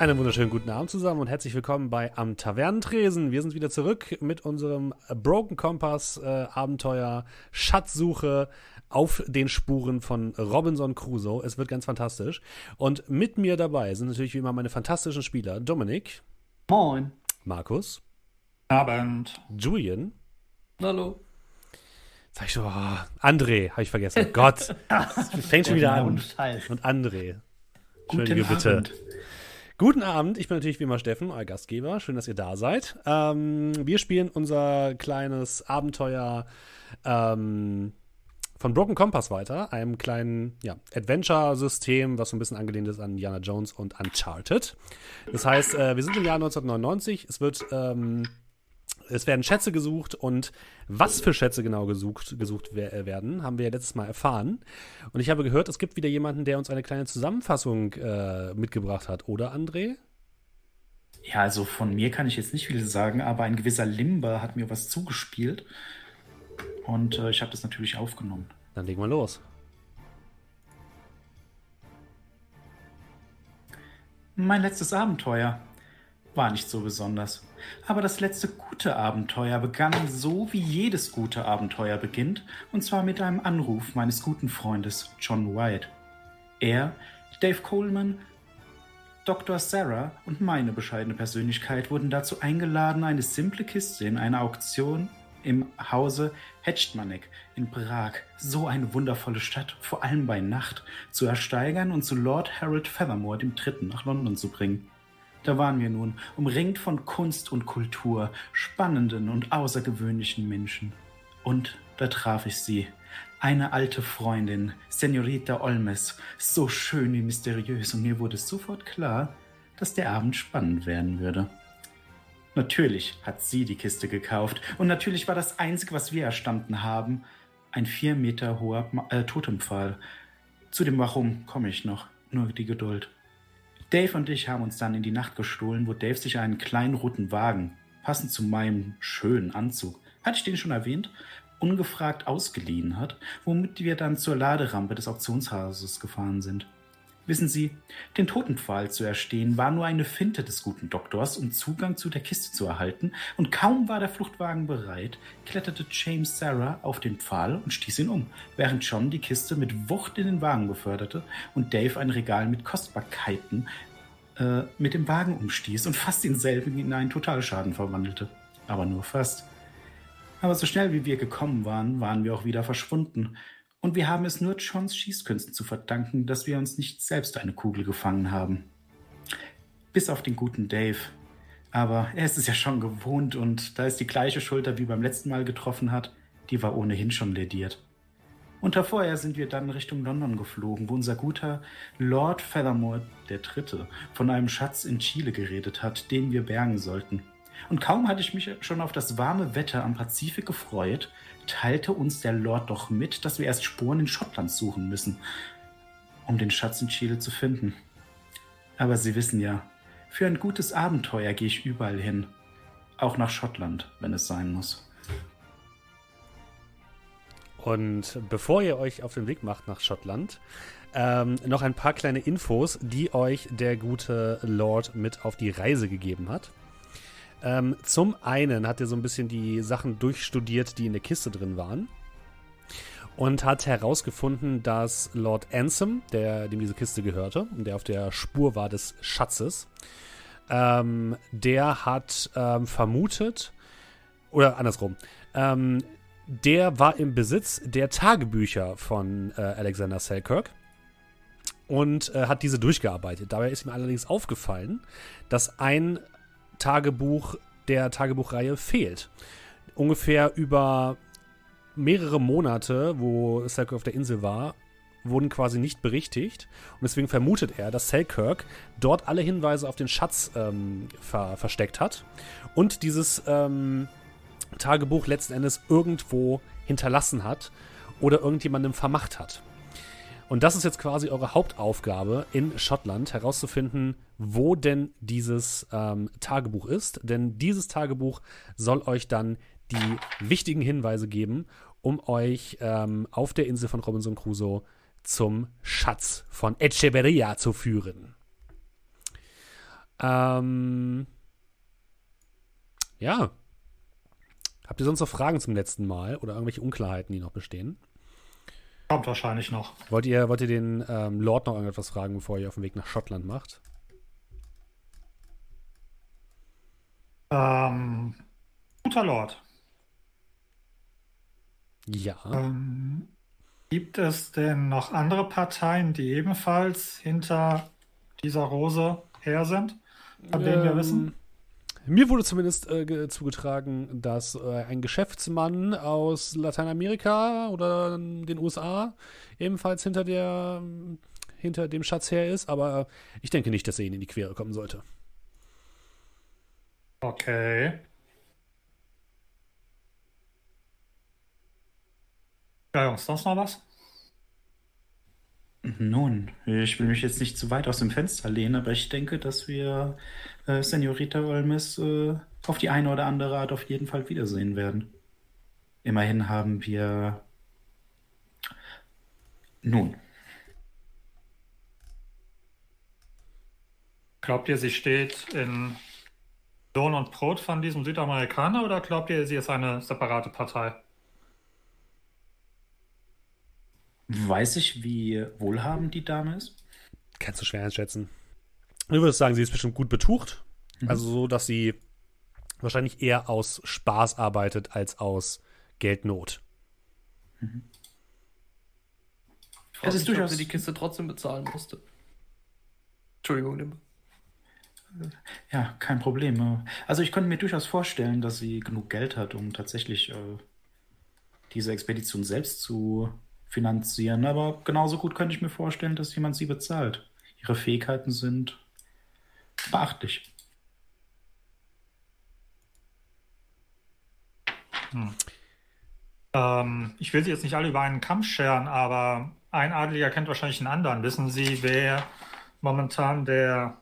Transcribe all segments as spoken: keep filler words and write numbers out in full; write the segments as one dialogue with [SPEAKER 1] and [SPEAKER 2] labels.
[SPEAKER 1] Einen wunderschönen guten Abend zusammen und herzlich willkommen bei Am Tavernentresen. Wir sind wieder zurück mit unserem Broken Compass äh, Abenteuer Schatzsuche auf den Spuren von Robinson Crusoe. Es wird ganz fantastisch. Und mit mir dabei sind natürlich wie immer meine fantastischen Spieler Dominik.
[SPEAKER 2] Moin.
[SPEAKER 1] Markus.
[SPEAKER 2] Abend.
[SPEAKER 1] Julian.
[SPEAKER 3] Hallo.
[SPEAKER 1] Sag ich so, oh, André, habe ich vergessen. Gott, das fängt schon wieder an. Und André. Entschuldige bitte.
[SPEAKER 2] Abend.
[SPEAKER 1] Guten Abend, ich bin natürlich wie immer Steffen, euer Gastgeber. Schön, dass ihr da seid. Ähm, wir spielen unser kleines Abenteuer ähm, von Broken Compass weiter, einem kleinen ja, Adventure-System, was so ein bisschen angelehnt ist an Indiana Jones und Uncharted. Das heißt, äh, wir sind im Jahr neunzehnhundertneunundneunzig, es wird ähm, es werden Schätze gesucht und was für Schätze genau gesucht, gesucht werden, haben wir ja letztes Mal erfahren. Und ich habe gehört, es gibt wieder jemanden, der uns eine kleine Zusammenfassung äh, mitgebracht hat, oder André?
[SPEAKER 2] Ja, also von mir kann ich jetzt nicht viel sagen, aber ein gewisser Limber hat mir was zugespielt und äh, ich habe das natürlich aufgenommen.
[SPEAKER 1] Dann legen wir los.
[SPEAKER 2] Mein letztes Abenteuer war nicht so besonders. Aber das letzte gute Abenteuer begann so, wie jedes gute Abenteuer beginnt, und zwar mit einem Anruf meines guten Freundes John White. Er, Dave Coleman, Doktor Sarah und meine bescheidene Persönlichkeit wurden dazu eingeladen, eine simple Kiste in einer Auktion im Hause Hechtmanek in Prag, so eine wundervolle Stadt, vor allem bei Nacht, zu ersteigern und zu Lord Harold Feathermore dem Dritten nach London zu bringen. Da waren wir nun, umringt von Kunst und Kultur, spannenden und außergewöhnlichen Menschen. Und da traf ich sie, eine alte Freundin, Senorita Olmes, so schön wie mysteriös, und mir wurde sofort klar, dass der Abend spannend werden würde. Natürlich hat sie die Kiste gekauft, und natürlich war das Einzige, was wir erstanden haben, ein vier Meter hoher äh, Totempfahl. Zu dem Warum komme ich noch, nur die Geduld. Dave und ich haben uns dann in die Nacht gestohlen, wo Dave sich einen kleinen roten Wagen, passend zu meinem schönen Anzug, hatte ich den schon erwähnt, ungefragt ausgeliehen hat, womit wir dann zur Laderampe des Auktionshauses gefahren sind. Wissen Sie, den Totempfahl zu erstehen war nur eine Finte des guten Doktors, um Zugang zu der Kiste zu erhalten, und kaum war der Fluchtwagen bereit, kletterte James Sarah auf den Pfahl und stieß ihn um, während John die Kiste mit Wucht in den Wagen beförderte und Dave ein Regal mit Kostbarkeiten äh, mit dem Wagen umstieß und fast denselben in einen Totalschaden verwandelte. Aber nur fast. Aber so schnell wie wir gekommen waren, waren wir auch wieder verschwunden. Und wir haben es nur Johns Schießkünsten zu verdanken, dass wir uns nicht selbst eine Kugel gefangen haben. Bis auf den guten Dave. Aber er ist es ja schon gewohnt, und da es die gleiche Schulter wie beim letzten Mal getroffen hat, die war ohnehin schon lediert. Und vorher sind wir dann Richtung London geflogen, wo unser guter Lord Feathermore der Dritte von einem Schatz in Chile geredet hat, den wir bergen sollten. Und kaum hatte ich mich schon auf das warme Wetter am Pazifik gefreut, teilte uns der Lord doch mit, dass wir erst Spuren in Schottland suchen müssen, um den Schatz in Chile zu finden. Aber Sie wissen ja, für ein gutes Abenteuer gehe ich überall hin, auch nach Schottland, wenn es sein muss.
[SPEAKER 1] Und bevor ihr euch auf den Weg macht nach Schottland, ähm, noch ein paar kleine Infos, die euch der gute Lord mit auf die Reise gegeben hat. Ähm, zum einen hat er so ein bisschen die Sachen durchstudiert, die in der Kiste drin waren, und hat herausgefunden, dass Lord Ansem, der, dem diese Kiste gehörte und der auf der Spur war des Schatzes, ähm, der hat ähm, vermutet, oder andersrum, ähm, der war im Besitz der Tagebücher von äh, Alexander Selkirk und äh, hat diese durchgearbeitet. Dabei ist ihm allerdings aufgefallen, dass ein Tagebuch der Tagebuchreihe fehlt. Ungefähr über mehrere Monate, wo Selkirk auf der Insel war, wurden quasi nicht berichtigt. Und deswegen vermutet er, dass Selkirk dort alle Hinweise auf den Schatz ähm, ver- versteckt hat und dieses ähm, Tagebuch letzten Endes irgendwo hinterlassen hat oder irgendjemandem vermacht hat. Und das ist jetzt quasi eure Hauptaufgabe in Schottland, herauszufinden, wo denn dieses ähm, Tagebuch ist. Denn dieses Tagebuch soll euch dann die wichtigen Hinweise geben, um euch ähm, auf der Insel von Robinson Crusoe zum Schatz von Echeverria zu führen. Ähm, ja. Habt ihr sonst noch Fragen zum letzten Mal oder irgendwelche Unklarheiten, die noch bestehen?
[SPEAKER 3] Kommt wahrscheinlich noch.
[SPEAKER 1] Wollt ihr, wollt ihr den ähm, Lord noch irgendetwas fragen, bevor ihr auf den Weg nach Schottland macht?
[SPEAKER 3] Ähm, guter Lord.
[SPEAKER 1] Ja.
[SPEAKER 3] Ähm, gibt es denn noch andere Parteien, die ebenfalls hinter dieser Rose her sind, von denen wir
[SPEAKER 1] Ähm,
[SPEAKER 3] wissen?
[SPEAKER 1] Mir wurde zumindest äh, ge- zugetragen, dass äh, ein Geschäftsmann aus Lateinamerika oder den U S A ebenfalls hinter der hinter dem Schatz her ist, aber ich denke nicht, dass er ihnen in die Quere kommen sollte.
[SPEAKER 3] Okay. Ja, Jungs, sonst noch was?
[SPEAKER 2] Nun, ich will mich jetzt nicht zu weit aus dem Fenster lehnen, aber ich denke, dass wir äh, Senorita Olmes äh, auf die eine oder andere Art auf jeden Fall wiedersehen werden. Immerhin haben wir... Nun,
[SPEAKER 3] Glaubt ihr, sie steht in Lohn und Brot von diesem Südamerikaner oder glaubt ihr, sie ist eine separate Partei?
[SPEAKER 2] weiß ich, wie wohlhabend die Dame ist?
[SPEAKER 1] Kannst du schwer einschätzen. Ich würde sagen, sie ist bestimmt gut betucht.
[SPEAKER 2] Mhm.
[SPEAKER 1] Also so, dass sie wahrscheinlich eher aus Spaß arbeitet als aus Geldnot.
[SPEAKER 2] Es ist
[SPEAKER 4] Ich frage mich, ob
[SPEAKER 2] durchaus-
[SPEAKER 4] sie die Kiste trotzdem bezahlen musste. Entschuldigung, Nimbe.
[SPEAKER 2] Ja, kein Problem. Also ich könnte mir durchaus vorstellen, dass sie genug Geld hat, um tatsächlich äh, diese Expedition selbst zu finanzieren. Aber genauso gut könnte ich mir vorstellen, dass jemand sie bezahlt. Ihre Fähigkeiten sind beachtlich.
[SPEAKER 3] Ähm, ich will sie jetzt nicht alle über einen Kamm scheren, aber ein Adeliger kennt wahrscheinlich einen anderen. Wissen Sie, wer momentan der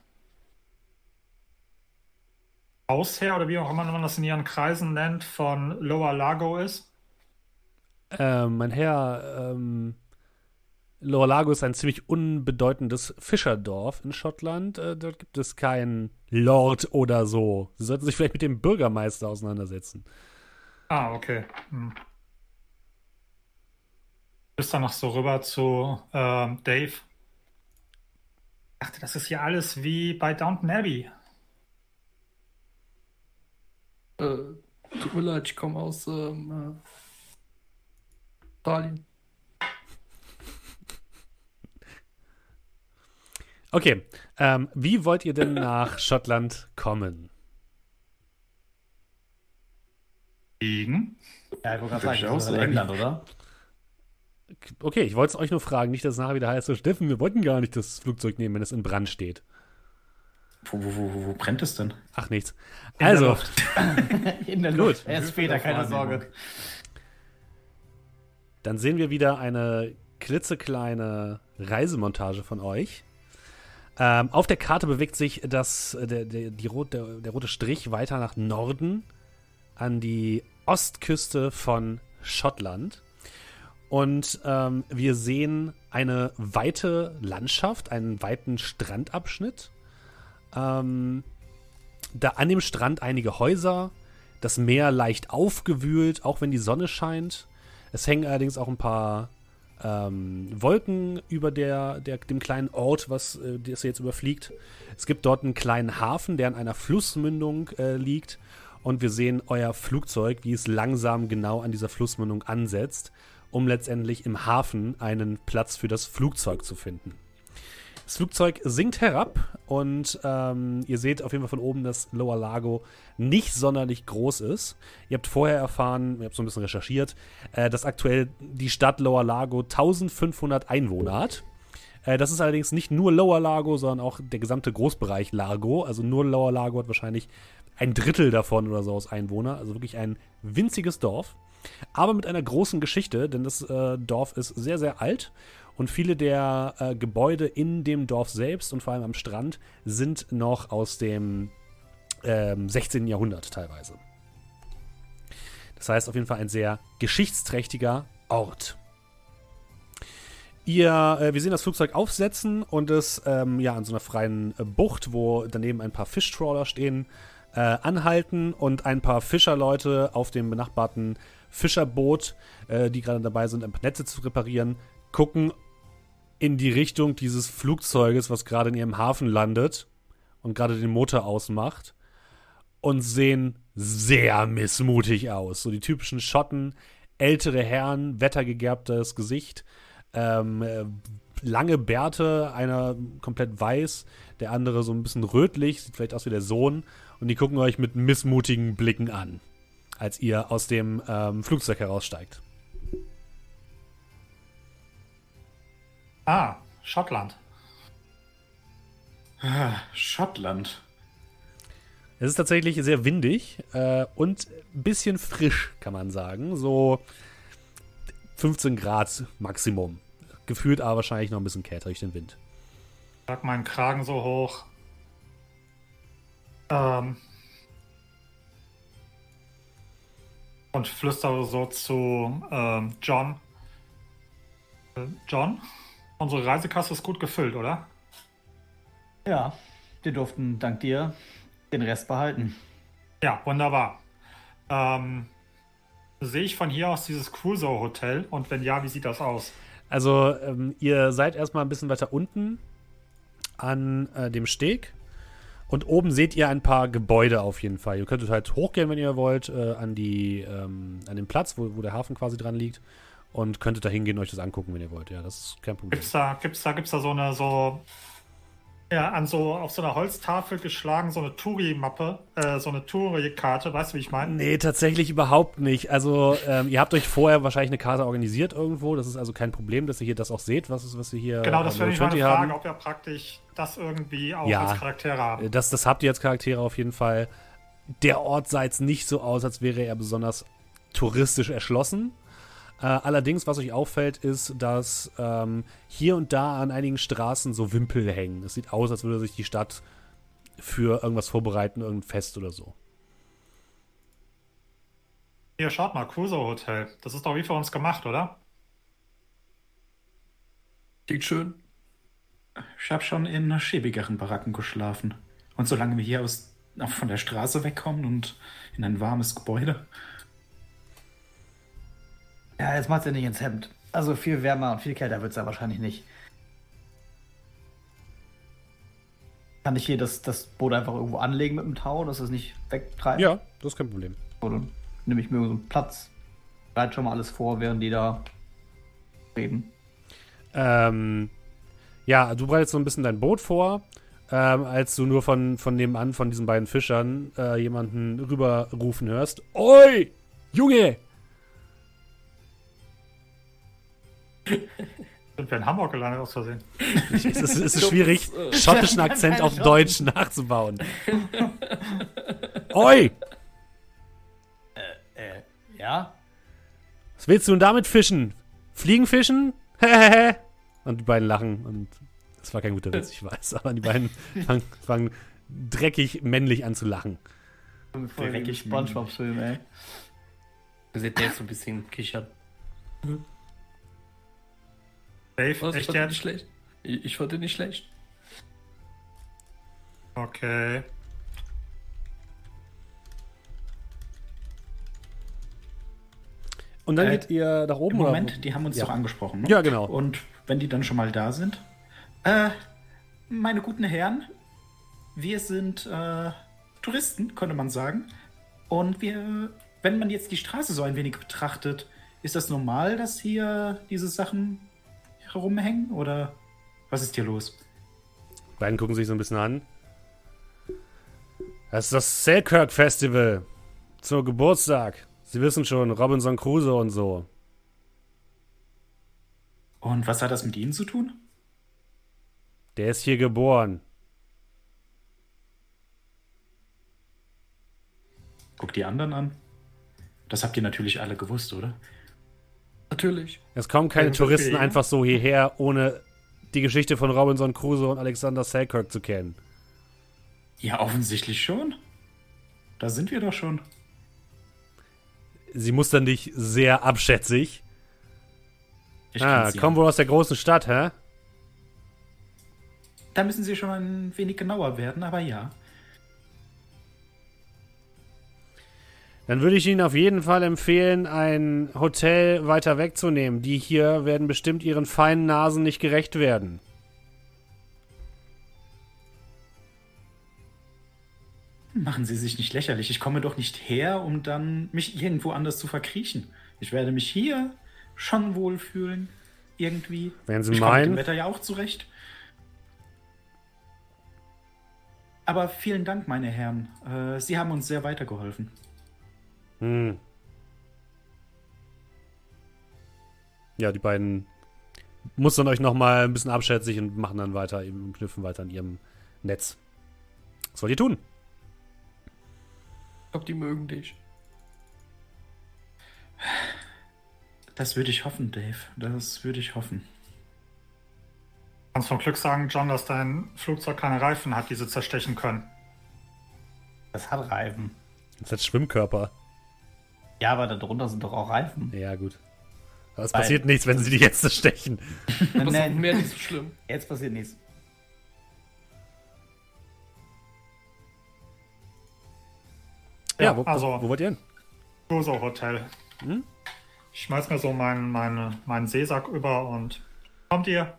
[SPEAKER 3] Hausherr oder wie auch immer man das in Ihren Kreisen nennt, von Lower Lago ist?
[SPEAKER 1] Ähm, mein Herr, ähm, Lower Lago ist ein ziemlich unbedeutendes Fischerdorf in Schottland. Äh, dort gibt es keinen Lord oder so. Sie sollten sich vielleicht mit dem Bürgermeister auseinandersetzen.
[SPEAKER 3] Ah, okay. Hm. Bis dann noch so rüber zu ähm, Dave. Ich dachte, das ist hier alles wie bei Downton Abbey.
[SPEAKER 4] Äh, tut mir leid, ich komme aus ähm, äh, Italien.
[SPEAKER 1] Okay, ähm, wie wollt ihr denn nach Schottland kommen?
[SPEAKER 3] Liegen.
[SPEAKER 5] Ja, ich wollte gerade
[SPEAKER 2] Würde ich
[SPEAKER 5] sagen,
[SPEAKER 2] auch
[SPEAKER 5] das ist in
[SPEAKER 2] sagen.
[SPEAKER 5] England, oder?
[SPEAKER 1] Okay, ich wollte es euch nur fragen, nicht, dass es nachher wieder heißt, so, Steffen, wir wollten gar nicht das Flugzeug nehmen, wenn es in Brand steht.
[SPEAKER 2] Wo, wo, wo, wo brennt es denn?
[SPEAKER 1] Ach, nichts.
[SPEAKER 5] der
[SPEAKER 1] Also,
[SPEAKER 5] Luft. In der
[SPEAKER 1] Gut.
[SPEAKER 5] Luft. Erst später, keine Sorge.
[SPEAKER 1] dann sehen wir wieder eine klitzekleine Reisemontage von euch. Ähm, auf der Karte bewegt sich das, der, der, die rot, der, der rote Strich weiter nach Norden an die Ostküste von Schottland. Und ähm, wir sehen eine weite Landschaft, einen weiten Strandabschnitt. Ähm, da an dem Strand einige Häuser, das Meer leicht aufgewühlt, auch wenn die Sonne scheint. Es hängen allerdings auch ein paar ähm, Wolken über der, der, dem kleinen Ort, was äh, das jetzt überfliegt. Es gibt dort einen kleinen Hafen, der an einer Flussmündung äh, liegt. Und wir sehen euer Flugzeug, wie es langsam genau an dieser Flussmündung ansetzt, um letztendlich im Hafen einen Platz für das Flugzeug zu finden. Das Flugzeug sinkt herab und ähm, ihr seht auf jeden Fall von oben, dass Lower Lago nicht sonderlich groß ist. Ihr habt vorher erfahren, ihr habt so ein bisschen recherchiert, äh, dass aktuell die Stadt Lower Lago eintausendfünfhundert Einwohner hat. Äh, das ist allerdings nicht nur Lower Lago, sondern auch der gesamte Großbereich Largo. Also nur Lower Lago hat wahrscheinlich ein Drittel davon oder so aus Einwohner. Also wirklich ein winziges Dorf. Aber mit einer großen Geschichte, denn das äh, Dorf ist sehr, sehr alt. Und viele der äh, Gebäude in dem Dorf selbst und vor allem am Strand sind noch aus dem ähm, sechzehnten. Jahrhundert teilweise. Das heißt auf jeden Fall ein sehr geschichtsträchtiger Ort. Ihr, äh, wir sehen das Flugzeug aufsetzen und es ähm, ja an so einer freien äh, Bucht, wo daneben ein paar Fischtrawler stehen, äh, anhalten und ein paar Fischerleute auf dem benachbarten Fischerboot, äh, die gerade dabei sind, ein paar Netze zu reparieren, gucken in die Richtung dieses Flugzeuges, was gerade in ihrem Hafen landet und gerade den Motor ausmacht und sehen sehr missmutig aus. So die typischen Schotten, ältere Herren, wettergegerbtes Gesicht, ähm, äh, lange Bärte, einer komplett weiß, der andere so ein bisschen rötlich, sieht vielleicht aus wie der Sohn, und die gucken euch mit missmutigen Blicken an, als ihr aus dem ähm, Flugzeug heraussteigt.
[SPEAKER 3] Ah, Schottland.
[SPEAKER 2] Ah, Schottland.
[SPEAKER 1] Es ist tatsächlich sehr windig äh, und ein bisschen frisch, kann man sagen. So fünfzehn Grad Maximum. Gefühlt aber wahrscheinlich noch ein bisschen kälter durch den Wind.
[SPEAKER 3] Ich lag meinen Kragen so hoch. Ähm, und flüstere so zu ähm, John. Äh, John, unsere Reisekasse ist gut gefüllt, oder?
[SPEAKER 5] Ja, wir durften dank dir den Rest behalten.
[SPEAKER 3] Ja, wunderbar. Ähm, sehe ich von hier aus dieses Crusoe-Hotel? Und wenn ja, wie sieht das aus?
[SPEAKER 1] Also, ähm, ihr seid erstmal ein bisschen weiter unten an äh, dem Steg. Und oben seht ihr ein paar Gebäude auf jeden Fall. Ihr könntet halt hochgehen, wenn ihr wollt, äh, an, die, ähm, an den Platz, wo, wo der Hafen quasi dran liegt. Und könntet da hingehen und euch das angucken, wenn ihr wollt. Ja, das ist kein Problem.
[SPEAKER 3] Gibt's da, gibt's da, gibt's da so eine, so, ja, an so, auf so einer Holztafel geschlagen, so eine Touri-Mappe, äh, so eine Touri-Karte, weißt du, wie ich meine?
[SPEAKER 1] Nee, tatsächlich überhaupt nicht. Also, ähm, ihr habt euch vorher wahrscheinlich eine Karte organisiert irgendwo. Das ist also kein Problem, dass ihr hier das auch seht, was, ist, was wir hier
[SPEAKER 3] Genau, das
[SPEAKER 1] äh,
[SPEAKER 3] wäre
[SPEAKER 1] Level
[SPEAKER 3] meine
[SPEAKER 1] zwanzig
[SPEAKER 3] Frage,
[SPEAKER 1] haben.
[SPEAKER 3] ob wir praktisch das irgendwie auch
[SPEAKER 1] Ja.
[SPEAKER 3] als Charaktere haben.
[SPEAKER 1] Das, das habt ihr als Charaktere auf jeden Fall. Der Ort sah jetzt nicht so aus, als wäre er besonders touristisch erschlossen. Äh, allerdings, was euch auffällt, ist, dass ähm, hier und da an einigen Straßen so Wimpel hängen. Es sieht aus, als würde sich die Stadt für irgendwas vorbereiten, irgendein Fest oder so.
[SPEAKER 3] Hier, schaut mal, Crusoe Hotel. Das ist doch wie für uns gemacht, oder?
[SPEAKER 4] Klingt schön.
[SPEAKER 2] Ich habe schon in schäbigeren Baracken geschlafen. Und solange wir hier aus, von der Straße wegkommen und in ein warmes Gebäude.
[SPEAKER 5] Ja, jetzt macht's ja nicht ins Hemd. Also viel wärmer und viel kälter wird's ja wahrscheinlich nicht. Kann ich hier das, das Boot einfach irgendwo anlegen mit dem Tau, dass es nicht wegtreibt?
[SPEAKER 1] Ja, das ist kein Problem.
[SPEAKER 5] Oder nehme ich mir so einen Platz, bereite schon mal alles vor, während die da reden.
[SPEAKER 1] Ähm, ja, du bereitest so ein bisschen dein Boot vor, ähm, als du nur von, von nebenan, von diesen beiden Fischern, äh, jemanden rüberrufen hörst. Oi, Junge!
[SPEAKER 3] Sind wir in Hamburg gelandet, aus Versehen?
[SPEAKER 1] Es ist, es ist schwierig, schottischen Akzent auf Deutsch nachzubauen. Oi!
[SPEAKER 5] Äh, ja?
[SPEAKER 1] Was willst du denn damit fischen? Fliegen fischen? Hehehe. Und die beiden lachen. Und das war kein guter Witz, ich weiß. Aber die beiden fangen, fangen dreckig männlich an zu lachen.
[SPEAKER 5] Voll
[SPEAKER 2] Dreckig
[SPEAKER 5] SpongeBob-Film, ey.
[SPEAKER 4] Da seht ihr jetzt so ein bisschen kichern.
[SPEAKER 3] Dave,
[SPEAKER 4] Was? Ich
[SPEAKER 3] echt
[SPEAKER 4] fand den nicht
[SPEAKER 3] jetzt?
[SPEAKER 4] schlecht. Ich, ich fand den nicht schlecht.
[SPEAKER 3] Okay.
[SPEAKER 1] Und dann
[SPEAKER 2] Äh,
[SPEAKER 1] geht ihr nach oben,
[SPEAKER 2] Im
[SPEAKER 1] oder?
[SPEAKER 2] Moment, die haben uns
[SPEAKER 1] Ja.
[SPEAKER 2] doch angesprochen, ne?
[SPEAKER 1] Ja, genau.
[SPEAKER 2] Und wenn die dann schon mal da sind. Äh, meine guten Herren, wir sind äh, Touristen, könnte man sagen. Und wir, wenn man jetzt die Straße so ein wenig betrachtet, ist das normal, dass hier diese Sachen herumhängen? Oder was ist hier los?
[SPEAKER 1] Die beiden gucken sich so ein bisschen an. Das ist das Selkirk Festival. Zum Geburtstag. Sie wissen schon, Robinson Crusoe und so.
[SPEAKER 2] Und was hat das mit Ihnen zu tun?
[SPEAKER 1] Der ist hier geboren.
[SPEAKER 2] Guck die anderen an. Das habt ihr natürlich alle gewusst, oder?
[SPEAKER 4] Natürlich.
[SPEAKER 1] Es kommen keine
[SPEAKER 3] Irgendwo
[SPEAKER 1] Touristen
[SPEAKER 3] fehlen.
[SPEAKER 1] einfach so hierher, ohne die Geschichte von Robinson Crusoe und Alexander Selkirk zu kennen.
[SPEAKER 2] Ja, offensichtlich schon. Da sind wir doch schon.
[SPEAKER 1] Sie mustern dich sehr abschätzig.
[SPEAKER 2] Ich
[SPEAKER 1] Ah,
[SPEAKER 2] kann's
[SPEAKER 1] kommen
[SPEAKER 2] ja.
[SPEAKER 1] wohl aus der großen Stadt, hä?
[SPEAKER 2] Da müssen Sie schon ein wenig genauer werden, aber ja.
[SPEAKER 1] Dann würde ich Ihnen auf jeden Fall empfehlen, ein Hotel weiter wegzunehmen. Die hier werden bestimmt Ihren feinen Nasen nicht gerecht werden.
[SPEAKER 2] Machen Sie sich nicht lächerlich. Ich komme doch nicht her, um dann mich irgendwo anders zu verkriechen. Ich werde mich hier schon wohlfühlen. Irgendwie.
[SPEAKER 1] Wenn Sie
[SPEAKER 2] ich komme mit dem
[SPEAKER 1] meinen.
[SPEAKER 2] Wetter ja auch zurecht. Aber vielen Dank, meine Herren. Äh, Sie haben uns sehr weitergeholfen.
[SPEAKER 1] Hm. Ja, die beiden mustern euch nochmal ein bisschen abschätzig und machen dann weiter, eben knüpfen weiter an ihrem Netz. Was wollt ihr tun?
[SPEAKER 4] Ich glaube, die mögen dich.
[SPEAKER 2] Das würde ich hoffen, Dave. Das würde ich hoffen.
[SPEAKER 3] Kannst vom Glück sagen, John, dass dein Flugzeug keine Reifen hat, die sie zerstechen können.
[SPEAKER 5] Das hat Reifen.
[SPEAKER 1] Das hat Schwimmkörper.
[SPEAKER 5] Ja, aber darunter sind doch auch Reifen.
[SPEAKER 1] Ja, gut. Aber es
[SPEAKER 5] Weil-
[SPEAKER 1] passiert nichts, wenn sie die jetzt stechen.
[SPEAKER 4] Aber es
[SPEAKER 5] Nee,
[SPEAKER 4] ist mehr nicht so schlimm.
[SPEAKER 5] jetzt passiert nichts.
[SPEAKER 1] Ja,
[SPEAKER 3] Ja,
[SPEAKER 1] wo,
[SPEAKER 3] also-
[SPEAKER 1] wo, wo wollt ihr hin?
[SPEAKER 3] Crusoe Hotel.
[SPEAKER 1] Hm?
[SPEAKER 3] Ich schmeiß mir so meinen, meinen, meinen Seesack über und kommt ihr?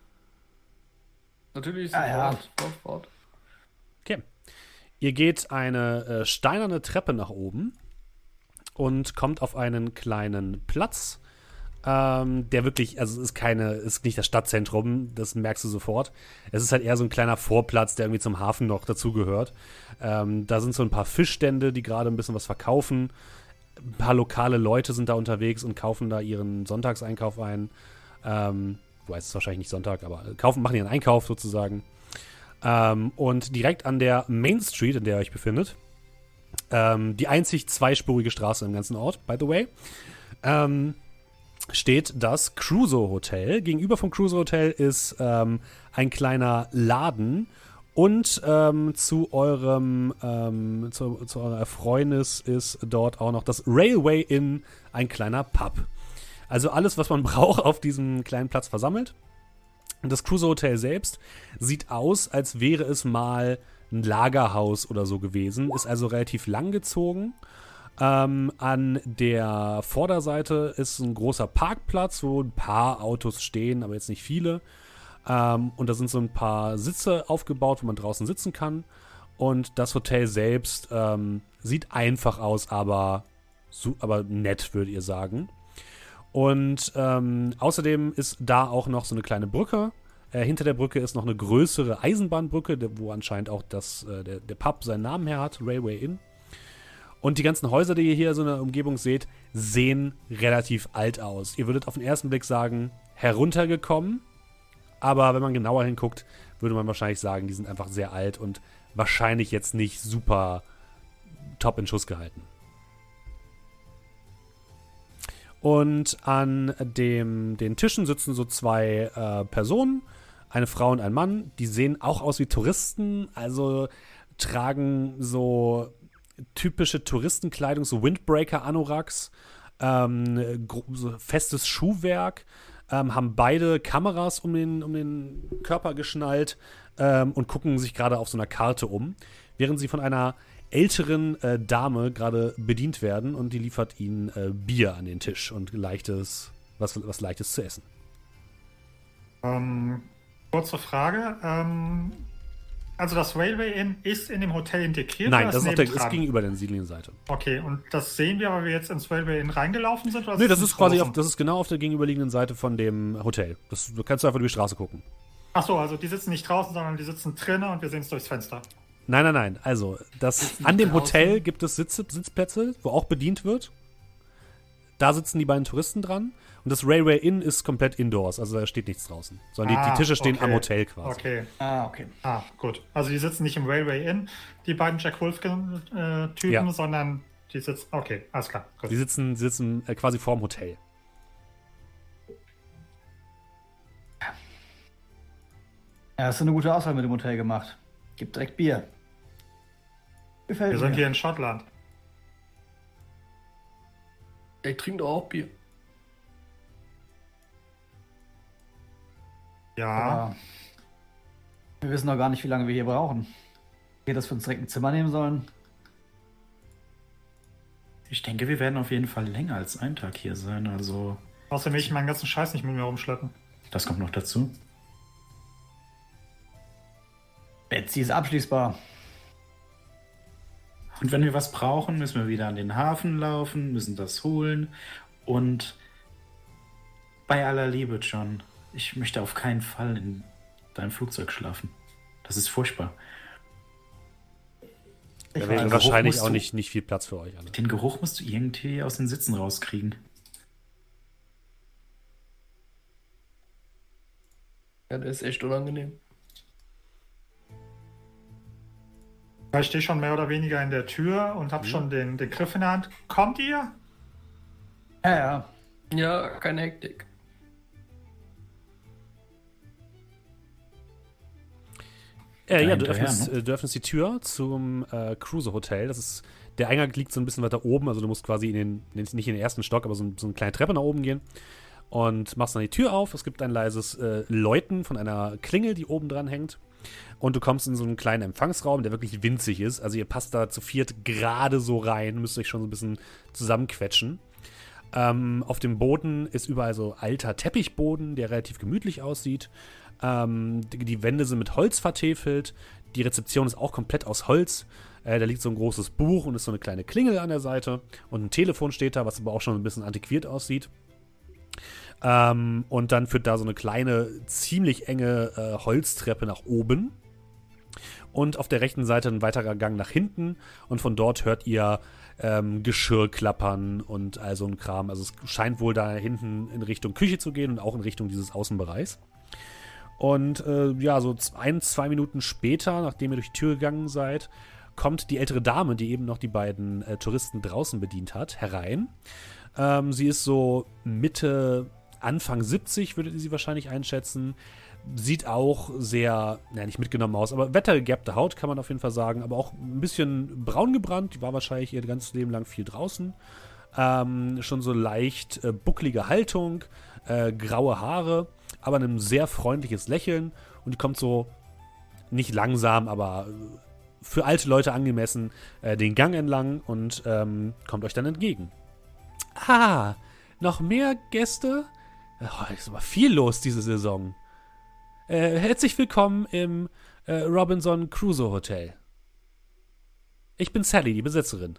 [SPEAKER 4] Natürlich
[SPEAKER 5] Ja, ja.
[SPEAKER 4] sofort, sofort, sofort.
[SPEAKER 1] Okay. Ihr geht eine äh, steinerne Treppe nach oben und kommt auf einen kleinen Platz, ähm, der wirklich, also es ist keine, ist nicht das Stadtzentrum, das merkst du sofort. Es ist halt eher so ein kleiner Vorplatz, der irgendwie zum Hafen noch dazugehört. Ähm, da sind so ein paar Fischstände, die gerade ein bisschen was verkaufen. Ein paar lokale Leute sind da unterwegs und kaufen da ihren Sonntagseinkauf ein. Ähm, du weißt es wahrscheinlich nicht Sonntag, aber kaufen, machen ihren Einkauf sozusagen. Ähm, und direkt an der Main Street, in der ihr euch befindet, ähm, die einzig zweispurige Straße im ganzen Ort, by the way, ähm, steht das Crusoe Hotel. Gegenüber vom Crusoe Hotel ist ähm, ein kleiner Laden und ähm, zu eurem ähm, zu, zu eurer Erfreunis ist dort auch noch das Railway Inn, ein kleiner Pub. Also alles, was man braucht, auf diesem kleinen Platz versammelt. Und das Crusoe Hotel selbst sieht aus, als wäre es mal ein Lagerhaus oder so gewesen, ist also relativ langgezogen. Ähm, an der Vorderseite ist ein großer Parkplatz, wo ein paar Autos stehen, aber jetzt nicht viele. Ähm, und da sind so ein paar Sitze aufgebaut, wo man draußen sitzen kann. Und das Hotel selbst ähm, sieht einfach aus, aber, so, aber nett, würdet ihr sagen. Und ähm, außerdem ist da auch noch so eine kleine Brücke. Äh, hinter der Brücke ist noch eine größere Eisenbahnbrücke, der, wo anscheinend auch das, äh, der, der Pub seinen Namen her hat, Railway Inn. Und die ganzen Häuser, die ihr hier so in der Umgebung seht, sehen relativ alt aus. Ihr würdet auf den ersten Blick sagen, heruntergekommen. Aber wenn man genauer hinguckt, würde man wahrscheinlich sagen, die sind einfach sehr alt und wahrscheinlich jetzt nicht super top in Schuss gehalten. Und an dem, den Tischen sitzen so zwei äh, Personen, eine Frau und ein Mann. Die sehen auch aus wie Touristen, also tragen so typische Touristenkleidung, so Windbreaker-Anoraks, ähm, so festes Schuhwerk, ähm, haben beide Kameras um den, um den Körper geschnallt ähm, und gucken sich gerade auf so einer Karte um, während sie von einer älteren äh, Dame gerade bedient werden und die liefert ihnen äh, Bier an den Tisch und leichtes, was, was leichtes zu essen.
[SPEAKER 3] Ähm, kurze Frage. Ähm, also das Railway Inn ist in dem Hotel integriert?
[SPEAKER 1] Nein,
[SPEAKER 3] oder
[SPEAKER 1] das ist, auf der,
[SPEAKER 3] nebendran?
[SPEAKER 1] ist gegenüber der Siedlungsseite.
[SPEAKER 3] Okay, und das sehen wir, weil wir jetzt ins Railway Inn reingelaufen sind? Oder
[SPEAKER 1] Nee, das
[SPEAKER 3] es
[SPEAKER 1] ist quasi
[SPEAKER 3] draußen?
[SPEAKER 1] auf, das ist genau auf der gegenüberliegenden Seite von dem Hotel. Das, du kannst einfach über die Straße gucken.
[SPEAKER 3] Ach so, also die sitzen nicht draußen, sondern die sitzen drinnen und wir sehen es durchs Fenster.
[SPEAKER 1] Nein, nein, nein. Also, das,
[SPEAKER 4] Sitzen
[SPEAKER 1] an
[SPEAKER 4] die
[SPEAKER 1] dem
[SPEAKER 4] draußen?
[SPEAKER 1] Hotel gibt es Sitze, Sitzplätze, wo auch bedient wird. Da sitzen die beiden Touristen dran. Und das Railway Inn ist komplett indoors, also da steht nichts draußen. Sondern die,
[SPEAKER 3] Ah,
[SPEAKER 1] die Tische stehen
[SPEAKER 3] okay.
[SPEAKER 1] am Hotel quasi.
[SPEAKER 3] Okay,
[SPEAKER 5] Ah, okay.
[SPEAKER 3] ah, gut. Also die sitzen nicht im Railway Inn, die beiden Jack Wolfskin-Typen,
[SPEAKER 1] Ja.
[SPEAKER 3] sondern die sitzen... Okay, alles klar. Gut.
[SPEAKER 1] Die sitzen, sitzen äh, quasi vorm Hotel.
[SPEAKER 5] Ja, hast du eine gute Auswahl mit dem Hotel gemacht. Gibt direkt Bier. Gefällt
[SPEAKER 3] Wir
[SPEAKER 5] mir.
[SPEAKER 3] sind hier in Schottland.
[SPEAKER 4] Ich trinke doch auch Bier.
[SPEAKER 3] Ja,
[SPEAKER 5] Aber wir wissen noch gar nicht, wie lange wir hier brauchen. Geht das für uns direkt ein Zimmer nehmen sollen?
[SPEAKER 2] Ich denke, wir werden auf jeden Fall länger als einen Tag hier sein. Also,
[SPEAKER 3] außerdem will ich meinen ganzen Scheiß nicht mit mir rumschleppen.
[SPEAKER 2] das kommt noch dazu.
[SPEAKER 5] Betsy ist abschließbar.
[SPEAKER 2] Und wenn wir was brauchen, müssen wir wieder an den Hafen laufen, müssen das holen. Und bei aller Liebe, John, ich möchte auf keinen Fall in deinem Flugzeug schlafen. Das ist furchtbar.
[SPEAKER 5] Ich
[SPEAKER 1] Da
[SPEAKER 5] weiß,
[SPEAKER 1] wäre
[SPEAKER 2] Geruch
[SPEAKER 1] wahrscheinlich
[SPEAKER 2] musst
[SPEAKER 1] auch
[SPEAKER 2] du-
[SPEAKER 1] nicht, nicht viel Platz für euch alle.
[SPEAKER 2] Den Geruch musst du irgendwie aus den Sitzen rauskriegen.
[SPEAKER 4] Ja, der ist echt unangenehm.
[SPEAKER 3] Ich stehe schon mehr oder weniger in der Tür und habe schon den, den Griff in der Hand. Kommt ihr?
[SPEAKER 5] Ja, ja.
[SPEAKER 4] Ja, keine Hektik.
[SPEAKER 1] Äh, ja, du
[SPEAKER 2] hinterher,
[SPEAKER 1] öffnest,
[SPEAKER 2] ne?
[SPEAKER 1] äh, du öffnest die Tür zum äh, Cruiser Hotel. Das ist, der Eingang liegt so ein bisschen weiter oben, also du musst quasi in den, nicht in den ersten Stock, aber so, so eine kleine Treppe nach oben gehen und machst dann die Tür auf. Es gibt ein leises äh, Läuten von einer Klingel, die oben dran hängt. Und du kommst in so einen kleinen Empfangsraum, der wirklich winzig ist. Also ihr passt da zu viert gerade so rein, müsst euch schon so ein bisschen zusammenquetschen. Ähm, auf dem Boden ist überall so alter Teppichboden, der relativ gemütlich aussieht. Ähm, die, die Wände sind mit Holz vertäfelt. Die Rezeption ist auch komplett aus Holz. Äh, da liegt so ein großes Buch und ist so eine kleine Klingel an der Seite. Und ein Telefon steht da, was aber auch schon ein bisschen antiquiert aussieht. Ähm, und dann führt da so eine kleine, ziemlich enge äh, Holztreppe nach oben. Und auf der rechten Seite ein weiterer Gang nach hinten. Und von dort hört ihr ähm, Geschirr klappern und all so ein Kram. Also es scheint wohl da hinten in Richtung Küche zu gehen und auch in Richtung dieses Außenbereichs. Und äh, ja, so ein, zwei Minuten später, nachdem ihr durch die Tür gegangen seid, kommt die ältere Dame, die eben noch die beiden äh, Touristen draußen bedient hat, herein. Ähm, sie ist so Mitte, Anfang siebzig, würdet ihr sie wahrscheinlich einschätzen. Sieht auch sehr, naja, nicht mitgenommen aus, aber wettergegerbte Haut, kann man auf jeden Fall sagen. Aber auch ein bisschen braun gebrannt. Die war wahrscheinlich ihr ganzes Leben lang viel draußen. Ähm, schon so leicht äh, bucklige Haltung, äh, graue Haare, aber ein sehr freundliches Lächeln. Und die kommt so nicht langsam, aber für alte Leute angemessen äh, den Gang entlang und ähm, kommt euch dann entgegen. Ah, noch mehr Gäste? Oh, ist aber viel los diese Saison. Äh, herzlich willkommen im äh, Robinson Crusoe Hotel. Ich bin Sally, die Besitzerin.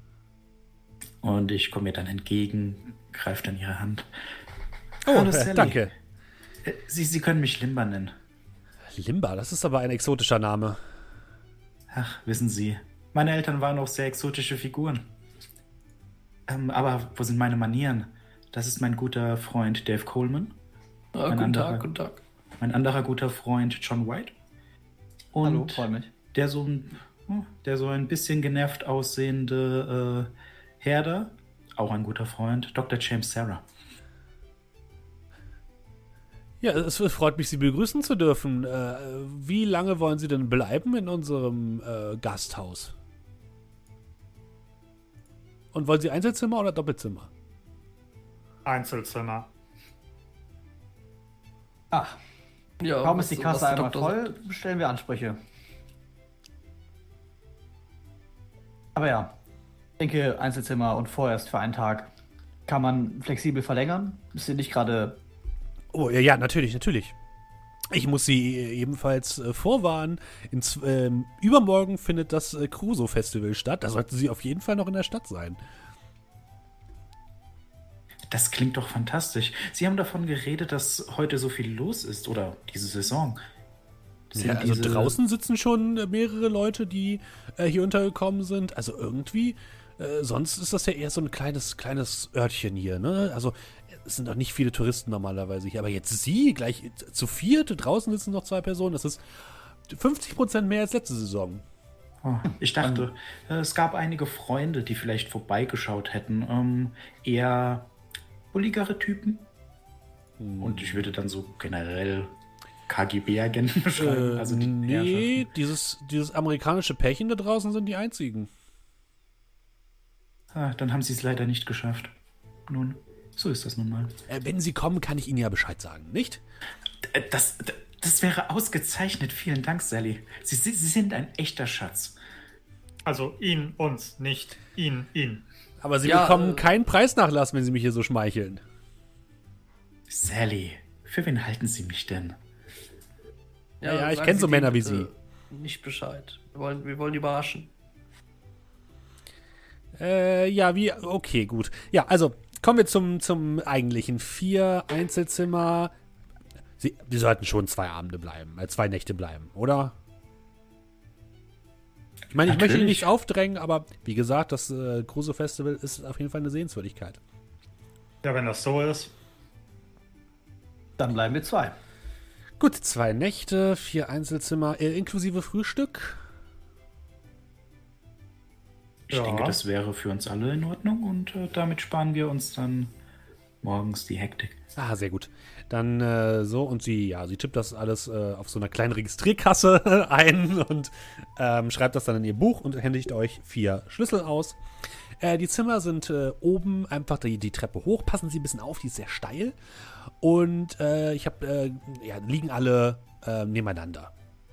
[SPEAKER 2] Und ich komme ihr dann entgegen, greife dann ihre Hand.
[SPEAKER 1] Oh,
[SPEAKER 2] Hallo,
[SPEAKER 1] äh,
[SPEAKER 2] Sally.
[SPEAKER 1] danke.
[SPEAKER 2] Äh, Sie, Sie können mich Limba nennen.
[SPEAKER 1] Limba, das ist aber ein exotischer Name.
[SPEAKER 2] Ach, wissen Sie, meine Eltern waren auch sehr exotische Figuren. Ähm, aber wo sind meine Manieren? Das ist mein guter Freund Dave Coleman.
[SPEAKER 4] Ah,
[SPEAKER 2] Ein
[SPEAKER 4] guten
[SPEAKER 2] anderer.
[SPEAKER 4] Tag, guten Tag.
[SPEAKER 2] Mein anderer guter Freund John White. Und
[SPEAKER 5] Hallo, freue mich.
[SPEAKER 2] der so ein, der so ein bisschen genervt aussehende äh, Herder, auch ein guter Freund, Doktor James Sarah.
[SPEAKER 1] Ja, es freut mich, Sie begrüßen zu dürfen. Äh, wie lange wollen Sie denn bleiben in unserem äh, Gasthaus? Und wollen Sie Einzelzimmer oder Doppelzimmer?
[SPEAKER 3] Einzelzimmer.
[SPEAKER 5] Ach,
[SPEAKER 4] Ja,
[SPEAKER 5] kaum
[SPEAKER 4] was-
[SPEAKER 5] ist die
[SPEAKER 4] was
[SPEAKER 5] Kasse
[SPEAKER 4] der
[SPEAKER 5] einmal
[SPEAKER 4] Doktor
[SPEAKER 5] voll,
[SPEAKER 4] sagt.
[SPEAKER 5] stellen wir Ansprüche. Aber ja, ich denke, Einzelzimmer und vorerst für einen Tag kann man flexibel verlängern. Ist hier nicht gerade.
[SPEAKER 1] Oh, ja, ja, natürlich, natürlich. Ich muss Sie ebenfalls äh, vorwarnen. In, z- ähm, übermorgen findet das äh, Crusoe-Festival statt. Da sollten Sie auf jeden Fall noch in der Stadt sein.
[SPEAKER 2] Das klingt doch fantastisch. Sie haben davon geredet, dass heute so viel los ist, oder diese Saison. Sind
[SPEAKER 1] Ja, also
[SPEAKER 2] diese-
[SPEAKER 1] draußen sitzen schon äh, mehrere Leute, die äh, hier untergekommen sind. Also irgendwie, äh, sonst ist das ja eher so ein kleines, kleines Örtchen hier, ne? Also es sind doch nicht viele Touristen normalerweise hier. Aber jetzt Sie, gleich zu viert, draußen sitzen noch zwei Personen. Das ist fünfzig Prozent mehr als letzte Saison.
[SPEAKER 2] Oh, ich dachte, äh, es gab einige Freunde, die vielleicht vorbeigeschaut hätten. Ähm, eher bulligere Typen. Und ich würde dann so generell K G B-Agenten beschreiben.
[SPEAKER 1] Äh,
[SPEAKER 2] also die
[SPEAKER 1] nee,
[SPEAKER 2] Herrschaften.
[SPEAKER 1] dieses, dieses amerikanische Pärchen da draußen sind die einzigen.
[SPEAKER 2] Ah, dann haben sie es leider nicht geschafft. Nun, so ist das nun mal.
[SPEAKER 1] Äh, wenn Sie kommen, kann ich Ihnen ja Bescheid sagen, nicht?
[SPEAKER 2] Das, das wäre ausgezeichnet. Vielen Dank, Sally. Sie, Sie, Sie sind ein echter Schatz.
[SPEAKER 3] Also ihn, uns, nicht ihn, ihn.
[SPEAKER 1] Aber Sie
[SPEAKER 4] Ja,
[SPEAKER 1] bekommen
[SPEAKER 4] äh,
[SPEAKER 1] keinen Preisnachlass, wenn Sie mich hier so schmeicheln.
[SPEAKER 2] Sally, für wen halten Sie mich denn?
[SPEAKER 1] Ja, ja, ich
[SPEAKER 4] sagen
[SPEAKER 1] kenn so
[SPEAKER 4] Sie
[SPEAKER 1] Männer
[SPEAKER 4] denen
[SPEAKER 1] wie
[SPEAKER 4] bitte Nicht Bescheid. Wir wollen, wir wollen die überraschen.
[SPEAKER 1] Äh, ja, wie, okay, gut. Ja, also, kommen wir zum, zum eigentlichen. Vier Einzelzimmer. Sie, Sie sollten schon zwei Abende bleiben, äh, zwei Nächte bleiben, oder? Ich meine, ich möchte Ihnen
[SPEAKER 2] Natürlich.
[SPEAKER 1] nichts aufdrängen, aber wie gesagt, das äh, Crusoe Festival ist auf jeden Fall eine Sehenswürdigkeit.
[SPEAKER 3] Ja, wenn das so ist.
[SPEAKER 5] Dann bleiben wir zwei.
[SPEAKER 1] Gut, zwei Nächte, vier Einzelzimmer, äh, inklusive Frühstück.
[SPEAKER 2] Ich
[SPEAKER 3] Ja.
[SPEAKER 2] denke, das wäre für uns alle in Ordnung und äh, damit sparen wir uns dann morgens die Hektik.
[SPEAKER 1] Ah, sehr gut. Dann äh, so und sie, ja, sie tippt das alles äh, auf so einer kleinen Registrierkasse ein und ähm, schreibt das dann in ihr Buch und händigt euch vier Schlüssel aus. Äh, die Zimmer sind äh, oben einfach die, die Treppe hoch. Passen Sie ein bisschen auf, die ist sehr steil. Und äh, ich habe, äh, ja, liegen alle äh, nebeneinander.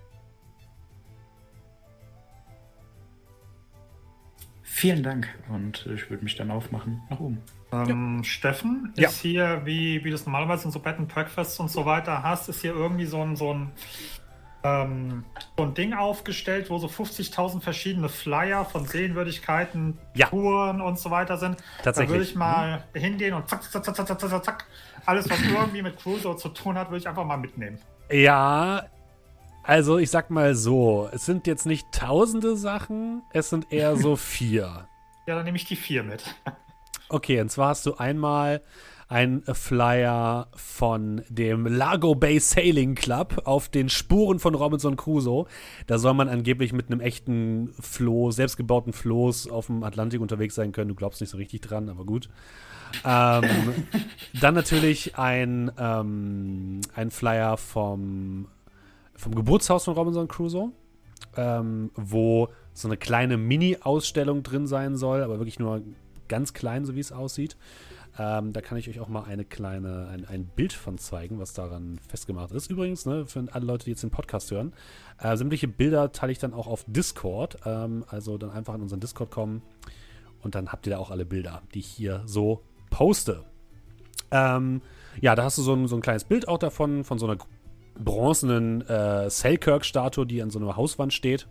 [SPEAKER 2] Vielen Dank und ich würde mich dann aufmachen nach oben.
[SPEAKER 3] Ähm, Steffen,
[SPEAKER 1] Ja.
[SPEAKER 3] ist hier, wie, wie du es normalerweise in so Bed and Breakfasts und so weiter hast, ist hier irgendwie so ein, so ein, ähm, so ein Ding aufgestellt, wo so fünfzigtausend verschiedene Flyer von Sehenswürdigkeiten,
[SPEAKER 1] Ja.
[SPEAKER 3] Touren und so weiter sind.
[SPEAKER 1] Tatsächlich.
[SPEAKER 3] Da würde ich mal hingehen und zack, zack, zack, zack, zack, zack, zack. Alles, was irgendwie mit Crusoe zu tun hat, würde ich einfach mal mitnehmen.
[SPEAKER 1] Ja, also ich sag mal so, es sind jetzt nicht tausende Sachen, es sind eher so vier.
[SPEAKER 3] Ja, dann nehme ich die vier mit.
[SPEAKER 1] Okay, und zwar hast du einmal einen Flyer von dem Largo Bay Sailing Club auf den Spuren von Robinson Crusoe. Da soll man angeblich mit einem echten Floß, selbstgebauten Floß auf dem Atlantik unterwegs sein können. Du glaubst nicht so richtig dran, aber gut. Ähm, dann natürlich ein, ähm, ein Flyer vom, vom Geburtshaus von Robinson Crusoe, ähm, wo so eine kleine Mini-Ausstellung drin sein soll, aber wirklich nur ganz klein, so wie es aussieht. Ähm, da kann ich euch auch mal eine kleine, ein, ein Bild von zeigen, was daran festgemacht ist. Übrigens, ne, für alle Leute, die jetzt den Podcast hören, äh, sämtliche Bilder teile ich dann auch auf Discord. Ähm, also dann einfach in unseren Discord kommen und dann habt ihr da auch alle Bilder, die ich hier so poste. Ähm, ja, da hast du so ein, so ein kleines Bild auch davon, von so einer bronzenen äh, Selkirk-Statue, die an so einer Hauswand steht.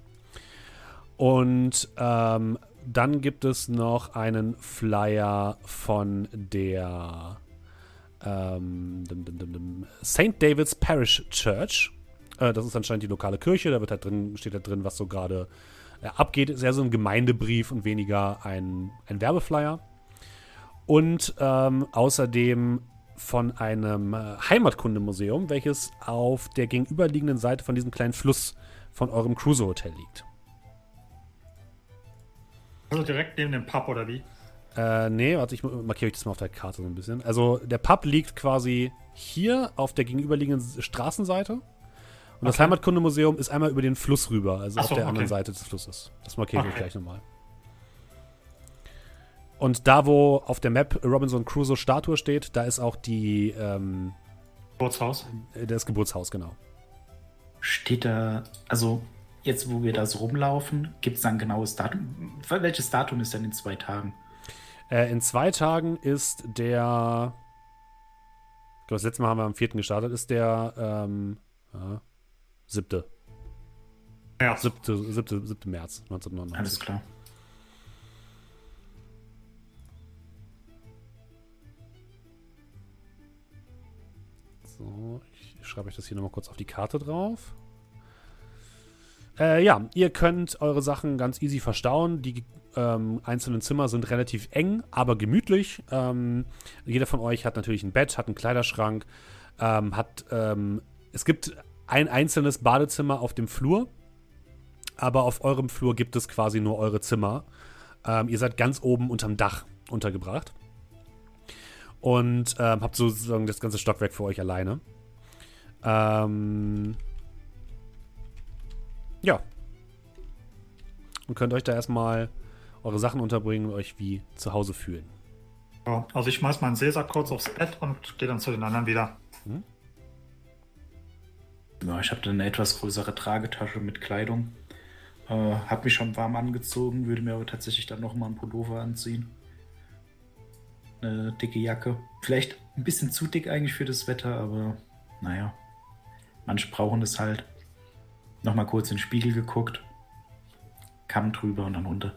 [SPEAKER 1] Und ähm, dann gibt es noch einen Flyer von der ähm, dem, dem, dem, dem Saint David's Parish Church. Äh, das ist anscheinend die lokale Kirche. Da wird halt drin, steht da drin, was so gerade äh, abgeht. Ist eher so ein Gemeindebrief und weniger ein, ein Werbeflyer. Und ähm, außerdem von einem äh, Heimatkundemuseum, welches auf der gegenüberliegenden Seite von diesem kleinen Fluss von eurem Crusoe Hotel liegt.
[SPEAKER 3] Also direkt neben dem Pub, oder wie?
[SPEAKER 1] Äh, nee, warte, ich markiere euch das mal auf der Karte so ein bisschen. Also, der Pub liegt quasi hier auf der gegenüberliegenden Straßenseite. Und das
[SPEAKER 3] Okay.
[SPEAKER 1] Heimatkundemuseum ist einmal über den Fluss rüber, also
[SPEAKER 3] Ach
[SPEAKER 1] auf
[SPEAKER 3] so,
[SPEAKER 1] der anderen
[SPEAKER 3] okay.
[SPEAKER 1] Seite des Flusses. Das markiere ich euch
[SPEAKER 3] Okay.
[SPEAKER 1] gleich nochmal. Und da, wo auf der Map Robinson Crusoe Statue steht, da ist auch die, ähm,
[SPEAKER 3] Geburtshaus.
[SPEAKER 1] äh, das Geburtshaus, genau.
[SPEAKER 2] Steht da, also jetzt, wo wir da so rumlaufen, gibt es da ein genaues Datum? Welches Datum ist denn in zwei Tagen?
[SPEAKER 1] Äh, in zwei Tagen ist der, ich glaube, das letzte Mal haben wir am vierten gestartet, ist der, ähm, ja, siebte.
[SPEAKER 3] Ja.
[SPEAKER 1] Siebte, siebte, siebte März neunzehnhundertneunundneunzig.
[SPEAKER 2] Alles klar.
[SPEAKER 1] So, ich schreibe euch das hier nochmal kurz auf die Karte drauf. Äh, ja, ihr könnt eure Sachen ganz easy verstauen. Die ähm, einzelnen Zimmer sind relativ eng, aber gemütlich. Ähm, jeder von euch hat natürlich ein Bett, hat einen Kleiderschrank, ähm, hat, ähm, es gibt ein einzelnes Badezimmer auf dem Flur, aber auf eurem Flur gibt es quasi nur eure Zimmer. Ähm, ihr seid ganz oben unterm Dach untergebracht. Und ähm, habt sozusagen das ganze Stockwerk für euch alleine. Ähm, ja. Und könnt euch da erstmal eure Sachen unterbringen und euch wie zu Hause fühlen.
[SPEAKER 3] Ja, also ich schmeiß meinen Seesack kurz aufs Bett und gehe dann zu den anderen wieder.
[SPEAKER 2] Ja, ich habe eine etwas größere Tragetasche mit Kleidung. Äh, hab mich schon warm angezogen, würde mir aber tatsächlich dann nochmal einen Pullover anziehen. Eine dicke Jacke. Vielleicht ein bisschen zu dick eigentlich für das Wetter, aber naja. Manche brauchen es halt. Nochmal kurz in den Spiegel geguckt. Kamm drüber und dann runter.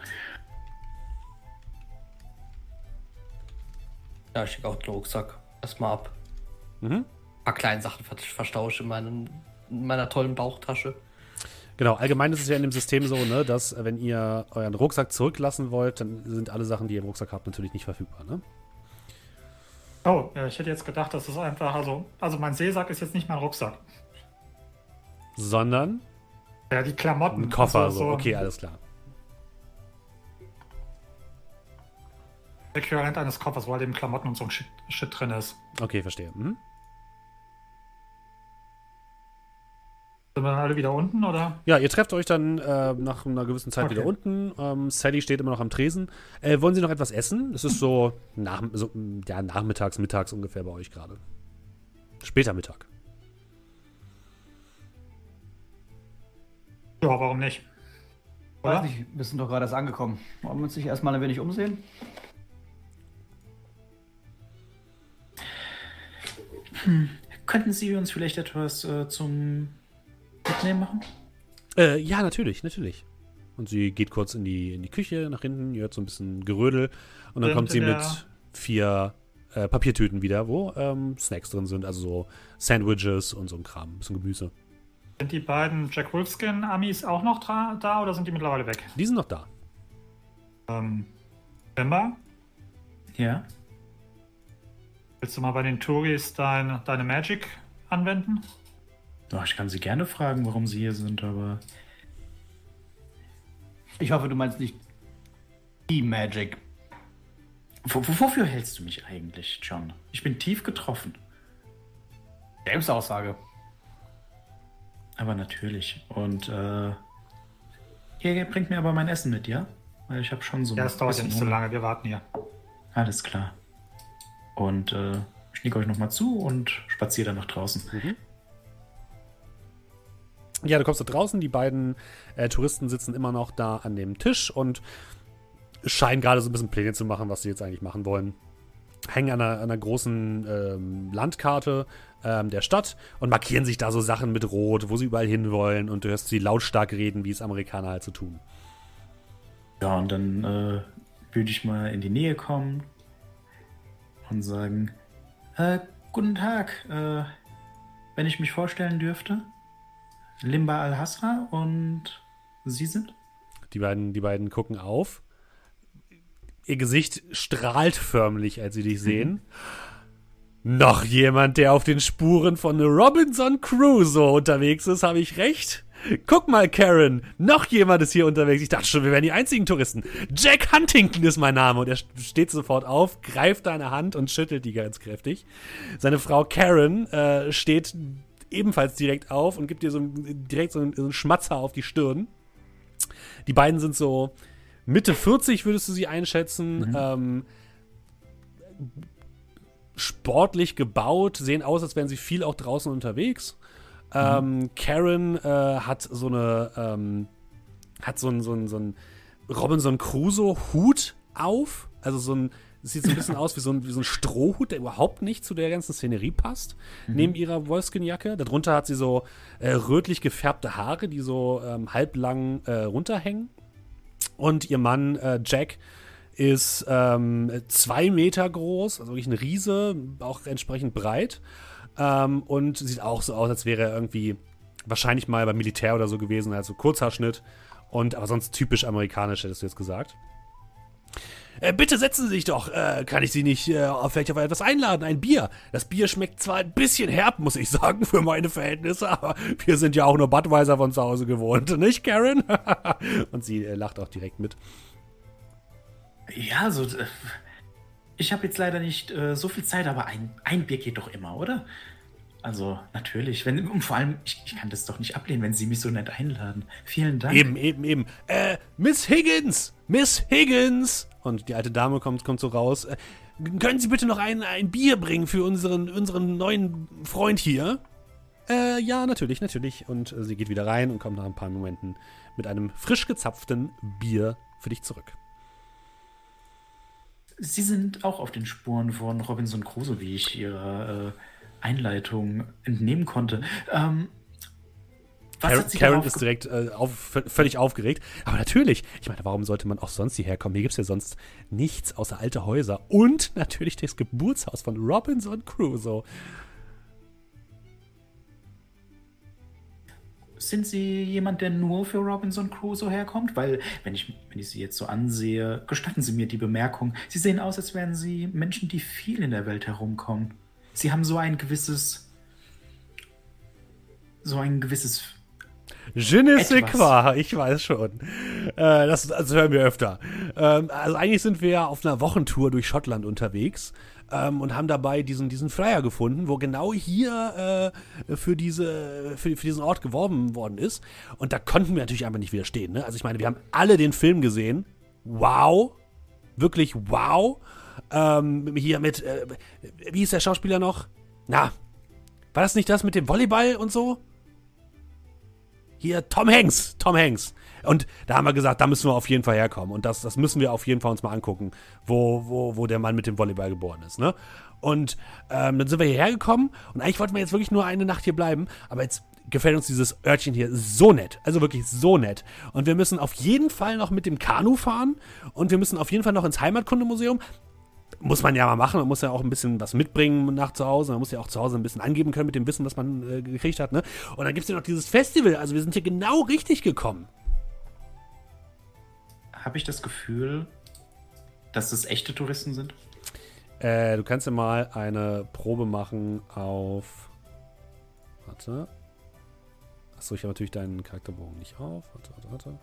[SPEAKER 4] Ja, ich schicke auch den Rucksack erstmal ab.
[SPEAKER 1] Mhm.
[SPEAKER 4] Ein paar kleine Sachen ver verstaue ich in, meinen, in meiner tollen Bauchtasche.
[SPEAKER 1] Genau, allgemein ist es ja in dem System so, ne, dass äh, wenn ihr euren Rucksack zurücklassen wollt, dann sind alle Sachen, die ihr im Rucksack habt, natürlich nicht verfügbar, ne?
[SPEAKER 3] Oh, ja, ich hätte jetzt gedacht, das ist einfach, also, also mein Seesack ist jetzt nicht mein Rucksack.
[SPEAKER 1] Sondern
[SPEAKER 3] Ja, die Klamotten.
[SPEAKER 1] ein Koffer,
[SPEAKER 3] also
[SPEAKER 1] so, okay, alles klar.
[SPEAKER 3] Äquivalent eines Koffers, wo halt eben Klamotten und so ein Shit, Shit drin ist.
[SPEAKER 1] Okay, verstehe. Mhm.
[SPEAKER 3] Sind wir dann alle wieder unten, oder?
[SPEAKER 1] Ja, ihr trefft euch dann äh, nach einer gewissen Zeit
[SPEAKER 3] Okay.
[SPEAKER 1] wieder unten. Ähm, Sally steht immer noch am Tresen. Äh, wollen Sie noch etwas essen? Es ist so, nach, so ja, nachmittags, mittags ungefähr bei euch gerade. Später Mittag.
[SPEAKER 3] Ja, warum nicht?
[SPEAKER 5] Weiß
[SPEAKER 3] Oder?
[SPEAKER 5] nicht, wir sind doch gerade erst angekommen. Wollen wir uns nicht erstmal ein wenig umsehen?
[SPEAKER 2] Könnten Sie uns vielleicht etwas äh, zum Mitnehmen machen?
[SPEAKER 1] Äh, ja, natürlich, natürlich. Und sie geht kurz in die, in die Küche nach hinten, ihr hört so ein bisschen Gerödel und dann
[SPEAKER 3] Sind
[SPEAKER 1] kommt sie
[SPEAKER 3] in
[SPEAKER 1] mit
[SPEAKER 3] der-
[SPEAKER 1] vier äh, Papiertüten wieder, wo ähm, Snacks drin sind, also so Sandwiches und so ein Kram, ein bisschen Gemüse.
[SPEAKER 3] Sind die beiden Jack Wolfskin-Amis auch noch dra- da oder sind die mittlerweile weg?
[SPEAKER 1] Die sind noch da.
[SPEAKER 3] Ähm, Simba,
[SPEAKER 2] Ja.
[SPEAKER 3] willst du mal bei den Touris dein, deine Magic anwenden?
[SPEAKER 2] Doch, ich kann Sie gerne fragen, warum Sie hier sind, aber
[SPEAKER 5] Ich hoffe, du meinst nicht die Magic.
[SPEAKER 2] w- w- wofür hältst du mich eigentlich, John? Ich bin tief getroffen.
[SPEAKER 5] Selbstaussage.
[SPEAKER 2] Aber natürlich. Und äh, ihr bringt mir aber mein Essen mit, ja? Weil ich habe schon so
[SPEAKER 3] Ja,
[SPEAKER 2] ein
[SPEAKER 3] es dauert ja
[SPEAKER 2] bisschen
[SPEAKER 3] nicht so
[SPEAKER 2] Hunger.
[SPEAKER 3] lange, wir warten hier.
[SPEAKER 2] Alles klar. Und äh, ich nicke euch nochmal zu und spaziere dann nach draußen.
[SPEAKER 1] Ja, du kommst da draußen, die beiden äh, Touristen sitzen immer noch da an dem Tisch und scheinen gerade so ein bisschen Pläne zu machen, was sie jetzt eigentlich machen wollen. Hängen an einer, einer großen ähm, Landkarte ähm, der Stadt und markieren sich da so Sachen mit Rot, wo sie überall hinwollen und du hörst sie lautstark reden, wie es Amerikaner halt so tun.
[SPEAKER 2] Ja, und dann äh, würde ich mal in die Nähe kommen und sagen, äh, guten Tag, äh, wenn ich mich vorstellen dürfte, Limba Al-Hasra und Sie sind?
[SPEAKER 1] Die beiden, die beiden gucken auf. Ihr Gesicht strahlt förmlich, als sie dich sehen. Noch jemand, der auf den Spuren von Robinson Crusoe unterwegs ist, habe ich recht? Guck mal, Karen, noch jemand ist hier unterwegs. Ich dachte schon, wir wären die einzigen Touristen. Jack Huntington ist mein Name. Und er steht sofort auf, greift deine Hand und schüttelt die ganz kräftig. Seine Frau Karen äh, steht ebenfalls direkt auf und gibt dir so direkt so einen, so einen Schmatzer auf die Stirn. Die beiden sind so Mitte vierzig, würdest du sie einschätzen.
[SPEAKER 2] Mhm.
[SPEAKER 1] Ähm, sportlich gebaut, sehen aus, als wären sie viel auch draußen unterwegs.
[SPEAKER 2] Mhm.
[SPEAKER 1] Ähm, Karen äh, hat so eine ähm, hat so ein, so ein, so ein Robinson Crusoe-Hut auf. Also so ein, es sieht so ein bisschen aus wie so ein, wie so ein Strohhut, der überhaupt nicht zu der ganzen Szenerie passt.
[SPEAKER 2] Mhm.
[SPEAKER 1] Neben ihrer Wolfskin-Jacke. Darunter hat sie so äh, rötlich gefärbte Haare, die so ähm, halblang äh, runterhängen. Und ihr Mann, äh, Jack, ist ähm, zwei Meter groß, also wirklich ein Riese, auch entsprechend breit. Ähm, und sieht auch so aus, als wäre er irgendwie wahrscheinlich mal beim Militär oder so gewesen, also Kurzhaarschnitt. Und aber sonst typisch amerikanisch, hättest du jetzt gesagt. Äh, bitte setzen Sie sich doch. Äh, kann ich Sie nicht äh, auf vielleicht auf etwas einladen? Ein Bier. Das Bier schmeckt zwar ein bisschen herb, muss ich sagen, für meine Verhältnisse, aber wir sind ja auch nur Budweiser von zu Hause gewohnt, nicht, Karen? Und sie äh, lacht auch direkt mit.
[SPEAKER 2] Ja, so. Äh, ich habe jetzt leider nicht äh, so viel Zeit, aber ein, ein Bier geht doch immer, oder? Also, natürlich. Wenn, und vor allem, ich, ich kann das doch nicht ablehnen, wenn Sie mich so nett einladen. Vielen Dank.
[SPEAKER 1] Eben, eben, eben. Äh, Miss Higgins! Miss Higgins! Und die alte Dame kommt, kommt so raus. Äh, können Sie bitte noch ein, ein Bier bringen für unseren, unseren neuen Freund hier? Äh, ja, natürlich, natürlich. Und äh, sie geht wieder rein und kommt nach ein paar Momenten mit einem frisch gezapften Bier für dich zurück.
[SPEAKER 2] Sie sind auch auf den Spuren von Robinson Crusoe, wie ich Ihrer äh, Einleitung entnehmen konnte. Ähm, was
[SPEAKER 1] Karen,
[SPEAKER 2] hat Sie
[SPEAKER 1] Karen
[SPEAKER 2] darauf
[SPEAKER 1] ist
[SPEAKER 2] ge-
[SPEAKER 1] direkt äh, auf, v- völlig aufgeregt. Aber natürlich, ich meine, warum sollte man auch sonst hierher kommen? Hier gibt es ja sonst nichts außer alte Häuser. Und natürlich das Geburtshaus von Robinson Crusoe.
[SPEAKER 2] Sind Sie jemand, der nur für Robinson Crusoe herkommt? Weil, wenn ich, wenn ich Sie jetzt so ansehe, gestatten Sie mir die Bemerkung, Sie sehen aus, als wären Sie Menschen, die viel in der Welt herumkommen. Sie haben so ein gewisses... so ein gewisses...
[SPEAKER 1] Je ne sais
[SPEAKER 2] Etwas.
[SPEAKER 1] quoi, ich weiß schon. Äh, das, das hören wir öfter. Ähm, also eigentlich sind wir ja auf einer Wochentour durch Schottland unterwegs ähm, und haben dabei diesen, diesen Flyer gefunden, wo genau hier äh, für, diese, für, für diesen Ort geworben worden ist. Und da konnten wir natürlich einfach nicht widerstehen. Ne? Also ich meine, wir haben alle den Film gesehen. Wow. Wirklich wow. Ähm, hier mit, äh, wie hieß der Schauspieler noch? Na, war das nicht das mit dem Volleyball und so? Hier, Tom Hanks, Tom Hanks. Und da haben wir gesagt, da müssen wir auf jeden Fall herkommen. Und das, das müssen wir auf jeden Fall uns mal angucken, wo, wo, wo der Mann mit dem Volleyball geboren ist. Ne? Und ähm, dann sind wir hierher gekommen. Und eigentlich wollten wir jetzt wirklich nur eine Nacht hier bleiben. Aber jetzt gefällt uns dieses Örtchen hier so nett. Also wirklich so nett. Und wir müssen auf jeden Fall noch mit dem Kanu fahren. Und wir müssen auf jeden Fall noch ins Heimatkundemuseum. Muss man ja mal machen, man muss ja auch ein bisschen was mitbringen nach zu Hause, man muss ja auch zu Hause ein bisschen angeben können mit dem Wissen, was man äh, gekriegt hat, ne? Und dann gibt es ja noch dieses Festival, also wir sind hier genau richtig gekommen.
[SPEAKER 2] Habe ich das Gefühl, dass das echte Touristen sind?
[SPEAKER 1] Äh, du kannst ja mal eine Probe machen auf, warte, achso, ich habe natürlich deinen Charakterbogen nicht auf, warte, warte, warte.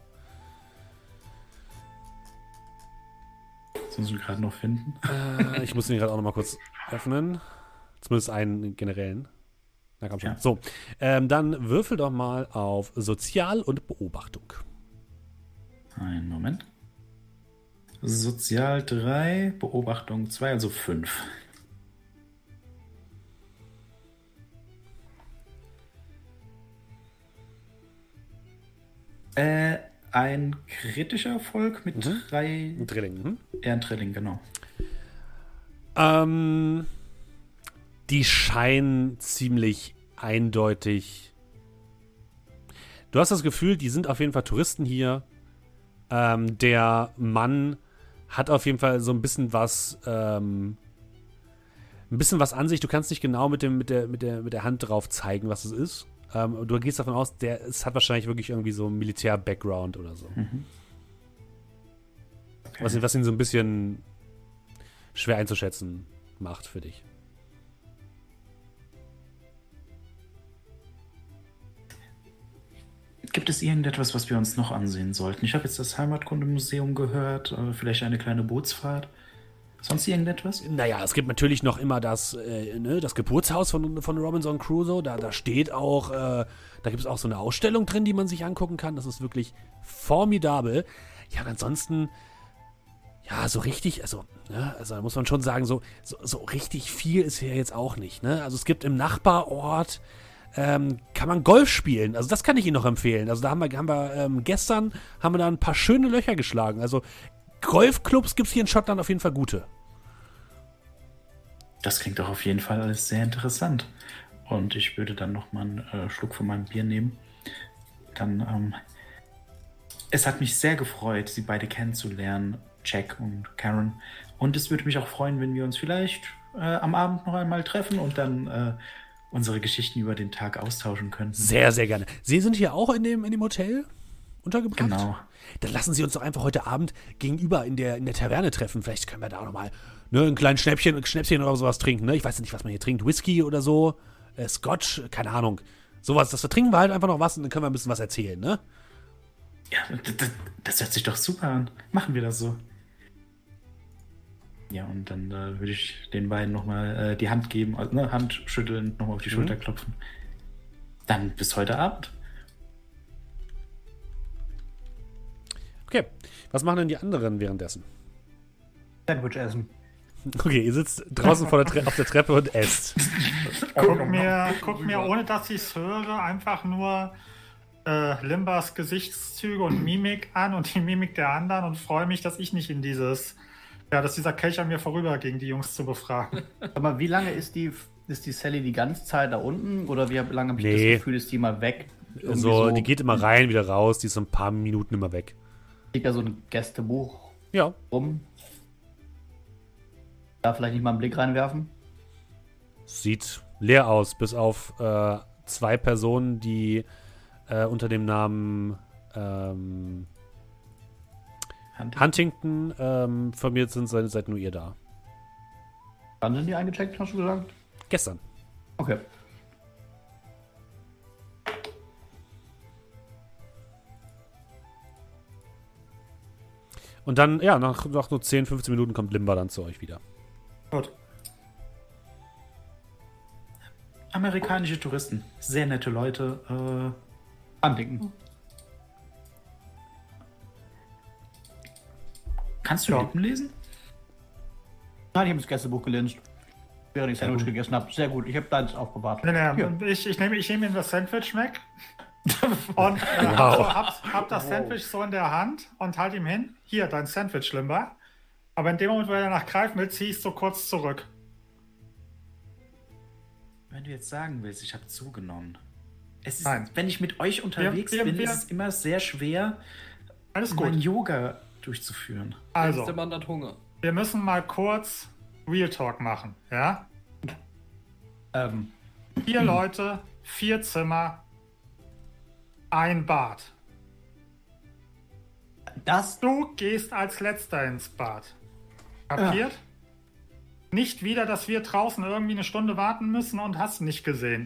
[SPEAKER 2] Das muss ich gerade noch finden.
[SPEAKER 1] Äh, ich muss den gerade auch noch mal kurz öffnen. Zumindest einen generellen. Na komm schon.
[SPEAKER 2] Ja.
[SPEAKER 1] So, ähm, dann würfel doch mal auf Sozial und Beobachtung.
[SPEAKER 2] Einen Moment. Sozial drei, Beobachtung zwei, also fünf. Äh, ein kritischer Erfolg mit
[SPEAKER 1] Mhm.
[SPEAKER 2] drei.
[SPEAKER 1] Ein Drilling. Mhm.
[SPEAKER 2] Ja, ein Drilling, genau.
[SPEAKER 1] Ähm, die scheinen ziemlich eindeutig. Du hast das Gefühl, die sind auf jeden Fall Touristen hier. Ähm, der Mann hat auf jeden Fall so ein bisschen was, ähm, ein bisschen was an sich. Du kannst nicht genau mit dem, mit der, mit der, mit der Hand drauf zeigen, was es ist. Ähm, du gehst davon aus, der, es hat wahrscheinlich wirklich irgendwie so einen Militär-Background oder so.
[SPEAKER 2] Mhm. Okay.
[SPEAKER 1] Was, ihn- was ihn so ein bisschen schwer einzuschätzen macht für dich.
[SPEAKER 2] Gibt es irgendetwas, was wir uns noch ansehen sollten? Ich habe jetzt das Heimatkundemuseum gehört, äh, vielleicht eine kleine Bootsfahrt. Sonst irgendetwas?
[SPEAKER 1] Naja, es gibt natürlich noch immer das, äh, ne, das Geburtshaus von, von Robinson Crusoe. Da, da steht auch, äh, da gibt es auch so eine Ausstellung drin, die man sich angucken kann. Das ist wirklich formidabel. Ja, und ansonsten, ja, so richtig, also, ne, also da muss man schon sagen, so, so, so richtig viel ist hier jetzt auch nicht. Ne? Also es gibt im Nachbarort, ähm, kann man Golf spielen. Also das kann ich Ihnen noch empfehlen. Also da haben wir, haben wir ähm, gestern haben wir da ein paar schöne Löcher geschlagen. Also Golfclubs gibt es hier in Schottland auf jeden Fall gute.
[SPEAKER 2] Das klingt doch auf jeden Fall alles sehr interessant. Und ich würde dann noch mal einen äh, Schluck von meinem Bier nehmen. Dann, ähm, es hat mich sehr gefreut, Sie beide kennenzulernen, Jack und Karen. Und es würde mich auch freuen, wenn wir uns vielleicht äh, am Abend noch einmal treffen und dann äh, unsere Geschichten über den Tag austauschen können.
[SPEAKER 1] Sehr, sehr gerne. Sie sind hier auch in dem, in dem Hotel untergebracht?
[SPEAKER 2] Genau.
[SPEAKER 1] Dann lassen Sie uns doch einfach heute Abend gegenüber in der, in der Taverne treffen. Vielleicht können wir da auch nochmal ne, ein kleines Schnäppchen, ein Schnäppchen oder sowas trinken. Ne? Ich weiß nicht, was man hier trinkt. Whisky oder so. Äh, Scotch, keine Ahnung. Sowas, das trinken wir halt einfach noch was und dann können wir ein bisschen was erzählen, ne?
[SPEAKER 2] Ja, das, das hört sich doch super an. Machen wir das so. Ja, und dann äh, würde ich den beiden nochmal äh, die Hand geben, also, ne, Hand schütteln, nochmal auf die
[SPEAKER 1] Mhm.
[SPEAKER 2] Schulter klopfen. Dann bis heute Abend.
[SPEAKER 1] Okay, was machen denn die anderen währenddessen?
[SPEAKER 5] Sandwich essen.
[SPEAKER 1] Okay, ihr sitzt draußen vor der Tre- auf der Treppe und esst.
[SPEAKER 3] Guck mir, guck mir, ohne dass ich es höre, einfach nur äh, Limbas Gesichtszüge und Mimik an und die Mimik der anderen und freue mich, dass ich nicht in dieses, ja, dass dieser Kelch an mir vorüberging, die Jungs zu befragen.
[SPEAKER 5] Aber wie lange ist die, ist die Sally die ganze Zeit da unten? Oder wie lange habe ich
[SPEAKER 1] Nee.
[SPEAKER 5] das Gefühl, ist die mal weg? Irgendwie
[SPEAKER 1] So, die geht immer rein, wieder raus, die ist so ein paar Minuten immer weg.
[SPEAKER 5] Liegt da so ein Gästebuch
[SPEAKER 1] Ja,
[SPEAKER 5] rum? Da vielleicht nicht mal einen Blick reinwerfen?
[SPEAKER 1] sieht leer aus, bis auf äh, zwei Personen, die äh, unter dem Namen ähm, Huntington ähm, formiert sind, seid, seid nur ihr da.
[SPEAKER 5] Wann sind die eingecheckt, hast du gesagt?
[SPEAKER 1] Gestern.
[SPEAKER 5] Okay.
[SPEAKER 1] Und dann, ja, nach, nach nur zehn, fünfzehn Minuten kommt Limba dann zu euch wieder.
[SPEAKER 3] Gut.
[SPEAKER 2] Amerikanische Touristen. Sehr nette Leute. Äh,
[SPEAKER 5] Huntington.
[SPEAKER 2] kannst du
[SPEAKER 3] Ja.
[SPEAKER 2] Lippen lesen?
[SPEAKER 5] Nein, ich habe das Gästebuch gelesen, während ich Sandwich gegessen habe. Sehr gut, ich habe deins aufbewahrt.
[SPEAKER 3] Nee, nee,
[SPEAKER 5] Ja.
[SPEAKER 3] ich, ich nehme ich nehm ihm das Sandwich weg und äh,
[SPEAKER 1] Wow.
[SPEAKER 3] hab, so, hab, hab das Sandwich so in der Hand und halt ihm hin. Hier, dein Sandwich, Limba. Aber in dem Moment, wo er danach greifen will, ziehe ich so kurz zurück.
[SPEAKER 2] Wenn du jetzt sagen willst, ich habe zugenommen. Es ist,
[SPEAKER 3] Nein.
[SPEAKER 2] wenn ich mit euch unterwegs
[SPEAKER 3] Wir- wir-
[SPEAKER 2] bin,
[SPEAKER 3] wir-
[SPEAKER 2] ist es immer sehr schwer,
[SPEAKER 3] Alles
[SPEAKER 2] mein
[SPEAKER 3] gut.
[SPEAKER 2] Yoga durchzuführen.
[SPEAKER 3] Also,
[SPEAKER 4] Der Mann hat Hunger.
[SPEAKER 3] wir müssen mal kurz Real Talk machen, ja?
[SPEAKER 5] Ähm,
[SPEAKER 3] Vier Leute, vier Zimmer, ein Bad.
[SPEAKER 5] das
[SPEAKER 3] Du gehst als Letzter ins Bad. Kapiert? Nicht wieder, dass wir draußen irgendwie eine Stunde warten müssen und hast nicht gesehen.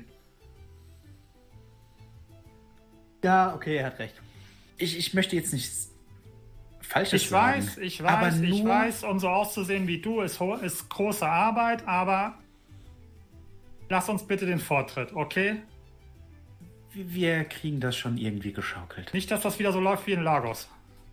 [SPEAKER 5] Ja, okay, er hat recht.
[SPEAKER 2] Ich, ich möchte jetzt nicht Falsches
[SPEAKER 3] Ich
[SPEAKER 2] sagen.
[SPEAKER 3] weiß, ich
[SPEAKER 2] aber
[SPEAKER 3] weiß, ich
[SPEAKER 2] nur-
[SPEAKER 3] weiß, um so auszusehen wie du ist, ho- ist große Arbeit, aber lass uns bitte den Vortritt, okay?
[SPEAKER 2] Wir kriegen das schon irgendwie geschaukelt.
[SPEAKER 3] Nicht, dass das wieder so läuft wie in Lagos.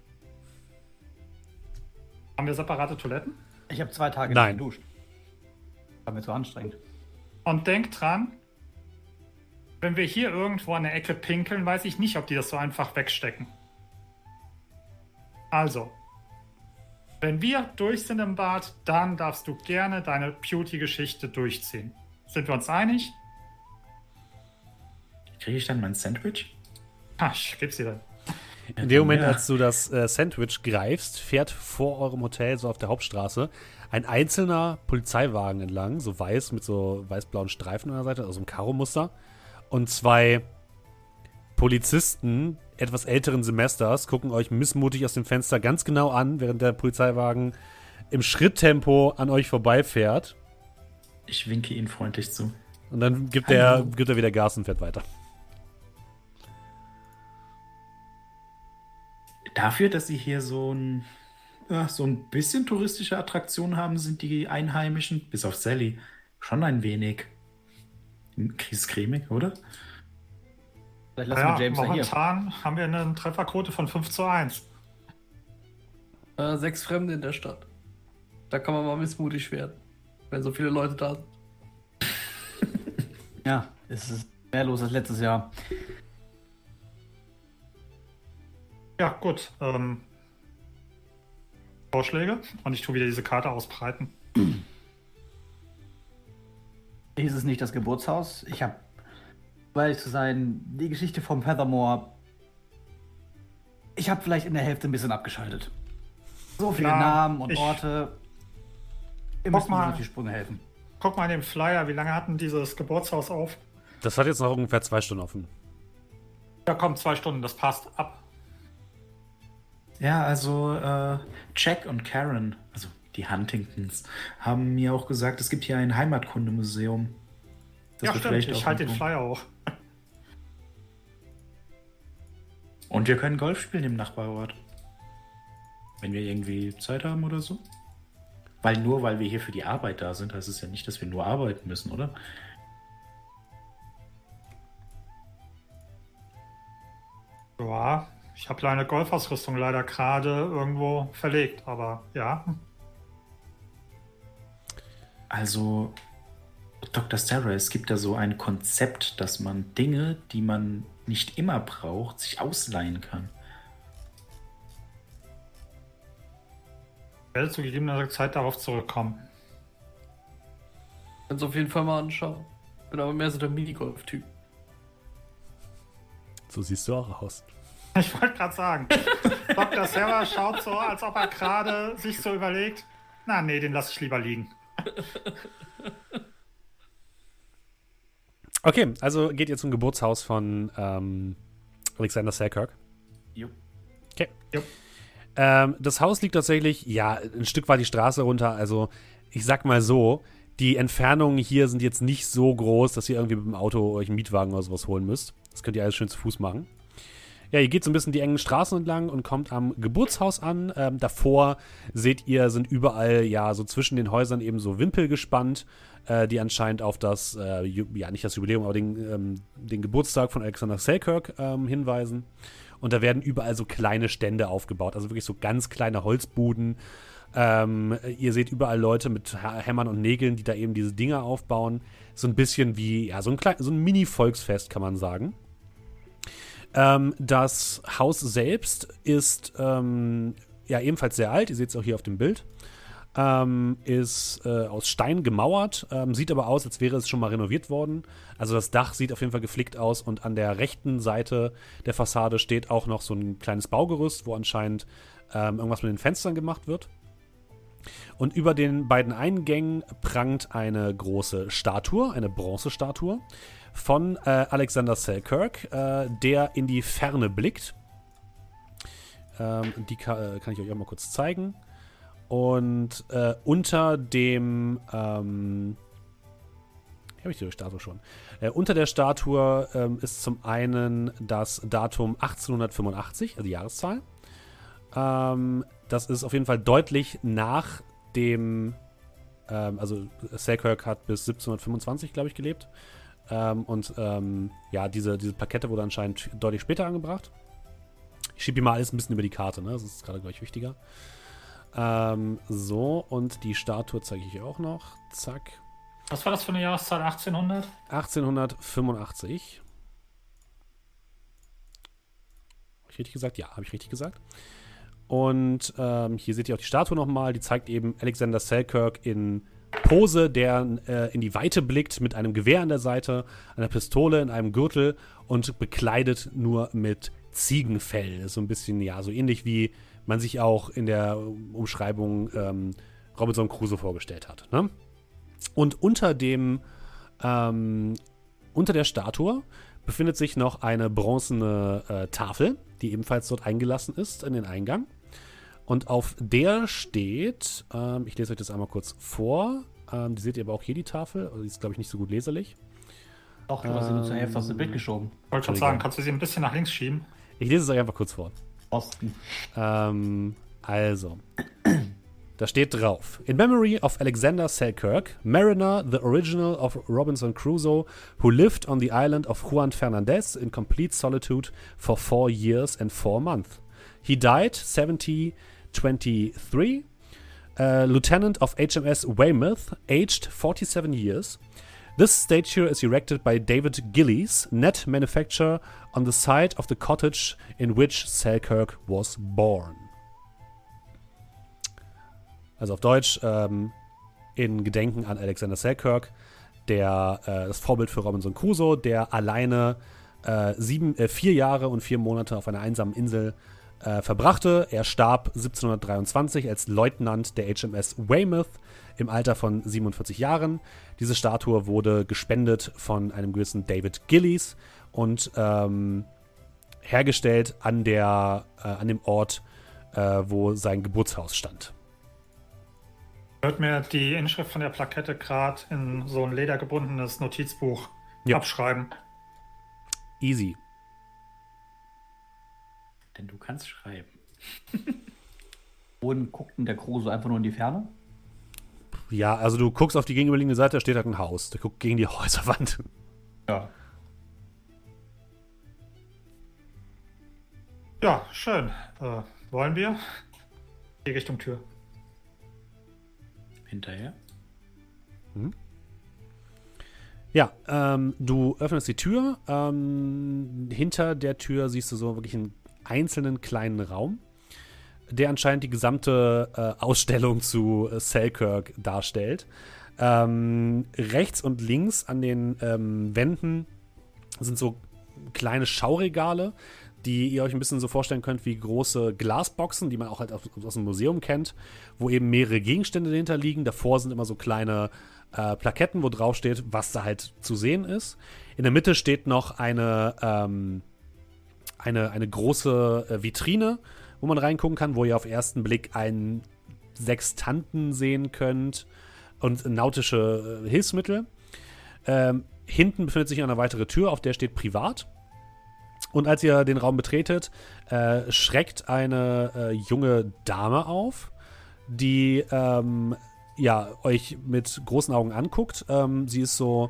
[SPEAKER 3] Haben wir separate Toiletten?
[SPEAKER 5] Ich habe zwei Tage
[SPEAKER 1] Nein.
[SPEAKER 5] nicht geduscht. War mir zu anstrengend.
[SPEAKER 3] Und denk dran, wenn wir hier irgendwo an der Ecke pinkeln, weiß ich nicht, ob die das so einfach wegstecken. Also, wenn wir durch sind im Bad, dann darfst du gerne deine Beauty-Geschichte durchziehen. Sind wir uns einig?
[SPEAKER 2] Kriege ich dann mein Sandwich?
[SPEAKER 3] Ha, ich geb's dir dann.
[SPEAKER 1] In dem Moment,
[SPEAKER 2] Ja.
[SPEAKER 1] als du das äh, Sandwich greifst, fährt vor eurem Hotel, so auf der Hauptstraße, ein einzelner Polizeiwagen entlang, so weiß, mit so weiß-blauen Streifen an der Seite, also im Karo-Muster. Und zwei Polizisten etwas älteren Semesters gucken euch missmutig aus dem Fenster ganz genau an, während der Polizeiwagen im Schritttempo an euch vorbeifährt.
[SPEAKER 2] Ich winke ihn freundlich zu.
[SPEAKER 1] Und dann gibt er,
[SPEAKER 2] Hallo.
[SPEAKER 1] gibt er wieder Gas und fährt weiter.
[SPEAKER 2] Dafür, dass sie hier so ein, ja, so ein bisschen touristische Attraktionen haben, sind die Einheimischen, bis auf Sally, schon ein wenig kriescremig, oder?
[SPEAKER 5] Vielleicht lassen
[SPEAKER 3] Ja,
[SPEAKER 5] wir James ja hier.
[SPEAKER 3] momentan haben wir eine Trefferquote von fünf zu eins.
[SPEAKER 4] Äh, sechs Fremde in der Stadt. Da kann man mal missmutig werden, wenn so viele Leute da sind.
[SPEAKER 5] Ja, es ist mehr los als letztes Jahr.
[SPEAKER 3] Ja, gut. Ähm, Vorschläge? Und ich tue wieder diese Karte ausbreiten.
[SPEAKER 5] Hieß es nicht das Geburtshaus? Ich habe, weil ich zu sein, die Geschichte vom Feathermore. Ich habe vielleicht in der Hälfte ein bisschen abgeschaltet. So viele
[SPEAKER 3] Ja,
[SPEAKER 5] Namen und
[SPEAKER 3] ich-
[SPEAKER 5] Orte. Ihr
[SPEAKER 3] Guck
[SPEAKER 5] müsst mir
[SPEAKER 3] mal.
[SPEAKER 5] auf die Sprünge helfen.
[SPEAKER 3] Guck mal in dem Flyer, wie lange hat denn dieses Geburtshaus auf?
[SPEAKER 1] Das hat jetzt noch ungefähr zwei Stunden offen.
[SPEAKER 3] Ja, komm, zwei Stunden, das passt ab.
[SPEAKER 2] Ja, also äh, Jack und Karen, also die Huntingtons, haben mir auch gesagt, es gibt hier ein Heimatkundemuseum. Das
[SPEAKER 3] Ja,
[SPEAKER 2] wir
[SPEAKER 3] stimmt,
[SPEAKER 2] vielleicht
[SPEAKER 3] ich
[SPEAKER 2] auch
[SPEAKER 3] halte den
[SPEAKER 2] angucken.
[SPEAKER 3] Flyer hoch.
[SPEAKER 2] Und wir können Golf spielen im Nachbarort. Wenn wir irgendwie Zeit haben oder so. Weil nur weil wir hier für die Arbeit da sind, heißt es ja nicht, dass wir nur arbeiten müssen, oder?
[SPEAKER 3] Ja, ich habe meine Golfausrüstung leider gerade irgendwo verlegt, aber ja.
[SPEAKER 2] Also, Doktor Sarah, es gibt da so ein Konzept, dass man Dinge, die man nicht immer braucht, sich ausleihen kann.
[SPEAKER 3] Ich werde zu gegebener Zeit darauf zurückkommen.
[SPEAKER 4] Kannst du auf jeden Fall mal anschauen. Bin aber mehr so der Minigolf-Typ.
[SPEAKER 1] So siehst du auch aus.
[SPEAKER 3] Ich wollte gerade sagen, Doktor Sarah schaut so, als ob er gerade sich so überlegt, na nee, den lasse ich lieber liegen.
[SPEAKER 1] Okay, also geht ihr zum Geburtshaus von ähm, Alexander Selkirk.
[SPEAKER 2] Jo.
[SPEAKER 1] Okay.
[SPEAKER 3] Jo.
[SPEAKER 1] Ähm, das Haus liegt tatsächlich, ja, ein Stück weit die Straße runter. Also, ich sag mal so, die Entfernungen hier sind jetzt nicht so groß, dass ihr irgendwie mit dem Auto euch einen Mietwagen oder sowas holen müsst. Das könnt ihr alles schön zu Fuß machen. Ja, ihr geht so ein bisschen die engen Straßen entlang und kommt am Geburtshaus an. Ähm, davor seht ihr, sind überall, ja, so zwischen den Häusern eben so Wimpel gespannt, äh, die anscheinend auf das, äh, Ju- ja, nicht das Jubiläum, aber den, ähm, den Geburtstag von Alexander Selkirk ähm, hinweisen. Und da werden überall so kleine Stände aufgebaut, also wirklich so ganz kleine Holzbuden. Ähm, ihr seht überall Leute mit Ha- Hämmern und Nägeln, die da eben diese Dinger aufbauen. So ein bisschen wie, ja, so ein, klein, so ein Mini-Volksfest, kann man sagen. Ähm, das Haus selbst ist ähm, ja ebenfalls sehr alt, ihr seht es auch hier auf dem Bild. Ähm, ist äh, aus Stein gemauert, ähm, sieht aber aus, als wäre es schon mal renoviert worden. Also das Dach sieht auf jeden Fall geflickt aus und an der rechten Seite der Fassade steht auch noch so ein kleines Baugerüst, wo anscheinend ähm, irgendwas mit den Fenstern gemacht wird. Und über den beiden Eingängen prangt eine große Statue, eine Bronzestatue von äh, Alexander Selkirk, äh, der in die Ferne blickt. Ähm, die ka- äh, kann ich euch auch mal kurz zeigen. Und äh, unter dem, ähm, habe ich die Statue schon. Äh, unter der Statue ähm, ist zum einen das Datum achtzehnhundertfünfundachtzig, also die Jahreszahl. Ähm, das ist auf jeden Fall deutlich nach dem, ähm, also Selkirk hat bis siebzehnhundertfünfundzwanzig, glaube ich, gelebt. Ähm, und ähm, ja, diese, diese Plakette wurde anscheinend deutlich später angebracht. Ich schiebe hier mal alles ein bisschen über die Karte, ne? Das ist gerade, glaube ich, wichtiger. Ähm, so, und die Statue zeige ich hier auch noch. Zack.
[SPEAKER 3] Was war das für eine Jahreszahl? achtzehnhundert?
[SPEAKER 1] achtzehnhundertfünfundachtzig. Habe ich richtig gesagt? Ja, habe ich richtig gesagt. Und ähm, hier seht ihr auch die Statue nochmal. Die zeigt eben Alexander Selkirk in Pose, der äh, in die Weite blickt, mit einem Gewehr an der Seite, einer Pistole in einem Gürtel und bekleidet nur mit Ziegenfell. Das ist so ein bisschen, ja, so ähnlich wie man sich auch in der Umschreibung ähm, Robinson Crusoe vorgestellt hat. Ne? Und unter dem, ähm, unter der Statue befindet sich noch eine bronzene äh, Tafel, die ebenfalls dort eingelassen ist in den Eingang. Und auf der steht, ähm, ich lese euch das einmal kurz vor, ähm, die seht ihr aber auch hier, die Tafel, also die ist, glaube ich, nicht so gut leserlich.
[SPEAKER 5] Doch, du hast sie nur zur Hälfte aus dem Bild geschoben.
[SPEAKER 3] Ich wollte schon sagen, kannst du sie ein bisschen nach links schieben?
[SPEAKER 1] Ich lese es euch einfach kurz vor.
[SPEAKER 5] Osten.
[SPEAKER 1] Ähm, also, da steht drauf: In memory of Alexander Selkirk, mariner, the original of Robinson Crusoe, who lived on the island of Juan Fernandez in complete solitude for four years and four months. He died seventeen twenty-three, uh, lieutenant of H M S Weymouth, aged forty-seven years. This statue is erected by David Gillies, net manufacturer, on the site of the cottage in which Selkirk was born. Also auf Deutsch, ähm, in Gedenken an Alexander Selkirk, der, äh, das Vorbild für Robinson Crusoe, der alleine äh, sieben, äh, vier Jahre und vier Monate auf einer einsamen Insel äh, verbrachte. Er starb siebzehnhundertdreiundzwanzig als Leutnant der H M S Weymouth im Alter von siebenundvierzig Jahren. Diese Statue wurde gespendet von einem gewissen David Gillies und ähm, hergestellt an, der, äh, an dem Ort, äh, wo sein Geburtshaus stand.
[SPEAKER 3] Ich würde mir die Inschrift von der Plakette gerade in so ein ledergebundenes Notizbuch
[SPEAKER 1] Ja.
[SPEAKER 3] abschreiben.
[SPEAKER 1] Easy.
[SPEAKER 2] Denn du kannst schreiben.
[SPEAKER 5] Wohin guckt denn der Kruse einfach nur in die Ferne?
[SPEAKER 1] Ja, also du guckst auf die gegenüberliegende Seite, da steht halt ein Haus. Der guckt gegen die Häuserwand.
[SPEAKER 5] Ja.
[SPEAKER 3] Ja, schön. Äh, wollen wir? Die Richtung Tür.
[SPEAKER 2] Hinterher.
[SPEAKER 1] Mhm. Ja, ähm, du öffnest die Tür. Ähm, hinter der Tür siehst du so wirklich einen einzelnen kleinen Raum, der anscheinend die gesamte äh, Ausstellung zu äh, Selkirk darstellt. Ähm, rechts und links an den ähm, Wänden sind so kleine Schauregale, die ihr euch ein bisschen so vorstellen könnt wie große Glasboxen, die man auch halt aus, aus dem Museum kennt, wo eben mehrere Gegenstände dahinter liegen. Davor sind immer so kleine äh, Plaketten, wo drauf steht, was da halt zu sehen ist. In der Mitte steht noch eine, ähm, eine, eine große äh, Vitrine, wo man reingucken kann, wo ihr auf ersten Blick einen Sextanten sehen könnt und nautische äh, Hilfsmittel. Ähm, hinten befindet sich eine weitere Tür, auf der steht Privat. Und als ihr den Raum betretet, äh, schreckt eine äh, junge Dame auf, die ähm, ja, euch mit großen Augen anguckt. Ähm, sie ist so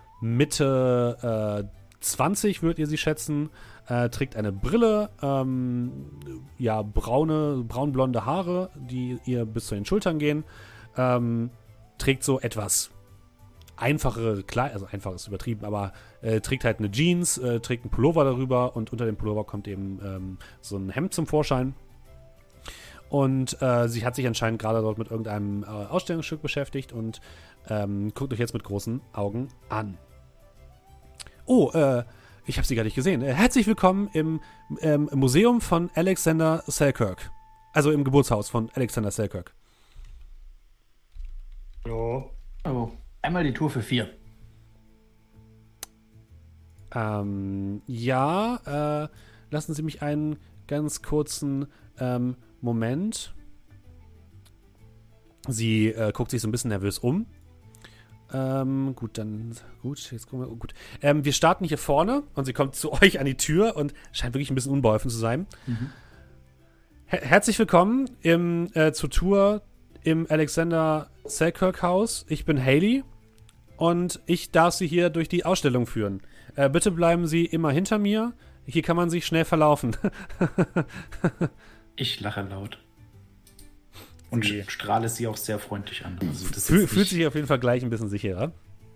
[SPEAKER 1] Mitte äh, zwanzig, würdet ihr sie schätzen, äh, trägt eine Brille, ähm, ja, braune, braunblonde Haare, die ihr bis zu den Schultern gehen, ähm, trägt so etwas einfachere Kleidung, also einfach ist übertrieben, aber äh, trägt halt eine Jeans, äh, trägt einen Pullover darüber und unter dem Pullover kommt eben ähm, so ein Hemd zum Vorschein. Und äh, sie hat sich anscheinend gerade dort mit irgendeinem äh, Ausstellungsstück beschäftigt und ähm, guckt euch jetzt mit großen Augen an. Oh, äh, ich habe sie gar nicht gesehen. Äh, herzlich willkommen im ähm, Museum von Alexander Selkirk. Also im Geburtshaus von Alexander Selkirk.
[SPEAKER 3] Hallo.
[SPEAKER 5] Oh, einmal die Tour für vier.
[SPEAKER 1] Ähm, ja, äh, lassen Sie mich einen ganz kurzen ähm, Moment. Sie äh, guckt sich so ein bisschen nervös um. Ähm, gut, dann, gut, jetzt gucken wir, oh, gut. Ähm, wir starten hier vorne und sie kommt zu euch an die Tür und scheint wirklich ein bisschen unbeholfen zu sein. Mhm. Her- herzlich willkommen im, äh, zur Tour im Alexander Selkirk Haus. Ich bin Haley und ich darf Sie hier durch die Ausstellung führen. Äh, bitte bleiben Sie immer hinter mir. Hier kann man sich schnell verlaufen.
[SPEAKER 2] Ich lache laut. Und
[SPEAKER 1] sie
[SPEAKER 2] strahle sie auch sehr freundlich an. Also das
[SPEAKER 1] Fühl, fühlt sich auf jeden Fall gleich ein bisschen sicherer.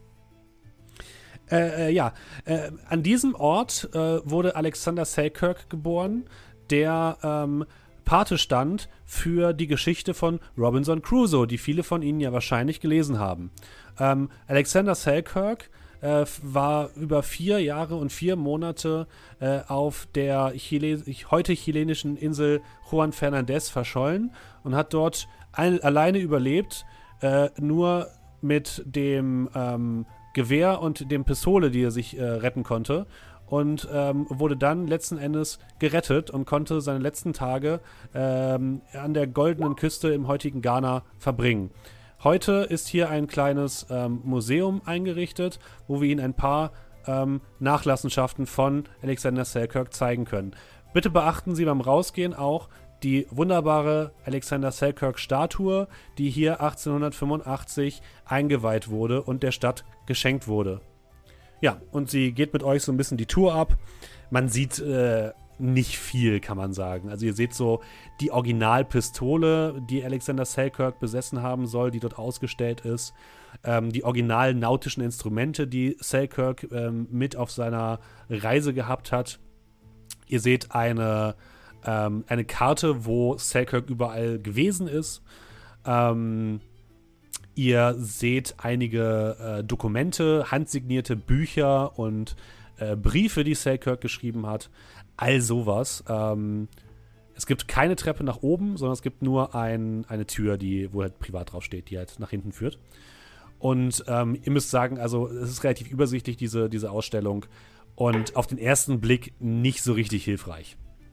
[SPEAKER 1] Äh, äh, ja, äh, an diesem Ort äh, wurde Alexander Selkirk geboren, der ähm, Pate stand für die Geschichte von Robinson Crusoe, die viele von Ihnen ja wahrscheinlich gelesen haben. Ähm, Alexander Selkirk äh, war über vier Jahre und vier Monate äh, auf der Chile- heute chilenischen Insel Juan Fernandez verschollen und hat dort ein, alleine überlebt, äh, nur mit dem ähm, Gewehr und dem Pistole, die er sich äh, retten konnte. Und ähm, wurde dann letzten Endes gerettet und konnte seine letzten Tage ähm, an der goldenen Küste im heutigen Ghana verbringen. Heute ist hier ein kleines ähm, Museum eingerichtet, wo wir Ihnen ein paar ähm, Nachlassenschaften von Alexander Selkirk zeigen können. Bitte beachten Sie beim Rausgehen auch die wunderbare Alexander Selkirk-Statue, die hier achtzehnhundertfünfundachtzig eingeweiht wurde und der Stadt geschenkt wurde. Ja, und sie geht mit euch so ein bisschen die Tour ab. Man sieht äh, nicht viel, kann man sagen. Also ihr seht so die Originalpistole, die Alexander Selkirk besessen haben soll, die dort ausgestellt ist. Ähm, die originalen nautischen Instrumente, die Selkirk ähm, mit auf seiner Reise gehabt hat. Ihr seht eine, ähm, eine Karte, wo Selkirk überall gewesen ist. Ähm... Ihr seht einige äh, Dokumente, handsignierte Bücher und äh, Briefe, die Selkirk geschrieben hat. All sowas. Ähm, es gibt keine Treppe nach oben, sondern es gibt nur ein, eine Tür, die, wo halt privat drauf steht, die halt nach hinten führt. Und ähm, ihr müsst sagen, also es ist relativ übersichtlich, diese, diese Ausstellung. Und auf den ersten Blick nicht so richtig hilfreich.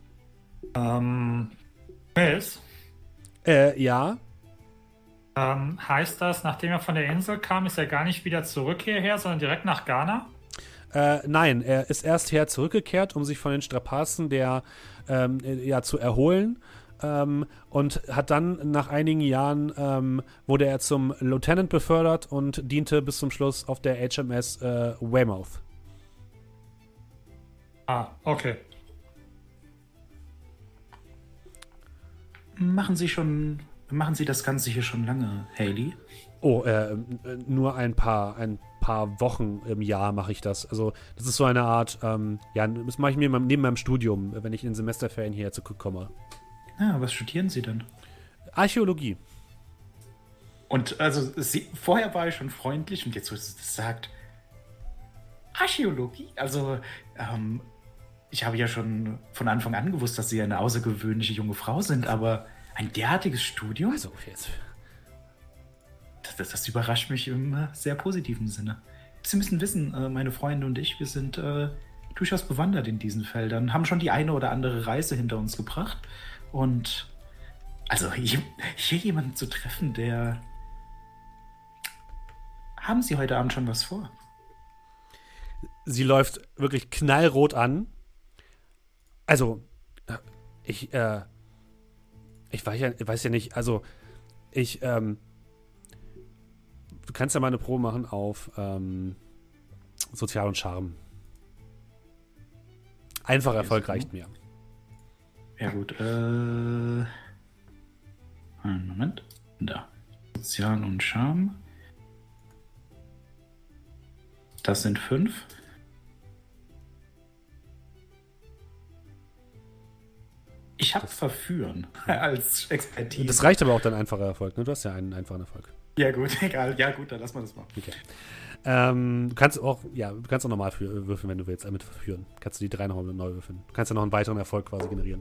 [SPEAKER 3] Ähm, Mills?
[SPEAKER 1] Äh, ja.
[SPEAKER 3] Ähm, heißt das, nachdem er von der Insel kam, ist er gar nicht wieder zurück hierher, sondern direkt nach Ghana?
[SPEAKER 1] Äh, nein, er ist erst her zurückgekehrt, um sich von den Strapazen der, ähm, ja, zu erholen. Ähm, und hat dann nach einigen Jahren, ähm, wurde er zum Lieutenant befördert und diente bis zum Schluss auf der H M S äh, Weymouth.
[SPEAKER 3] Ah, okay.
[SPEAKER 2] Machen Sie schon machen Sie das Ganze hier schon lange, Hayley?
[SPEAKER 1] Oh, äh, nur ein paar, ein paar Wochen im Jahr mache ich das. Also das ist so eine Art, ähm, ja, das mache ich mir neben meinem Studium, wenn ich in Semesterferien hierher zurückkomme.
[SPEAKER 2] Ja, was studieren Sie denn?
[SPEAKER 1] Archäologie.
[SPEAKER 2] Und also, Sie, vorher war ich schon freundlich und jetzt, wo sie das sagt, Archäologie? Also, ähm, ich habe ja schon von Anfang an gewusst, dass Sie eine außergewöhnliche junge Frau sind, aber ein derartiges Studium?
[SPEAKER 1] Also jetzt.
[SPEAKER 2] Das, das überrascht mich im äh, sehr positiven Sinne. Sie müssen wissen, äh, meine Freunde und ich, wir sind äh, durchaus bewandert in diesen Feldern, haben schon die eine oder andere Reise hinter uns gebracht. Und also hier, hier jemanden zu treffen, der... Haben Sie heute Abend schon was vor?
[SPEAKER 1] Sie läuft wirklich knallrot an. Also, ich, äh, ich weiß ja, weiß ja nicht, also, ich, ähm, du kannst ja mal eine Probe machen auf ähm, Sozial und Charme. Einfacher Erfolg reicht mir.
[SPEAKER 2] Ja gut, äh... einen Moment. Da. Sozial und Charme. Das sind fünf. Ich habe Verführen als Expertise.
[SPEAKER 1] Das reicht aber auch dein einfacher Erfolg, ne? Du hast ja einen einfachen Erfolg.
[SPEAKER 2] Ja gut, egal. Ja gut, dann lass mal das mal.
[SPEAKER 1] Okay. Ähm, du kannst auch, ja, du kannst auch normal für, würfeln, wenn du willst, mit verführen. Kannst du die drei noch neu würfeln. Du kannst ja noch einen weiteren Erfolg quasi generieren.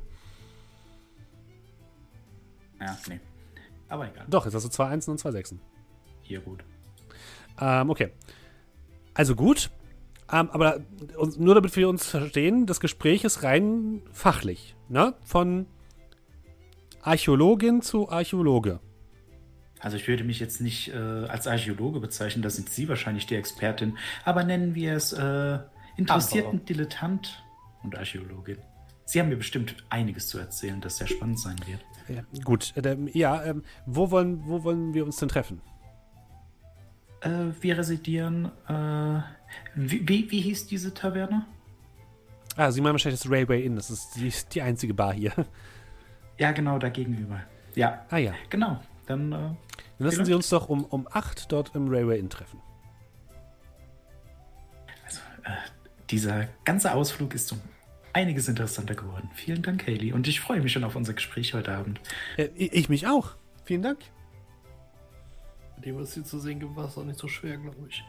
[SPEAKER 2] Ja, nee. Aber egal.
[SPEAKER 1] Doch, jetzt hast du zwei Einsen und zwei Sechsen.
[SPEAKER 2] Hier gut.
[SPEAKER 1] Ähm, okay. Also gut. Ähm, aber nur damit wir uns verstehen, das Gespräch ist rein fachlich. Ne? Von Archäologin zu Archäologe.
[SPEAKER 2] Also ich würde mich jetzt nicht äh, als Archäologe bezeichnen, da sind Sie wahrscheinlich die Expertin. Aber nennen wir es äh, interessierten
[SPEAKER 5] Aber.
[SPEAKER 2] Dilettant und Archäologin. Sie haben mir bestimmt einiges zu erzählen, das sehr spannend sein wird.
[SPEAKER 1] Ja, gut. Äh, ja, ähm, wo, wollen, wo wollen wir uns denn treffen?
[SPEAKER 2] Äh, wir residieren... Äh, wie, wie, wie hieß diese Taverne?
[SPEAKER 1] Ah, Sie meinen wahrscheinlich das Railway Inn. Das ist die, die einzige Bar hier.
[SPEAKER 2] Ja, genau, da gegenüber. Ja,
[SPEAKER 1] Ah ja.
[SPEAKER 2] genau. Dann, äh,
[SPEAKER 1] Dann lassen Sie uns doch um, um acht dort im Railway Inn treffen.
[SPEAKER 2] also, äh, dieser ganze Ausflug ist um einiges interessanter geworden. Vielen Dank, Hayley. Und ich freue mich schon auf unser Gespräch heute Abend.
[SPEAKER 1] Äh, ich mich auch. Vielen Dank.
[SPEAKER 4] Mit dem, was hier zu sehen gibt, war es auch nicht so schwer, glaube ich.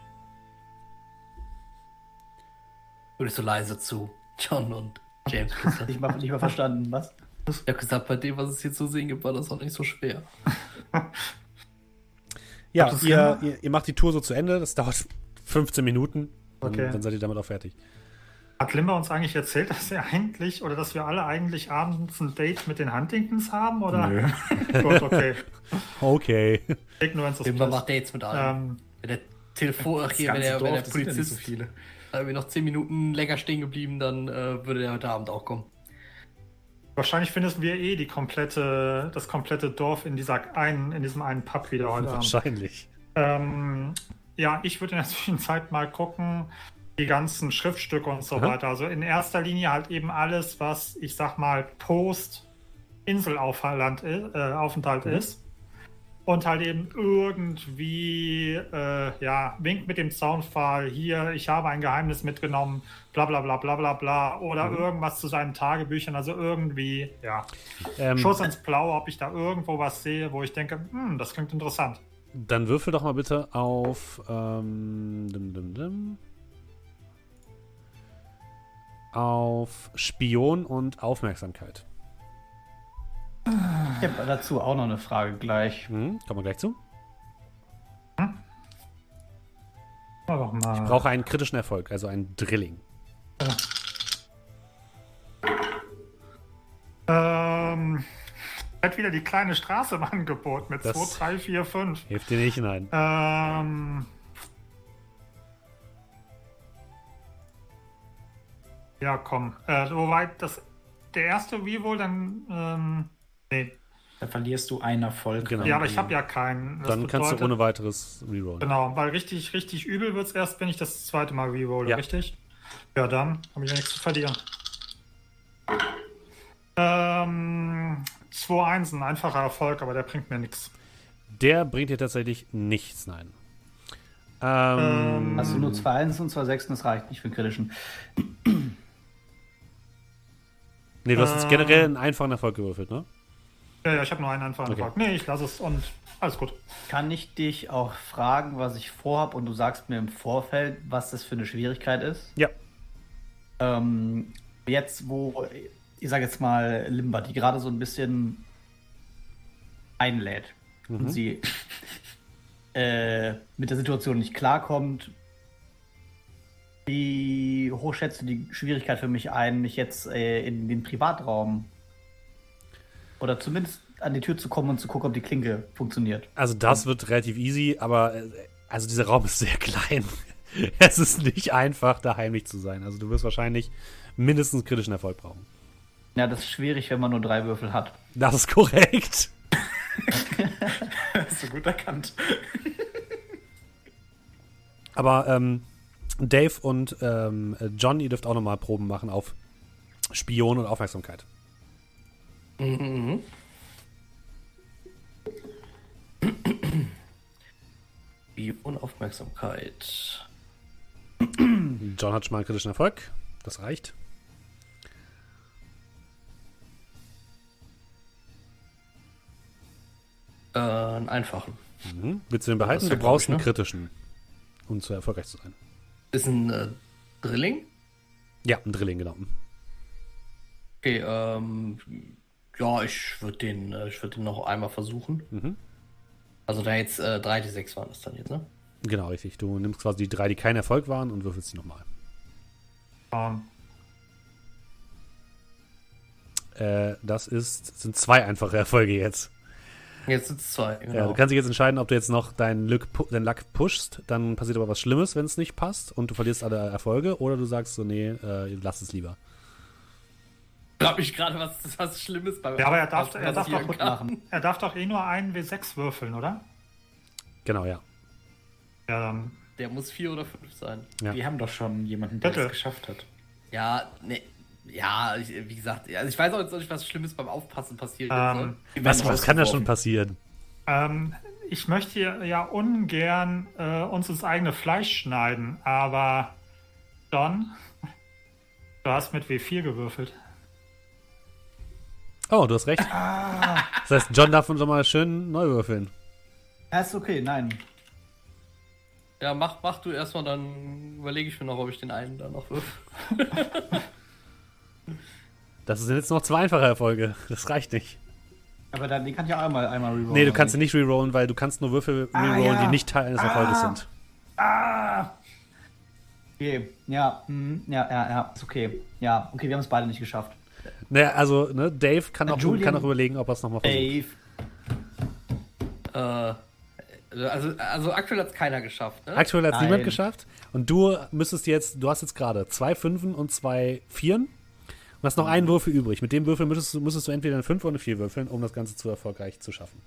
[SPEAKER 4] Würde ich so leise zu John und James gesagt.
[SPEAKER 5] Ich habe nicht mal verstanden, was?
[SPEAKER 4] Ich habe gesagt, bei dem, was es hier zu sehen gibt, war das auch nicht so schwer.
[SPEAKER 1] Ja,
[SPEAKER 3] das
[SPEAKER 1] ihr, ihr, ihr macht die Tour so zu Ende. Das dauert fünfzehn Minuten. Dann,
[SPEAKER 3] Okay.
[SPEAKER 1] dann seid ihr damit auch fertig.
[SPEAKER 3] Hat Limber uns eigentlich erzählt, dass wir eigentlich, oder dass wir alle eigentlich abends ein Date mit den Huntingtons haben, oder?
[SPEAKER 2] Nö.
[SPEAKER 3] Gut, okay.
[SPEAKER 1] Okay.
[SPEAKER 3] Ignorance is
[SPEAKER 4] Immer
[SPEAKER 3] bliss.
[SPEAKER 4] macht Dates mit allen.
[SPEAKER 3] Ähm,
[SPEAKER 4] Wenn der Telefon, ach hier, wenn der, wenn der Polizist
[SPEAKER 2] so viele.
[SPEAKER 4] irgendwie noch zehn Minuten länger stehen geblieben, dann äh, würde der heute Abend auch kommen.
[SPEAKER 3] wahrscheinlich finden wir eh die komplette, das komplette Dorf in dieser einen, in diesem einen Pub wieder heute Abend.
[SPEAKER 1] Wahrscheinlich.
[SPEAKER 3] Ähm, ja, ich würde in der Zwischenzeit mal gucken, die ganzen Schriftstücke und so
[SPEAKER 1] Aha.
[SPEAKER 3] weiter. Also in erster Linie halt eben alles, was, ich sag mal, Post-Inselaufenthalt äh, Aufenthalt
[SPEAKER 1] Mhm.
[SPEAKER 3] ist. Und halt eben irgendwie, äh, ja, Wink mit dem Zaunpfahl, hier, ich habe ein Geheimnis mitgenommen, bla bla bla bla bla bla. Oder
[SPEAKER 1] Mhm.
[SPEAKER 3] irgendwas zu seinen Tagebüchern, also irgendwie, ja.
[SPEAKER 1] Ähm,
[SPEAKER 3] Schuss ins Blaue, ob ich da irgendwo was sehe, wo ich denke, hm, das klingt interessant.
[SPEAKER 1] Dann würfel doch mal bitte auf ähm, dim, dim, dim, auf Spion und Aufmerksamkeit.
[SPEAKER 5] Ich habe dazu auch noch eine Frage gleich.
[SPEAKER 1] Hm, kommen wir gleich zu.
[SPEAKER 3] Mal doch mal.
[SPEAKER 1] Ich brauche einen kritischen Erfolg, also ein Drilling.
[SPEAKER 3] Ähm, hat wieder die kleine Straße im Angebot mit
[SPEAKER 1] Das-
[SPEAKER 3] zwei, drei, vier, fünf.
[SPEAKER 1] Hilft dir nicht, nein.
[SPEAKER 3] Ähm. Ja, komm. Äh, soweit das der erste Reroll, dann. Ähm, nee.
[SPEAKER 2] Da verlierst du einen Erfolg.
[SPEAKER 1] Genau.
[SPEAKER 3] Ja, aber ich habe ja keinen. Das
[SPEAKER 1] Dann kannst du
[SPEAKER 3] bedeutet-
[SPEAKER 1] ohne weiteres rerollen.
[SPEAKER 3] Genau, weil richtig, richtig übel wird es erst, wenn ich das zweite Mal rerolle,
[SPEAKER 1] Ja.
[SPEAKER 3] richtig? Ja, dann habe ich ja nichts zu verlieren. Ähm, zwei Einsen, einfacher Erfolg, aber der bringt mir nichts.
[SPEAKER 1] Der bringt dir tatsächlich nichts, nein. Ähm,
[SPEAKER 5] Hast du nur zwei Einsen und zwei Sechsen, das reicht nicht für den kritischen.
[SPEAKER 1] Nee, du hast jetzt
[SPEAKER 3] Ähm.
[SPEAKER 1] generell einen einfachen Erfolg gewürfelt, ne?
[SPEAKER 3] Ja, ja, ich habe nur einen einfachen
[SPEAKER 1] Okay.
[SPEAKER 3] Erfolg. Nee, ich lasse es und alles gut.
[SPEAKER 5] Kann ich dich auch fragen, was ich vorhab und du sagst mir im Vorfeld, was das für eine Schwierigkeit ist?
[SPEAKER 1] Ja.
[SPEAKER 5] Ähm, jetzt, wo, ich sage jetzt mal, Limba, die gerade so ein bisschen einlädt
[SPEAKER 1] Mhm.
[SPEAKER 5] und sie äh, mit der Situation nicht klarkommt, wie hoch schätzt du die Schwierigkeit für mich ein, mich jetzt äh, in den Privatraum oder zumindest an die Tür zu kommen und zu gucken, ob die Klinke funktioniert?
[SPEAKER 1] Also das wird relativ easy, aber äh, also dieser Raum ist sehr klein. Es ist nicht einfach, da heimlich zu sein. Also du wirst wahrscheinlich mindestens kritischen Erfolg brauchen.
[SPEAKER 5] Ja, das ist schwierig, wenn man nur drei Würfel hat.
[SPEAKER 1] Das ist korrekt.
[SPEAKER 2] Hast du gut erkannt.
[SPEAKER 1] Aber ähm, Dave und ähm, John, ihr dürft auch nochmal Proben machen auf Spion und Aufmerksamkeit.
[SPEAKER 4] Mhm. Wie Unaufmerksamkeit.
[SPEAKER 1] John hat schon mal einen kritischen Erfolg. Das reicht.
[SPEAKER 4] Äh, einen einfachen.
[SPEAKER 1] Mhm. Willst du den behalten?
[SPEAKER 4] Das ist
[SPEAKER 1] Du
[SPEAKER 4] ja,
[SPEAKER 1] brauchst
[SPEAKER 4] glaub
[SPEAKER 1] einen
[SPEAKER 4] ich, ne?
[SPEAKER 1] kritischen, um zu erfolgreich zu sein.
[SPEAKER 4] Ist ein äh, Drilling?
[SPEAKER 1] Ja, ein Drilling, genau.
[SPEAKER 4] Okay, ähm, ja, ich würde den, äh, ich würde den noch einmal versuchen.
[SPEAKER 1] Mhm.
[SPEAKER 4] Also da jetzt äh, drei D sechs waren das dann jetzt, ne?
[SPEAKER 1] Genau, richtig. Du nimmst quasi die drei, die kein Erfolg waren und würfelst die nochmal.
[SPEAKER 3] Ähm,
[SPEAKER 1] Äh, das ist, sind zwei einfache Erfolge jetzt.
[SPEAKER 4] Jetzt sind es zwei, genau.
[SPEAKER 1] Ja, du kannst dich jetzt entscheiden, ob du jetzt noch deinen Luck, pu- deinen Luck pushst, dann passiert aber was Schlimmes, wenn es nicht passt und du verlierst alle Erfolge, oder du sagst so, nee, äh, lass es lieber.
[SPEAKER 4] Glaub ich gerade, was, was Schlimmes beim
[SPEAKER 3] Ja, aber er darf-
[SPEAKER 4] Aufpassen
[SPEAKER 3] er darf
[SPEAKER 4] passieren
[SPEAKER 3] doch
[SPEAKER 4] kann.
[SPEAKER 3] er darf doch eh nur einen W sechs würfeln, oder?
[SPEAKER 1] Genau, ja.
[SPEAKER 3] Ja, dann.
[SPEAKER 4] Der muss vier oder fünf sein.
[SPEAKER 1] Ja.
[SPEAKER 2] Wir haben doch schon jemanden, der
[SPEAKER 3] Bitte.
[SPEAKER 2] es geschafft hat.
[SPEAKER 4] Ja, ne, ja, ich, wie gesagt, also ich weiß auch jetzt noch nicht, was Schlimmes beim Aufpassen passieren
[SPEAKER 3] Ähm,
[SPEAKER 4] soll. Die
[SPEAKER 1] Was,
[SPEAKER 4] werden
[SPEAKER 1] was kann da schon
[SPEAKER 4] rausgeworfen.
[SPEAKER 1] passieren?
[SPEAKER 3] Ähm, ich möchte hier ja ungern äh, uns ins eigene Fleisch schneiden, aber John, du hast mit W vier gewürfelt.
[SPEAKER 1] Oh, du hast recht. Das heißt, John darf uns schon mal schön neu würfeln.
[SPEAKER 5] Ja, ist okay, nein.
[SPEAKER 4] Ja, mach, mach du erstmal, dann überlege ich mir noch, ob ich den einen dann noch würfel.
[SPEAKER 1] Das sind jetzt noch zwei einfache Erfolge. Das reicht nicht.
[SPEAKER 5] Aber dann, den kann ich ja einmal, einmal rerollen.
[SPEAKER 1] Nee, du kannst ihn nicht rerollen, weil du kannst nur Würfel
[SPEAKER 5] Ah,
[SPEAKER 1] rerollen,
[SPEAKER 5] ja.
[SPEAKER 1] die nicht Teil eines Erfolges sind.
[SPEAKER 5] Ah! Okay, ja, mhm, ja, ja, ja, ist okay. Ja, okay, wir haben es beide nicht geschafft.
[SPEAKER 1] Naja, also, ne, Dave kann auch,
[SPEAKER 5] Julian-
[SPEAKER 1] kann auch überlegen, ob er es nochmal versucht.
[SPEAKER 5] Dave.
[SPEAKER 4] Äh, also, also aktuell hat es keiner geschafft, ne?
[SPEAKER 1] Aktuell hat es
[SPEAKER 5] Nein.
[SPEAKER 1] niemand geschafft. Und du müsstest jetzt, du hast jetzt gerade zwei Fünfen und zwei Vieren. Und hast noch einen Würfel übrig. Mit dem Würfel müsstest du, müsstest du entweder eine Fünf oder eine Vier würfeln, um das Ganze zu erfolgreich zu schaffen.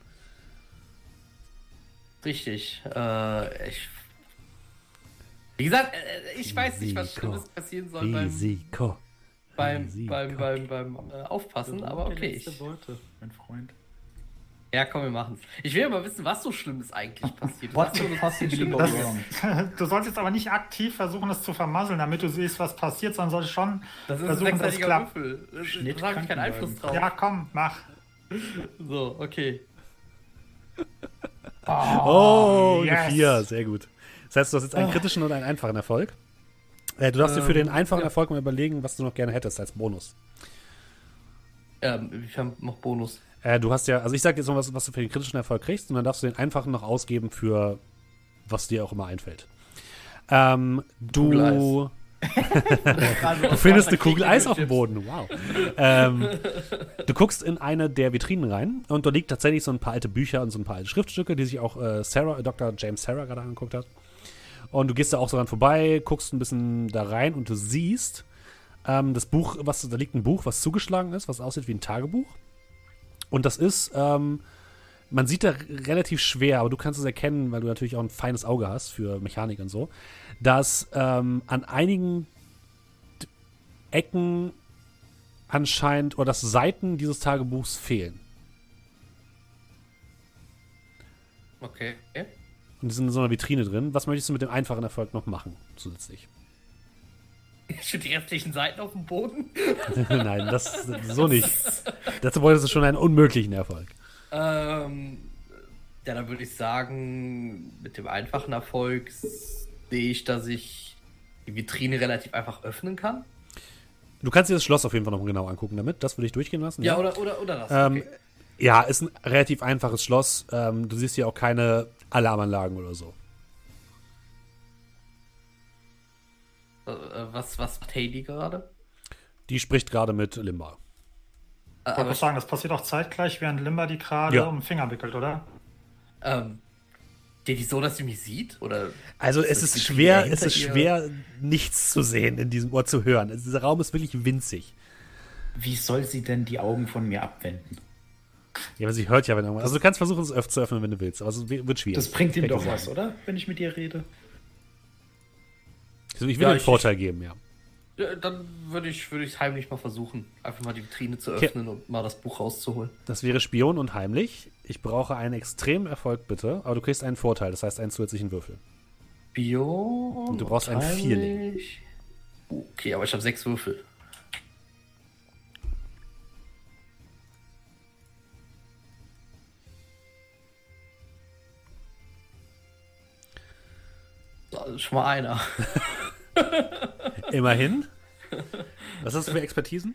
[SPEAKER 4] Richtig. Äh, ich. Wie gesagt, äh, ich weiß nicht, was
[SPEAKER 1] Risiko.
[SPEAKER 4] Schlimmes passieren soll beim,
[SPEAKER 1] Risiko.
[SPEAKER 4] beim,
[SPEAKER 1] Risiko.
[SPEAKER 4] beim, beim, beim äh, Aufpassen, aber okay. Ich,
[SPEAKER 2] Worte, mein Freund.
[SPEAKER 4] ja, komm, wir machen's. Ich will aber wissen, was so Schlimmes eigentlich passiert.
[SPEAKER 5] What
[SPEAKER 4] Was
[SPEAKER 5] the
[SPEAKER 4] so
[SPEAKER 5] possibly
[SPEAKER 4] Schlimmes-
[SPEAKER 5] go wrong?
[SPEAKER 3] Du sollst jetzt aber nicht aktiv versuchen, es zu vermasseln, damit du siehst, was passiert, sondern sollst schon
[SPEAKER 4] Das ist ein
[SPEAKER 3] versuchen, dass es
[SPEAKER 4] sechsseitiger
[SPEAKER 3] klappt.
[SPEAKER 4] Würfel. Das-
[SPEAKER 2] Schnitt
[SPEAKER 4] Da habe ich keinen
[SPEAKER 2] Krankenwagen.
[SPEAKER 4] Einfluss drauf.
[SPEAKER 3] Ja, komm, mach.
[SPEAKER 4] So, okay.
[SPEAKER 1] Oh,
[SPEAKER 3] yes.
[SPEAKER 1] eine Vier. Sehr gut. Das heißt, du hast jetzt einen kritischen und einen einfachen Erfolg. Äh, du darfst dir für den
[SPEAKER 4] Ähm,
[SPEAKER 1] einfachen
[SPEAKER 4] ja.
[SPEAKER 1] Erfolg mal überlegen, was du noch gerne hättest als Bonus.
[SPEAKER 4] Ähm, wir haben noch Bonus.
[SPEAKER 1] Äh, du hast ja, also ich sag jetzt mal, was, was du für den kritischen Erfolg kriegst, und dann darfst du den einfachen noch ausgeben für was dir auch immer einfällt. Ähm, du, du findest eine Kugel Eis auf dem Boden, wow. ähm, du guckst in eine der Vitrinen rein und da liegt tatsächlich so ein paar alte Bücher und so ein paar alte Schriftstücke, die sich auch äh, Sarah, Doktor James Sarah gerade angeguckt hat. Und du gehst da auch so dran vorbei, guckst ein bisschen da rein und du siehst ähm, das Buch, was da liegt ein Buch, was zugeschlagen ist, was aussieht wie ein Tagebuch. Und das ist, ähm, man sieht da relativ schwer, aber du kannst es erkennen, weil du natürlich auch ein feines Auge hast für Mechanik und so, dass ähm, an einigen D- Ecken anscheinend oder dass Seiten dieses Tagebuchs fehlen.
[SPEAKER 4] Okay.
[SPEAKER 1] Und die sind in so einer Vitrine drin. Was möchtest du mit dem einfachen Erfolg noch machen, zusätzlich?
[SPEAKER 4] Ich die restlichen Seiten auf dem Boden?
[SPEAKER 1] Nein, das so nicht. Dazu bräuchtest du schon einen unmöglichen Erfolg.
[SPEAKER 4] Ähm, ja, dann würde ich sagen, mit dem einfachen Erfolg sehe ich, dass ich die Vitrine relativ einfach öffnen kann.
[SPEAKER 1] Du kannst dir das Schloss auf jeden Fall noch genau angucken damit. Das würde ich durchgehen lassen.
[SPEAKER 4] Ja,
[SPEAKER 1] Ja,
[SPEAKER 4] oder, oder, oder das.
[SPEAKER 1] Ähm,
[SPEAKER 4] Okay.
[SPEAKER 1] ja, ist ein relativ einfaches Schloss. Ähm, du siehst hier auch keine Alarmanlagen oder so.
[SPEAKER 4] Äh, was, was macht Hayley gerade?
[SPEAKER 1] Die spricht gerade mit Limba.
[SPEAKER 4] Äh,
[SPEAKER 3] Ich wollte
[SPEAKER 4] aber,
[SPEAKER 3] auch sagen, das passiert auch zeitgleich, während Limba die gerade
[SPEAKER 1] Ja.
[SPEAKER 3] um den Finger wickelt, oder?
[SPEAKER 4] ähm, steht die so, dass sie mich sieht? Oder
[SPEAKER 1] Also
[SPEAKER 4] Ist
[SPEAKER 1] es
[SPEAKER 4] das
[SPEAKER 1] ist
[SPEAKER 4] die
[SPEAKER 1] schwer,
[SPEAKER 4] Tür
[SPEAKER 1] es ist
[SPEAKER 4] hinter
[SPEAKER 1] schwer, nichts zu sehen in diesem Ort zu hören. Also dieser Raum ist wirklich winzig.
[SPEAKER 2] Wie soll sie denn die Augen von mir abwenden?
[SPEAKER 1] Ja, aber sie hört ja, wenn irgendwas. Also du kannst versuchen, es öfter zu öffnen, wenn du willst, aber es wird schwierig.
[SPEAKER 2] Das bringt ihm
[SPEAKER 1] Kann ich
[SPEAKER 2] doch
[SPEAKER 1] dir
[SPEAKER 2] was,
[SPEAKER 1] sagen.
[SPEAKER 2] oder? Wenn ich mit dir rede.
[SPEAKER 1] Also ich will
[SPEAKER 4] Ja,
[SPEAKER 1] den
[SPEAKER 4] ich-
[SPEAKER 1] Vorteil geben, ja.
[SPEAKER 4] Ja, dann würde ich würde ich heimlich mal versuchen, einfach mal die Vitrine zu
[SPEAKER 1] Okay.
[SPEAKER 4] öffnen und mal das Buch rauszuholen.
[SPEAKER 1] Das wäre Spion und heimlich. Ich brauche einen extremen Erfolg, bitte. Aber du kriegst einen Vorteil, das heißt einen zusätzlichen Würfel.
[SPEAKER 4] Bio.
[SPEAKER 1] Und du brauchst einen Vierling.
[SPEAKER 4] Okay, aber ich habe sechs Würfel. Das ist schon mal einer.
[SPEAKER 1] Immerhin. Was hast du für Expertisen?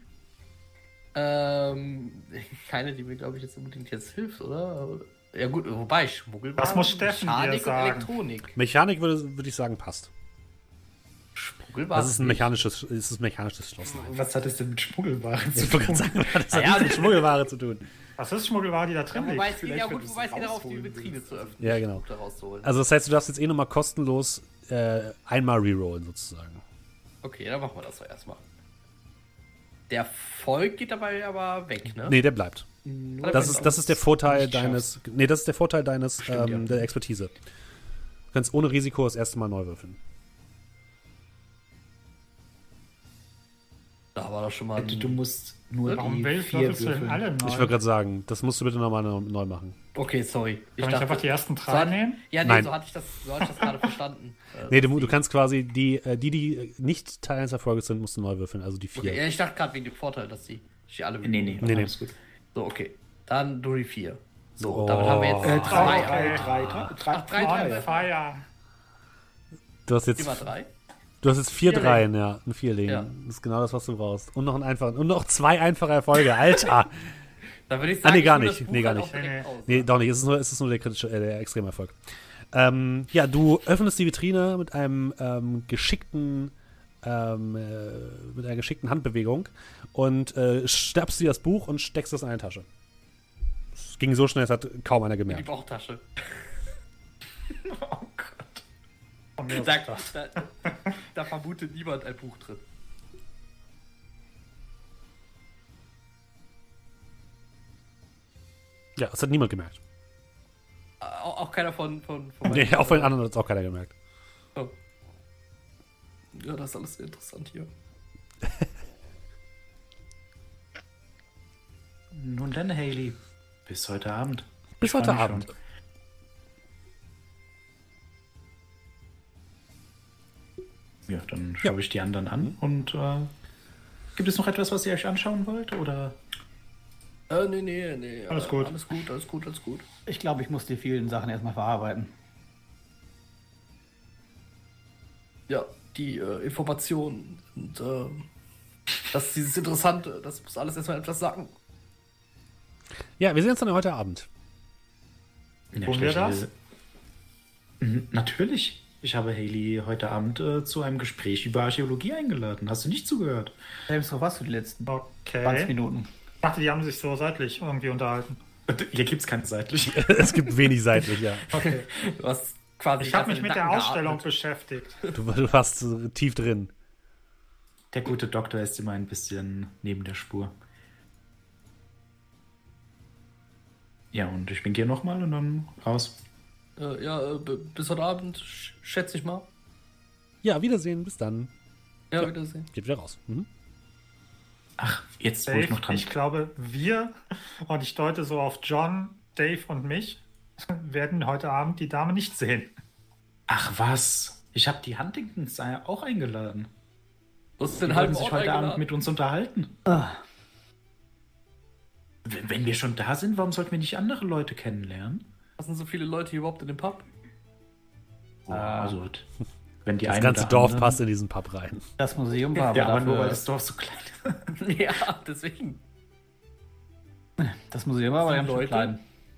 [SPEAKER 4] ähm, keine, die mir, glaube ich, jetzt unbedingt jetzt hilft, oder? Ja gut, wobei, Schmuggelwaren,
[SPEAKER 3] Das muss Steffen dir
[SPEAKER 4] Mechanik und
[SPEAKER 3] sagen.
[SPEAKER 4] Elektronik.
[SPEAKER 1] Mechanik würde, würde ich sagen, passt.
[SPEAKER 4] Schmuggelwaren.
[SPEAKER 1] Das ist ein mechanisches, ist ein mechanisches Schloss.
[SPEAKER 2] Was hat es denn mit Schmuggelwaren
[SPEAKER 1] Ich
[SPEAKER 2] zu
[SPEAKER 1] wollte
[SPEAKER 2] tun?
[SPEAKER 1] gerade sagen, das hat
[SPEAKER 4] Ja,
[SPEAKER 1] nichts mit Schmuggelware zu tun.
[SPEAKER 3] Was ist Schmuggelware, die da
[SPEAKER 4] Ja,
[SPEAKER 3] drin
[SPEAKER 4] wobei
[SPEAKER 3] liegt?
[SPEAKER 4] es geht, ja
[SPEAKER 2] Vielleicht,
[SPEAKER 4] gut,
[SPEAKER 2] wenn du
[SPEAKER 4] wobei es
[SPEAKER 2] sie
[SPEAKER 4] geht darauf, die
[SPEAKER 2] rausholen
[SPEAKER 4] Vitrine
[SPEAKER 2] willst.
[SPEAKER 4] zu öffnen.
[SPEAKER 1] Ja, genau.
[SPEAKER 4] Da rauszuholen.
[SPEAKER 1] Also das heißt, du darfst jetzt eh nochmal kostenlos äh, einmal rerollen, sozusagen.
[SPEAKER 4] Okay, dann machen wir das doch erstmal. Der Erfolg geht dabei aber weg, ne?
[SPEAKER 1] Nee, der bleibt.
[SPEAKER 2] Nur
[SPEAKER 1] Das
[SPEAKER 2] wenn
[SPEAKER 1] ist,
[SPEAKER 2] du
[SPEAKER 1] das ist der
[SPEAKER 2] es
[SPEAKER 1] Vorteil
[SPEAKER 2] nicht
[SPEAKER 1] deines. Nee, das ist der Vorteil deines
[SPEAKER 2] Stimmt,
[SPEAKER 1] ähm,
[SPEAKER 2] ja.
[SPEAKER 1] der Expertise. Du kannst ohne Risiko das erste Mal neu würfeln.
[SPEAKER 4] Da war doch schon mal.
[SPEAKER 2] schaffst. Du musst nur
[SPEAKER 3] Warum
[SPEAKER 2] die
[SPEAKER 3] willst
[SPEAKER 2] vier
[SPEAKER 3] du denn
[SPEAKER 2] würfeln.
[SPEAKER 3] alle neu?
[SPEAKER 1] Ich wollte gerade sagen, das musst du bitte nochmal neu, neu machen.
[SPEAKER 4] Okay, sorry.
[SPEAKER 3] Kann ich einfach die ersten
[SPEAKER 4] so
[SPEAKER 3] drei
[SPEAKER 4] hat-
[SPEAKER 3] nehmen?
[SPEAKER 4] Ja, nee,
[SPEAKER 1] Nein.
[SPEAKER 4] so hatte ich das, so hatte ich das gerade verstanden. Äh,
[SPEAKER 1] Nee, du,
[SPEAKER 4] dass
[SPEAKER 1] du
[SPEAKER 4] die-
[SPEAKER 1] kannst quasi die, äh, die, die nicht Teil eines Erfolges sind, musst du neu würfeln, also die vier.
[SPEAKER 4] Okay, ja, ich dachte gerade wegen dem Vorteil, dass die, dass die alle.
[SPEAKER 2] Nee, nee,
[SPEAKER 1] Nee, nee.
[SPEAKER 2] alles gut.
[SPEAKER 4] So, okay. Dann nur die vier. So,
[SPEAKER 1] Oh.
[SPEAKER 4] damit haben wir jetzt
[SPEAKER 1] Äh,
[SPEAKER 2] Äh,
[SPEAKER 4] drei.
[SPEAKER 2] drei,
[SPEAKER 3] okay.
[SPEAKER 2] drei, drei, drei, drei,
[SPEAKER 4] Ach, drei,
[SPEAKER 3] On
[SPEAKER 4] drei.
[SPEAKER 3] fire.
[SPEAKER 1] Du hast jetzt,
[SPEAKER 4] Immer drei.
[SPEAKER 1] du hast jetzt vier
[SPEAKER 4] Vierling.
[SPEAKER 1] Dreien, ja, ein Vierling.
[SPEAKER 4] Ja.
[SPEAKER 1] Das ist genau das, was du brauchst. Und noch ein einfacher, und noch zwei einfache Erfolge, Alter.
[SPEAKER 4] Dann würde ich
[SPEAKER 1] Ah,
[SPEAKER 4] sagen,
[SPEAKER 1] nee,
[SPEAKER 4] ich
[SPEAKER 1] gar
[SPEAKER 4] hol
[SPEAKER 1] nicht.
[SPEAKER 4] das Buch
[SPEAKER 1] Nee, gar
[SPEAKER 4] halt
[SPEAKER 1] nicht.
[SPEAKER 4] auch direkt
[SPEAKER 3] Nee,
[SPEAKER 4] aus.
[SPEAKER 1] Nee, doch nicht. Es ist nur, es ist nur der kritische, äh, der Extremerfolg. Ähm, ja, du öffnest die Vitrine mit einem ähm, geschickten, ähm, äh, mit einer geschickten Handbewegung und äh, schnappst dir das Buch und steckst es in eine Tasche. Es ging so schnell, es hat kaum einer
[SPEAKER 4] In die
[SPEAKER 1] gemerkt.
[SPEAKER 4] Bauchtasche.
[SPEAKER 2] Oh Gott.
[SPEAKER 3] Von mir aus
[SPEAKER 4] Da,
[SPEAKER 3] das.
[SPEAKER 4] da, da vermutet niemand ein Buch drin.
[SPEAKER 1] Ja, es hat niemand gemerkt.
[SPEAKER 4] Auch, auch keiner von. von, von
[SPEAKER 1] Nee, auch von den anderen hat es auch keiner gemerkt.
[SPEAKER 4] Oh. Ja, das ist alles sehr interessant hier.
[SPEAKER 2] Nun dann, Hayley. Bis heute Abend.
[SPEAKER 1] Bis
[SPEAKER 2] Ich
[SPEAKER 1] heute
[SPEAKER 2] freu mich
[SPEAKER 1] Abend.
[SPEAKER 2] schon. Ja, dann schaue ich die anderen an. Und äh, gibt es noch etwas, was ihr euch anschauen wollt? Oder?
[SPEAKER 4] Äh, nee, nee, nee.
[SPEAKER 3] Alles
[SPEAKER 4] äh,
[SPEAKER 3] gut.
[SPEAKER 4] Alles gut, alles gut, alles gut.
[SPEAKER 5] Ich glaube, ich muss die vielen Sachen erstmal verarbeiten.
[SPEAKER 4] Ja, die äh, Informationen und äh, das ist dieses Interessante, das muss alles erstmal etwas sagen.
[SPEAKER 1] Ja, wir sehen uns dann heute Abend.
[SPEAKER 2] Ja,
[SPEAKER 3] Tun
[SPEAKER 2] ich
[SPEAKER 3] wir
[SPEAKER 2] glaub,
[SPEAKER 3] das?
[SPEAKER 2] Mhm, natürlich. Ich habe Hayley heute Abend äh, zu einem Gespräch über Archäologie eingeladen. Hast du nicht zugehört?
[SPEAKER 5] Selbst so was für die letzten zwanzig
[SPEAKER 3] Okay.
[SPEAKER 5] Minuten.
[SPEAKER 3] Ich dachte, die haben sich so seitlich irgendwie unterhalten.
[SPEAKER 2] Hier gibt es keine seitlich.
[SPEAKER 1] Es gibt wenig seitlich, ja.
[SPEAKER 3] Okay.
[SPEAKER 4] Du hast quasi.
[SPEAKER 3] Ich habe
[SPEAKER 4] ganz
[SPEAKER 3] mich
[SPEAKER 4] in
[SPEAKER 3] mit
[SPEAKER 4] den
[SPEAKER 3] der
[SPEAKER 4] Nacken
[SPEAKER 3] Ausstellung
[SPEAKER 4] geatmet.
[SPEAKER 3] beschäftigt.
[SPEAKER 1] Du, du warst so tief drin.
[SPEAKER 2] Der gute Doktor ist immer ein bisschen neben der Spur. Ja, und ich bin hier nochmal und dann raus.
[SPEAKER 4] Äh, ja, äh, b- bis heute Abend, sch schätze ich mal.
[SPEAKER 1] Ja, Wiedersehen, bis dann.
[SPEAKER 4] Ja,
[SPEAKER 1] Ja.
[SPEAKER 4] Wiedersehen.
[SPEAKER 1] Geht wieder raus. Mhm.
[SPEAKER 2] Ach, jetzt wo ich
[SPEAKER 3] Dave,
[SPEAKER 2] noch dran
[SPEAKER 3] ich glaube, wir, und ich deute so auf John, Dave und mich, werden heute Abend die Dame nicht sehen.
[SPEAKER 2] Ach was, ich habe die Huntingtons auch eingeladen.
[SPEAKER 4] Was ist
[SPEAKER 2] Die
[SPEAKER 4] denn
[SPEAKER 2] wollten
[SPEAKER 4] halb
[SPEAKER 2] sich heute Abend mit uns unterhalten.
[SPEAKER 5] Ah,
[SPEAKER 2] Wenn wenn wir schon da sind, warum sollten wir nicht andere Leute kennenlernen?
[SPEAKER 4] Was sind so viele Leute hier überhaupt in dem Pub?
[SPEAKER 2] Ja, also, wenn die
[SPEAKER 1] Das
[SPEAKER 2] einen
[SPEAKER 1] ganze
[SPEAKER 2] oder
[SPEAKER 1] Dorf
[SPEAKER 2] anderen-
[SPEAKER 1] passt in diesen Pub rein.
[SPEAKER 5] das Museum war aber
[SPEAKER 2] Ja, aber
[SPEAKER 5] dafür,
[SPEAKER 2] nur weil das Dorf so klein ist.
[SPEAKER 4] Ja, deswegen.
[SPEAKER 5] das Museum war aber
[SPEAKER 4] Sieben
[SPEAKER 5] ganz schön
[SPEAKER 4] Leute?
[SPEAKER 5] klein.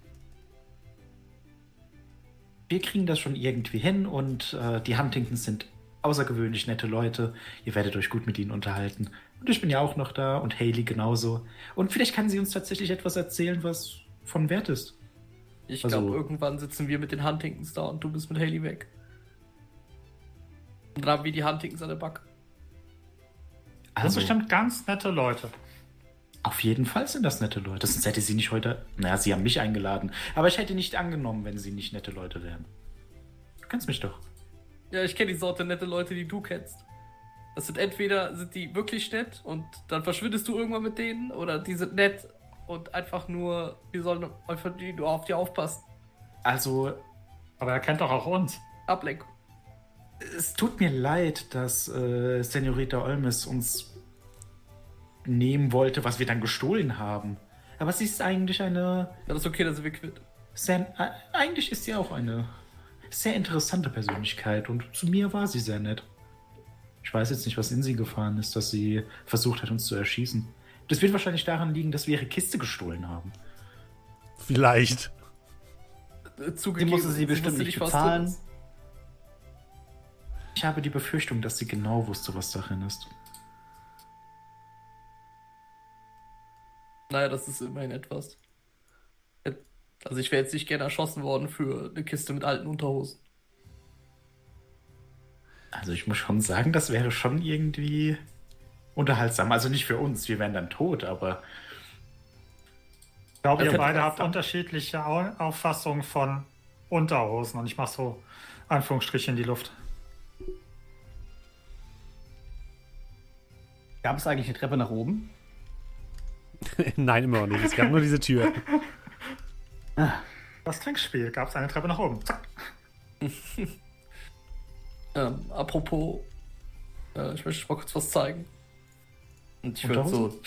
[SPEAKER 2] Wir kriegen das schon irgendwie hin und äh, die Huntingtons sind außergewöhnlich nette Leute. Ihr werdet euch gut mit ihnen unterhalten. Und ich bin ja auch noch da und Hayley genauso. Und vielleicht kann sie uns tatsächlich etwas erzählen, was von Wert ist.
[SPEAKER 4] Ich
[SPEAKER 2] Also-
[SPEAKER 4] glaube, irgendwann sitzen wir mit den Huntingtons da und du bist mit Hayley weg. Und dann haben wir die Huntingtons an der Backe.
[SPEAKER 3] Das
[SPEAKER 2] Also,
[SPEAKER 3] sind bestimmt ganz nette Leute.
[SPEAKER 2] auf jeden Fall sind das nette Leute. Sonst hätte sie nicht heute... Naja, sie haben mich eingeladen. Aber ich hätte nicht angenommen, wenn sie nicht nette Leute wären. Du kennst mich doch.
[SPEAKER 4] Ja, ich kenne die Sorte nette Leute, die du kennst. Das sind entweder sind die wirklich nett und dann verschwindest du irgendwann mit denen, oder die sind nett und einfach nur, wir sollen einfach die nur auf die aufpassen.
[SPEAKER 2] Also,
[SPEAKER 3] Aber er kennt doch auch uns.
[SPEAKER 4] Ablenkung.
[SPEAKER 2] es tut mir leid, dass äh, Senorita Olmes uns nehmen wollte, was wir dann gestohlen haben. Aber sie ist eigentlich eine...
[SPEAKER 4] Dann ist okay, dass sie weg wird.
[SPEAKER 2] Sehr, äh, eigentlich ist sie auch eine sehr interessante Persönlichkeit und zu mir war sie sehr nett. Ich weiß jetzt nicht, was in sie gefahren ist, dass sie versucht hat, uns zu erschießen. Das wird wahrscheinlich daran liegen, dass wir ihre Kiste gestohlen haben.
[SPEAKER 1] Vielleicht.
[SPEAKER 4] Äh,
[SPEAKER 5] Sie
[SPEAKER 4] Zugegeben,
[SPEAKER 5] musste sie bestimmt
[SPEAKER 4] wusste
[SPEAKER 5] nicht
[SPEAKER 4] was
[SPEAKER 5] bezahlen.
[SPEAKER 4] drin ist.
[SPEAKER 2] Ich habe die Befürchtung, dass sie genau wusste, was darin ist.
[SPEAKER 4] Naja, das ist immerhin etwas. Also ich wäre jetzt nicht gerne erschossen worden für eine Kiste mit alten Unterhosen.
[SPEAKER 2] Also ich muss schon sagen, das wäre schon irgendwie unterhaltsam. Also nicht für uns, wir wären dann tot, aber
[SPEAKER 3] Ich glaube, ihr
[SPEAKER 4] Okay.
[SPEAKER 3] beide habt unterschiedliche Au- Auffassungen von Unterhosen. Und ich mache so Anführungsstriche in die Luft.
[SPEAKER 5] Gab es eigentlich eine Treppe nach oben?
[SPEAKER 1] Nein, immer noch nicht. Es gab nur diese Tür.
[SPEAKER 3] Das Trinkspiel gab es eine Treppe nach oben. Zack.
[SPEAKER 4] Ähm, apropos, äh, ich möchte mal kurz was zeigen. Und ich würde so.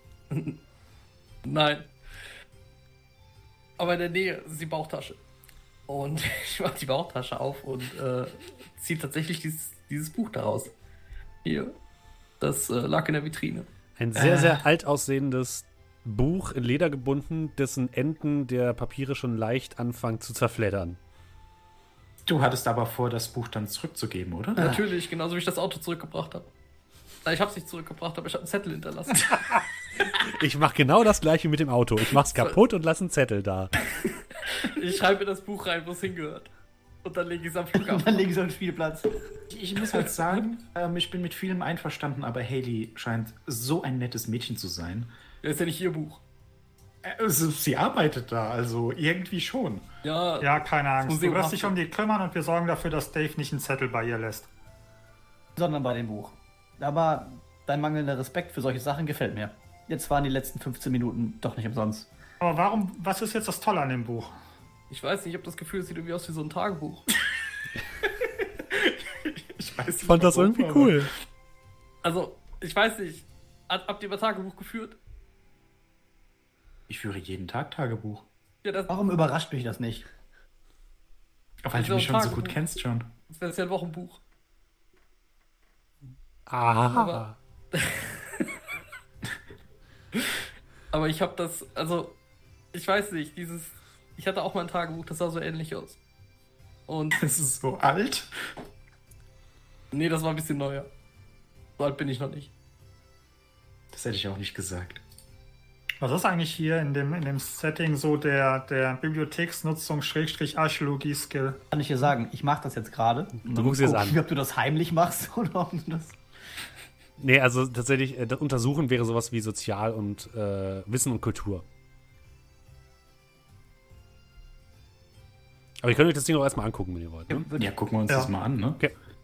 [SPEAKER 4] Nein. Aber in der Nähe ist die Bauchtasche. Und ich mache die Bauchtasche auf und äh, ziehe tatsächlich dieses, dieses Buch daraus. Hier. Das äh, lag in der Vitrine.
[SPEAKER 1] Ein sehr,
[SPEAKER 2] Äh.
[SPEAKER 1] sehr alt aussehendes Buch in Leder gebunden, dessen Enden der Papiere schon leicht anfangen zu zerfleddern.
[SPEAKER 2] du hattest aber vor, das Buch dann zurückzugeben, oder?
[SPEAKER 4] Natürlich, genauso wie ich das Auto zurückgebracht habe. Nein, ich habe es nicht zurückgebracht, aber ich habe einen Zettel hinterlassen.
[SPEAKER 1] Ich mache genau das gleiche mit dem Auto. Ich mach's kaputt und lasse einen Zettel da.
[SPEAKER 4] Ich schreibe in das Buch rein, wo es hingehört. Und dann lege ich es am
[SPEAKER 5] Und dann
[SPEAKER 4] Flughafen.
[SPEAKER 5] lege ich so einen Spielplatz.
[SPEAKER 2] Ich muss halt sagen, ähm, ich bin mit vielem einverstanden, aber Hayley scheint so ein nettes Mädchen zu sein.
[SPEAKER 4] Das ist ja nicht ihr Buch.
[SPEAKER 2] Äh, Also, sie arbeitet da, also irgendwie schon.
[SPEAKER 4] Ja,
[SPEAKER 3] Ja, keine Angst.
[SPEAKER 4] Museum
[SPEAKER 3] Du wirst dich
[SPEAKER 4] haftet.
[SPEAKER 3] um die kümmern und wir sorgen dafür, dass Dave nicht einen Zettel bei ihr lässt.
[SPEAKER 5] Sondern bei dem Buch. Aber dein mangelnder Respekt für solche Sachen gefällt mir. Jetzt waren die letzten fünfzehn Minuten doch nicht umsonst.
[SPEAKER 3] Aber warum, was ist jetzt das Tolle an dem Buch?
[SPEAKER 4] ich weiß nicht, ich habe das Gefühl, es sieht irgendwie aus wie so ein Tagebuch.
[SPEAKER 2] Ich weiß nicht,
[SPEAKER 1] Ich fand das
[SPEAKER 2] warum,
[SPEAKER 1] irgendwie
[SPEAKER 2] aber-
[SPEAKER 1] cool.
[SPEAKER 4] Also, ich weiß nicht. Hat- Habt ihr mal Tagebuch geführt?
[SPEAKER 2] Ich führe jeden Tag Tagebuch.
[SPEAKER 4] Ja, das,
[SPEAKER 5] Warum überrascht mich das nicht?
[SPEAKER 2] Weil
[SPEAKER 4] Ist
[SPEAKER 2] du mich
[SPEAKER 4] ja ein
[SPEAKER 2] schon so gut
[SPEAKER 4] Tagebuch.
[SPEAKER 2] kennst, schon.
[SPEAKER 4] das ist ja ein Wochenbuch.
[SPEAKER 1] Ah.
[SPEAKER 4] Aber ich habe das, also, ich weiß nicht, dieses, ich hatte auch mal ein Tagebuch, das sah so ähnlich aus. Und,
[SPEAKER 2] Das ist so alt.
[SPEAKER 4] nee, das war ein bisschen neuer. So alt bin ich noch nicht.
[SPEAKER 2] Das hätte ich auch nicht gesagt.
[SPEAKER 3] Was ist eigentlich hier in dem, in dem Setting so der, der Bibliotheksnutzung Schrägstrich Archäologie-Skill?
[SPEAKER 5] Kann ich dir sagen, ich mache das jetzt gerade.
[SPEAKER 1] Du guckst jetzt an.
[SPEAKER 5] Ob du das heimlich machst oder ob du das.
[SPEAKER 1] Nee, also tatsächlich, äh, das Untersuchen wäre sowas wie Sozial- und äh, Wissen und Kultur. Aber ihr könnt euch das Ding auch erstmal angucken, wenn ihr wollt. Ne?
[SPEAKER 2] Ja, gucken wir uns
[SPEAKER 3] Ja.
[SPEAKER 2] das mal an, ne?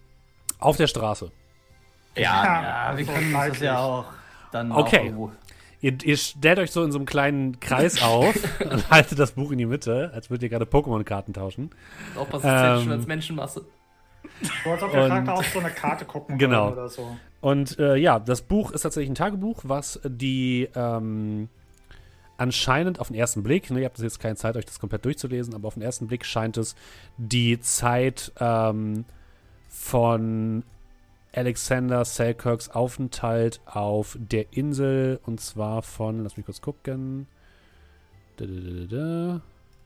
[SPEAKER 1] Auf der Straße.
[SPEAKER 5] Ja, wir können uns das ja auch dann
[SPEAKER 1] Okay.
[SPEAKER 5] auch irgendwo.
[SPEAKER 1] ihr, ihr stellt euch so in so einem kleinen Kreis auf und haltet das Buch in die Mitte, als würdet ihr gerade Pokémon-Karten tauschen.
[SPEAKER 4] Auch passiert ähm, schon als Menschenmasse.
[SPEAKER 3] So als ob der Charakter auf so eine Karte gucken
[SPEAKER 1] genau.
[SPEAKER 3] oder so.
[SPEAKER 1] Und äh, ja, das Buch ist tatsächlich ein Tagebuch, was die ähm, anscheinend auf den ersten Blick, ne, ihr habt jetzt keine Zeit, euch das komplett durchzulesen, aber auf den ersten Blick scheint es die Zeit ähm, von Alexander Selkirks Aufenthalt auf der Insel, und zwar von, lass mich kurz gucken, da, da, da, da.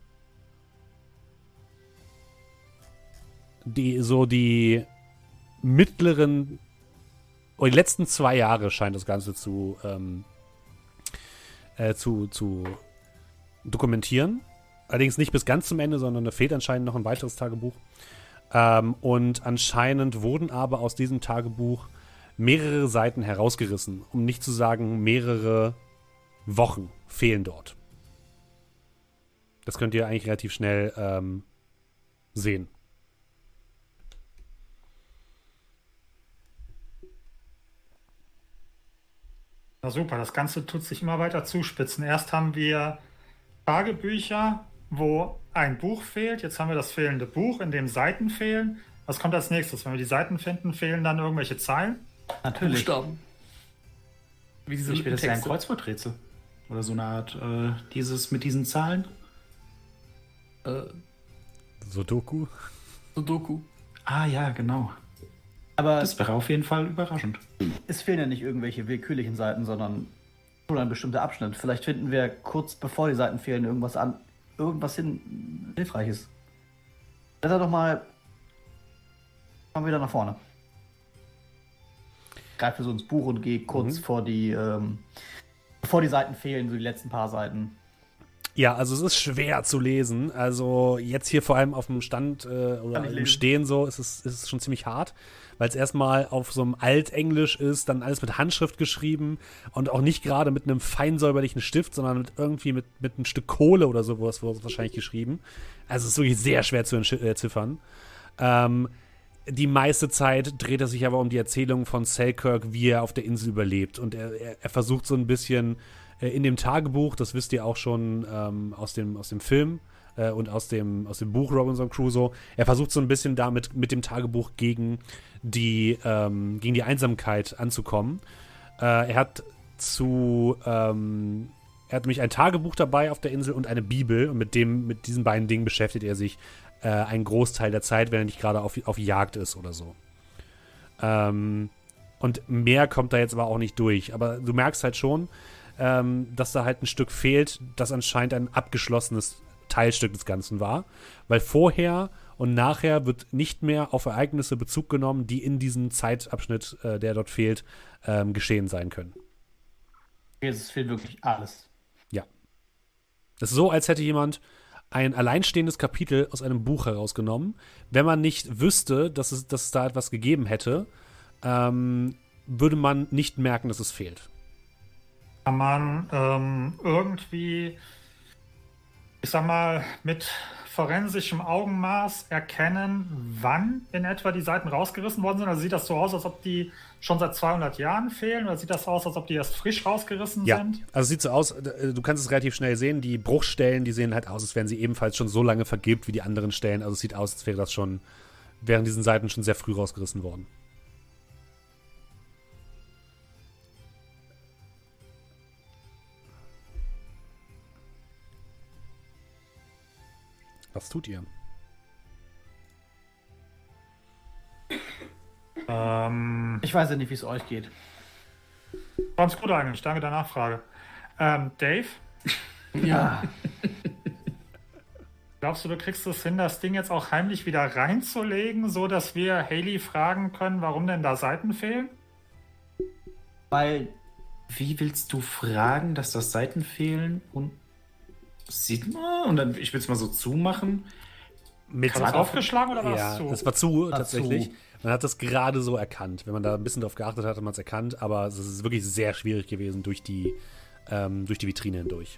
[SPEAKER 1] die so die mittleren oder die letzten zwei Jahre scheint das Ganze zu ähm, äh, zu, zu dokumentieren. Allerdings nicht bis ganz zum Ende, sondern da fehlt anscheinend noch ein weiteres Tagebuch. Ähm, und anscheinend wurden aber aus diesem Tagebuch mehrere Seiten herausgerissen, um nicht zu sagen, mehrere Wochen fehlen dort. Das könnt ihr eigentlich relativ schnell ähm, sehen.
[SPEAKER 3] Na super, das Ganze tut sich immer weiter zuspitzen. Erst haben wir Tagebücher, wo ein Buch fehlt. Jetzt haben wir das fehlende Buch, in dem Seiten fehlen. Was kommt als nächstes? Wenn wir die Seiten finden, fehlen dann irgendwelche Zeilen?
[SPEAKER 5] Natürlich.
[SPEAKER 4] Buchstaben. Wie diese
[SPEAKER 2] Ich will das ja ein
[SPEAKER 4] Texte.
[SPEAKER 2] Kreuzworträtsel. Oder so eine Art, äh, dieses mit diesen Zahlen.
[SPEAKER 4] Äh,
[SPEAKER 1] Sudoku?
[SPEAKER 4] Sudoku.
[SPEAKER 2] Ah ja, genau.
[SPEAKER 5] Aber
[SPEAKER 2] Das wäre auf jeden Fall überraschend.
[SPEAKER 5] es fehlen ja nicht irgendwelche willkürlichen Seiten, sondern nur ein bestimmter Abschnitt. Vielleicht finden wir kurz bevor die Seiten fehlen irgendwas an, irgendwas hin Hilfreiches. Blätter doch mal, mal wieder nach vorne. Greife so ins Buch und gehe kurz
[SPEAKER 1] Mhm.
[SPEAKER 5] vor die, ähm, bevor die Seiten fehlen, so die letzten paar Seiten.
[SPEAKER 1] Ja, also es ist schwer zu lesen. Also jetzt hier vor allem auf dem Stand äh, oder
[SPEAKER 5] Kann ich
[SPEAKER 1] im
[SPEAKER 5] lesen.
[SPEAKER 1] Stehen so ist es, ist es schon ziemlich hart, weil es erstmal auf so einem Altenglisch ist, dann alles mit Handschrift geschrieben und auch nicht gerade mit einem feinsäuberlichen Stift, sondern mit irgendwie mit, mit einem Stück Kohle oder sowas wurde es wahrscheinlich geschrieben. Also es ist wirklich sehr schwer zu entziffern. Ähm, die meiste Zeit dreht er sich aber um die Erzählung von Selkirk, wie er auf der Insel überlebt. Und er, er, er versucht so ein bisschen äh, in dem Tagebuch, das wisst ihr auch schon ähm, aus, dem, aus dem Film äh, und aus dem, aus dem Buch Robinson Crusoe, er versucht so ein bisschen damit mit dem Tagebuch gegen die, ähm, gegen die Einsamkeit anzukommen. Äh, er hat zu ähm, er hat nämlich ein Tagebuch dabei auf der Insel und eine Bibel, und mit dem, mit diesen beiden Dingen beschäftigt er sich äh, einen Großteil der Zeit, wenn er nicht gerade auf, auf Jagd ist oder so. Ähm, und mehr kommt da jetzt aber auch nicht durch. Aber du merkst halt schon, ähm, dass da halt ein Stück fehlt, das anscheinend ein abgeschlossenes Teilstück des Ganzen war. Weil vorher und nachher wird nicht mehr auf Ereignisse Bezug genommen, die in diesem Zeitabschnitt, äh, der dort fehlt, ähm, geschehen sein können.
[SPEAKER 5] Jetzt fehlt wirklich alles.
[SPEAKER 1] Das ist so, als hätte jemand ein alleinstehendes Kapitel aus einem Buch herausgenommen. Wenn man nicht wüsste, dass es, dass es da etwas gegeben hätte, ähm, würde man nicht merken, dass es fehlt.
[SPEAKER 3] Kann man ähm, irgendwie, ich sag mal, mit forensischem Augenmaß erkennen, wann in etwa die Seiten rausgerissen worden sind? Also sieht das so aus, als ob die schon seit zweihundert Jahren fehlen, oder sieht das aus, als ob die erst frisch rausgerissen
[SPEAKER 1] Ja,
[SPEAKER 3] sind?
[SPEAKER 1] also es sieht so aus, du kannst es relativ schnell sehen, die Bruchstellen, die sehen halt aus, als wären sie ebenfalls schon so lange vergilbt wie die anderen Stellen. Also es sieht aus, als wäre das schon, wären diesen Seiten schon sehr früh rausgerissen worden. Was tut ihr?
[SPEAKER 3] Ähm,
[SPEAKER 5] Ich weiß ja nicht, wie es euch geht.
[SPEAKER 3] ganz gut eigentlich, danke der Nachfrage. Ähm, Dave,
[SPEAKER 4] Ja.
[SPEAKER 3] glaubst du, du kriegst es hin, das Ding jetzt auch heimlich wieder reinzulegen, so dass wir Haley fragen können, warum denn da Seiten fehlen?
[SPEAKER 5] Weil
[SPEAKER 2] Wie willst du fragen, dass das Seiten fehlen und sieht man und dann ich will es mal so zumachen.
[SPEAKER 1] Mit
[SPEAKER 3] War es aufgeschlagen oder war
[SPEAKER 1] ja,
[SPEAKER 3] es zu?
[SPEAKER 1] das war zu,
[SPEAKER 5] War
[SPEAKER 1] tatsächlich.
[SPEAKER 5] zu.
[SPEAKER 1] Man hat das gerade so erkannt. Wenn man da ein bisschen drauf geachtet hat, hat man es erkannt, aber es ist wirklich sehr schwierig gewesen durch die, ähm, durch die Vitrine hindurch.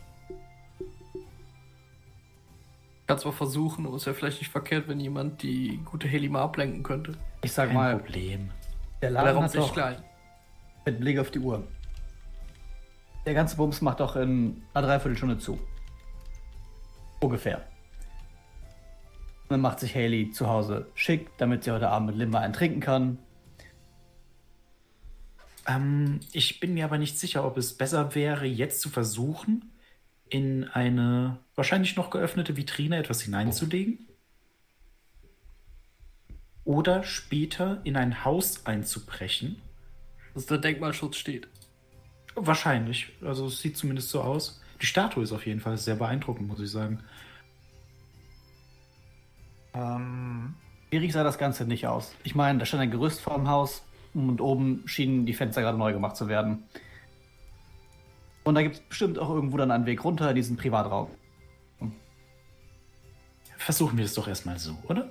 [SPEAKER 4] Kannst mal versuchen, aber es wäre vielleicht nicht verkehrt, wenn jemand die gute Haley mal ablenken könnte.
[SPEAKER 5] ich sag
[SPEAKER 2] Kein
[SPEAKER 5] mal,
[SPEAKER 2] Problem.
[SPEAKER 5] der
[SPEAKER 4] Der
[SPEAKER 5] Laden
[SPEAKER 4] Raum
[SPEAKER 5] hat
[SPEAKER 4] ist echt
[SPEAKER 5] doch
[SPEAKER 4] klein.
[SPEAKER 5] mit Blick auf die Uhr Der ganze Bums macht doch in einer Dreiviertelstunde zu. Ungefähr. Dann macht sich Hayley zu Hause schick, damit sie heute Abend mit Limba einen trinken kann.
[SPEAKER 2] Ähm, ich bin mir aber nicht sicher, ob es besser wäre, jetzt zu versuchen, in eine wahrscheinlich noch geöffnete Vitrine etwas hineinzulegen. Oder später in ein Haus einzubrechen.
[SPEAKER 4] Dass der Denkmalschutz steht.
[SPEAKER 2] Wahrscheinlich. Also es sieht zumindest so aus. Die Statue ist auf jeden Fall sehr beeindruckend, muss ich sagen.
[SPEAKER 3] Ähm,
[SPEAKER 5] Schwierig sah das Ganze nicht aus. Ich meine, da stand ein Gerüst vor dem Haus und oben schienen die Fenster gerade neu gemacht zu werden. Und da gibt es bestimmt auch irgendwo dann einen Weg runter in diesen Privatraum.
[SPEAKER 2] Versuchen wir es doch erstmal so, oder?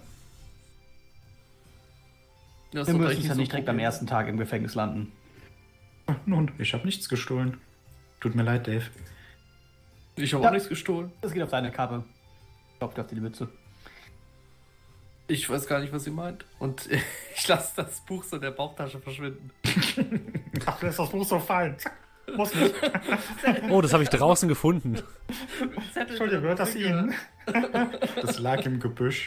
[SPEAKER 4] Das
[SPEAKER 5] Wir
[SPEAKER 4] ist doch
[SPEAKER 5] müssen
[SPEAKER 4] echt
[SPEAKER 5] ja
[SPEAKER 4] so
[SPEAKER 5] nicht direkt am
[SPEAKER 4] Problem.
[SPEAKER 5] ersten Tag im Gefängnis landen.
[SPEAKER 2] Nun, ich habe nichts gestohlen. Tut mir leid, Dave.
[SPEAKER 4] Ich habe
[SPEAKER 5] Ja.
[SPEAKER 4] auch nichts gestohlen.
[SPEAKER 5] Das geht auf deine Kappe. Klopft auf die Mütze.
[SPEAKER 4] Ich weiß gar nicht, was sie meint. Und ich lasse das Buch so in der Bauchtasche verschwinden.
[SPEAKER 3] ach, lässt das Buch so fallen. Zack. Muss nicht.
[SPEAKER 1] Oh, das habe ich draußen gefunden.
[SPEAKER 3] Entschuldigung, gehört das Ihnen?
[SPEAKER 2] Das lag im Gebüsch.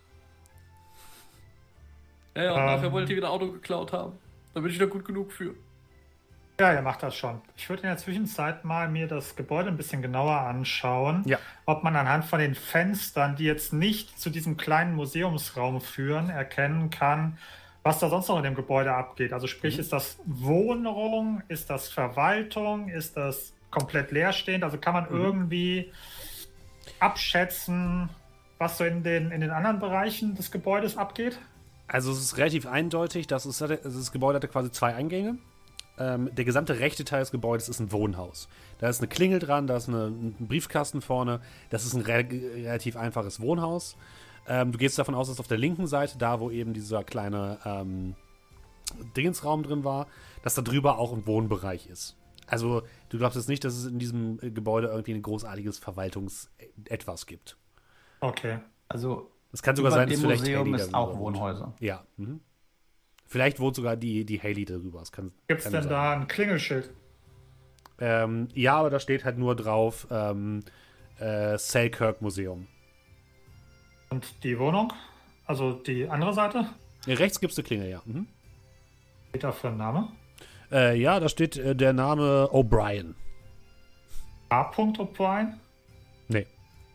[SPEAKER 4] Ja, ja, und
[SPEAKER 3] Ähm.
[SPEAKER 4] nachher wollte ich wieder ein Auto geklaut haben. Da bin ich da gut genug für.
[SPEAKER 3] Ja, ihr macht das schon. Ich würde in der Zwischenzeit mal mir das Gebäude ein bisschen genauer anschauen,
[SPEAKER 1] Ja.
[SPEAKER 3] ob man anhand von den Fenstern, die jetzt nicht zu diesem kleinen Museumsraum führen, erkennen kann, was da sonst noch in dem Gebäude abgeht. Also sprich, ist das Wohnraum, ist das Verwaltung, ist das komplett leerstehend? Also kann man irgendwie abschätzen, was so in den, in den anderen Bereichen des Gebäudes abgeht?
[SPEAKER 1] Also es ist relativ eindeutig, dass es, also das Gebäude hatte quasi zwei Eingänge. Ähm, der gesamte rechte Teil des Gebäudes ist ein Wohnhaus. Da ist eine Klingel dran, da ist eine, ein Briefkasten vorne. Das ist ein re relativ einfaches Wohnhaus. Ähm, du gehst davon aus, dass auf der linken Seite, da wo eben dieser kleine ähm, Dingensraum drin war, dass da drüber auch ein Wohnbereich ist. Also du glaubst jetzt nicht, dass es in diesem äh, Gebäude irgendwie ein großartiges Verwaltungs-Etwas gibt.
[SPEAKER 3] Okay.
[SPEAKER 5] Also,
[SPEAKER 1] Es kann sogar
[SPEAKER 5] über
[SPEAKER 1] sein, dass
[SPEAKER 5] dem
[SPEAKER 1] vielleicht
[SPEAKER 5] Museum
[SPEAKER 1] Hayley
[SPEAKER 5] ist
[SPEAKER 1] darüber
[SPEAKER 5] auch
[SPEAKER 1] wohnt.
[SPEAKER 5] Wohnhäuser.
[SPEAKER 1] Ja. Mhm. Vielleicht wohnt sogar die, die Hayley darüber. Das kann,
[SPEAKER 3] Gibt es
[SPEAKER 1] kann
[SPEAKER 3] denn
[SPEAKER 1] sein.
[SPEAKER 3] da ein Klingelschild?
[SPEAKER 1] Ähm, ja, aber da steht halt nur drauf ähm, äh, Selkirk Museum.
[SPEAKER 3] Und die Wohnung? Also die andere Seite?
[SPEAKER 1] Ja, rechts gibt es eine Klingel, ja. Mhm.
[SPEAKER 3] Was steht da für ein Name?
[SPEAKER 1] Äh, ja, da steht äh, der Name O'Brien.
[SPEAKER 3] A. O'Brien?
[SPEAKER 1] Nee.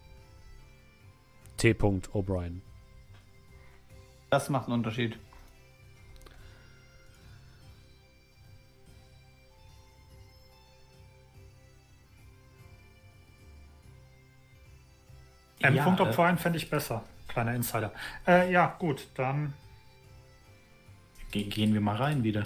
[SPEAKER 1] T. O'Brien.
[SPEAKER 5] Das macht einen Unterschied.
[SPEAKER 3] M.
[SPEAKER 2] Ja,
[SPEAKER 3] O'Brien fände ich besser. Kleiner Insider. Äh, ja, gut, dann.
[SPEAKER 2] Ge gehen wir mal rein wieder.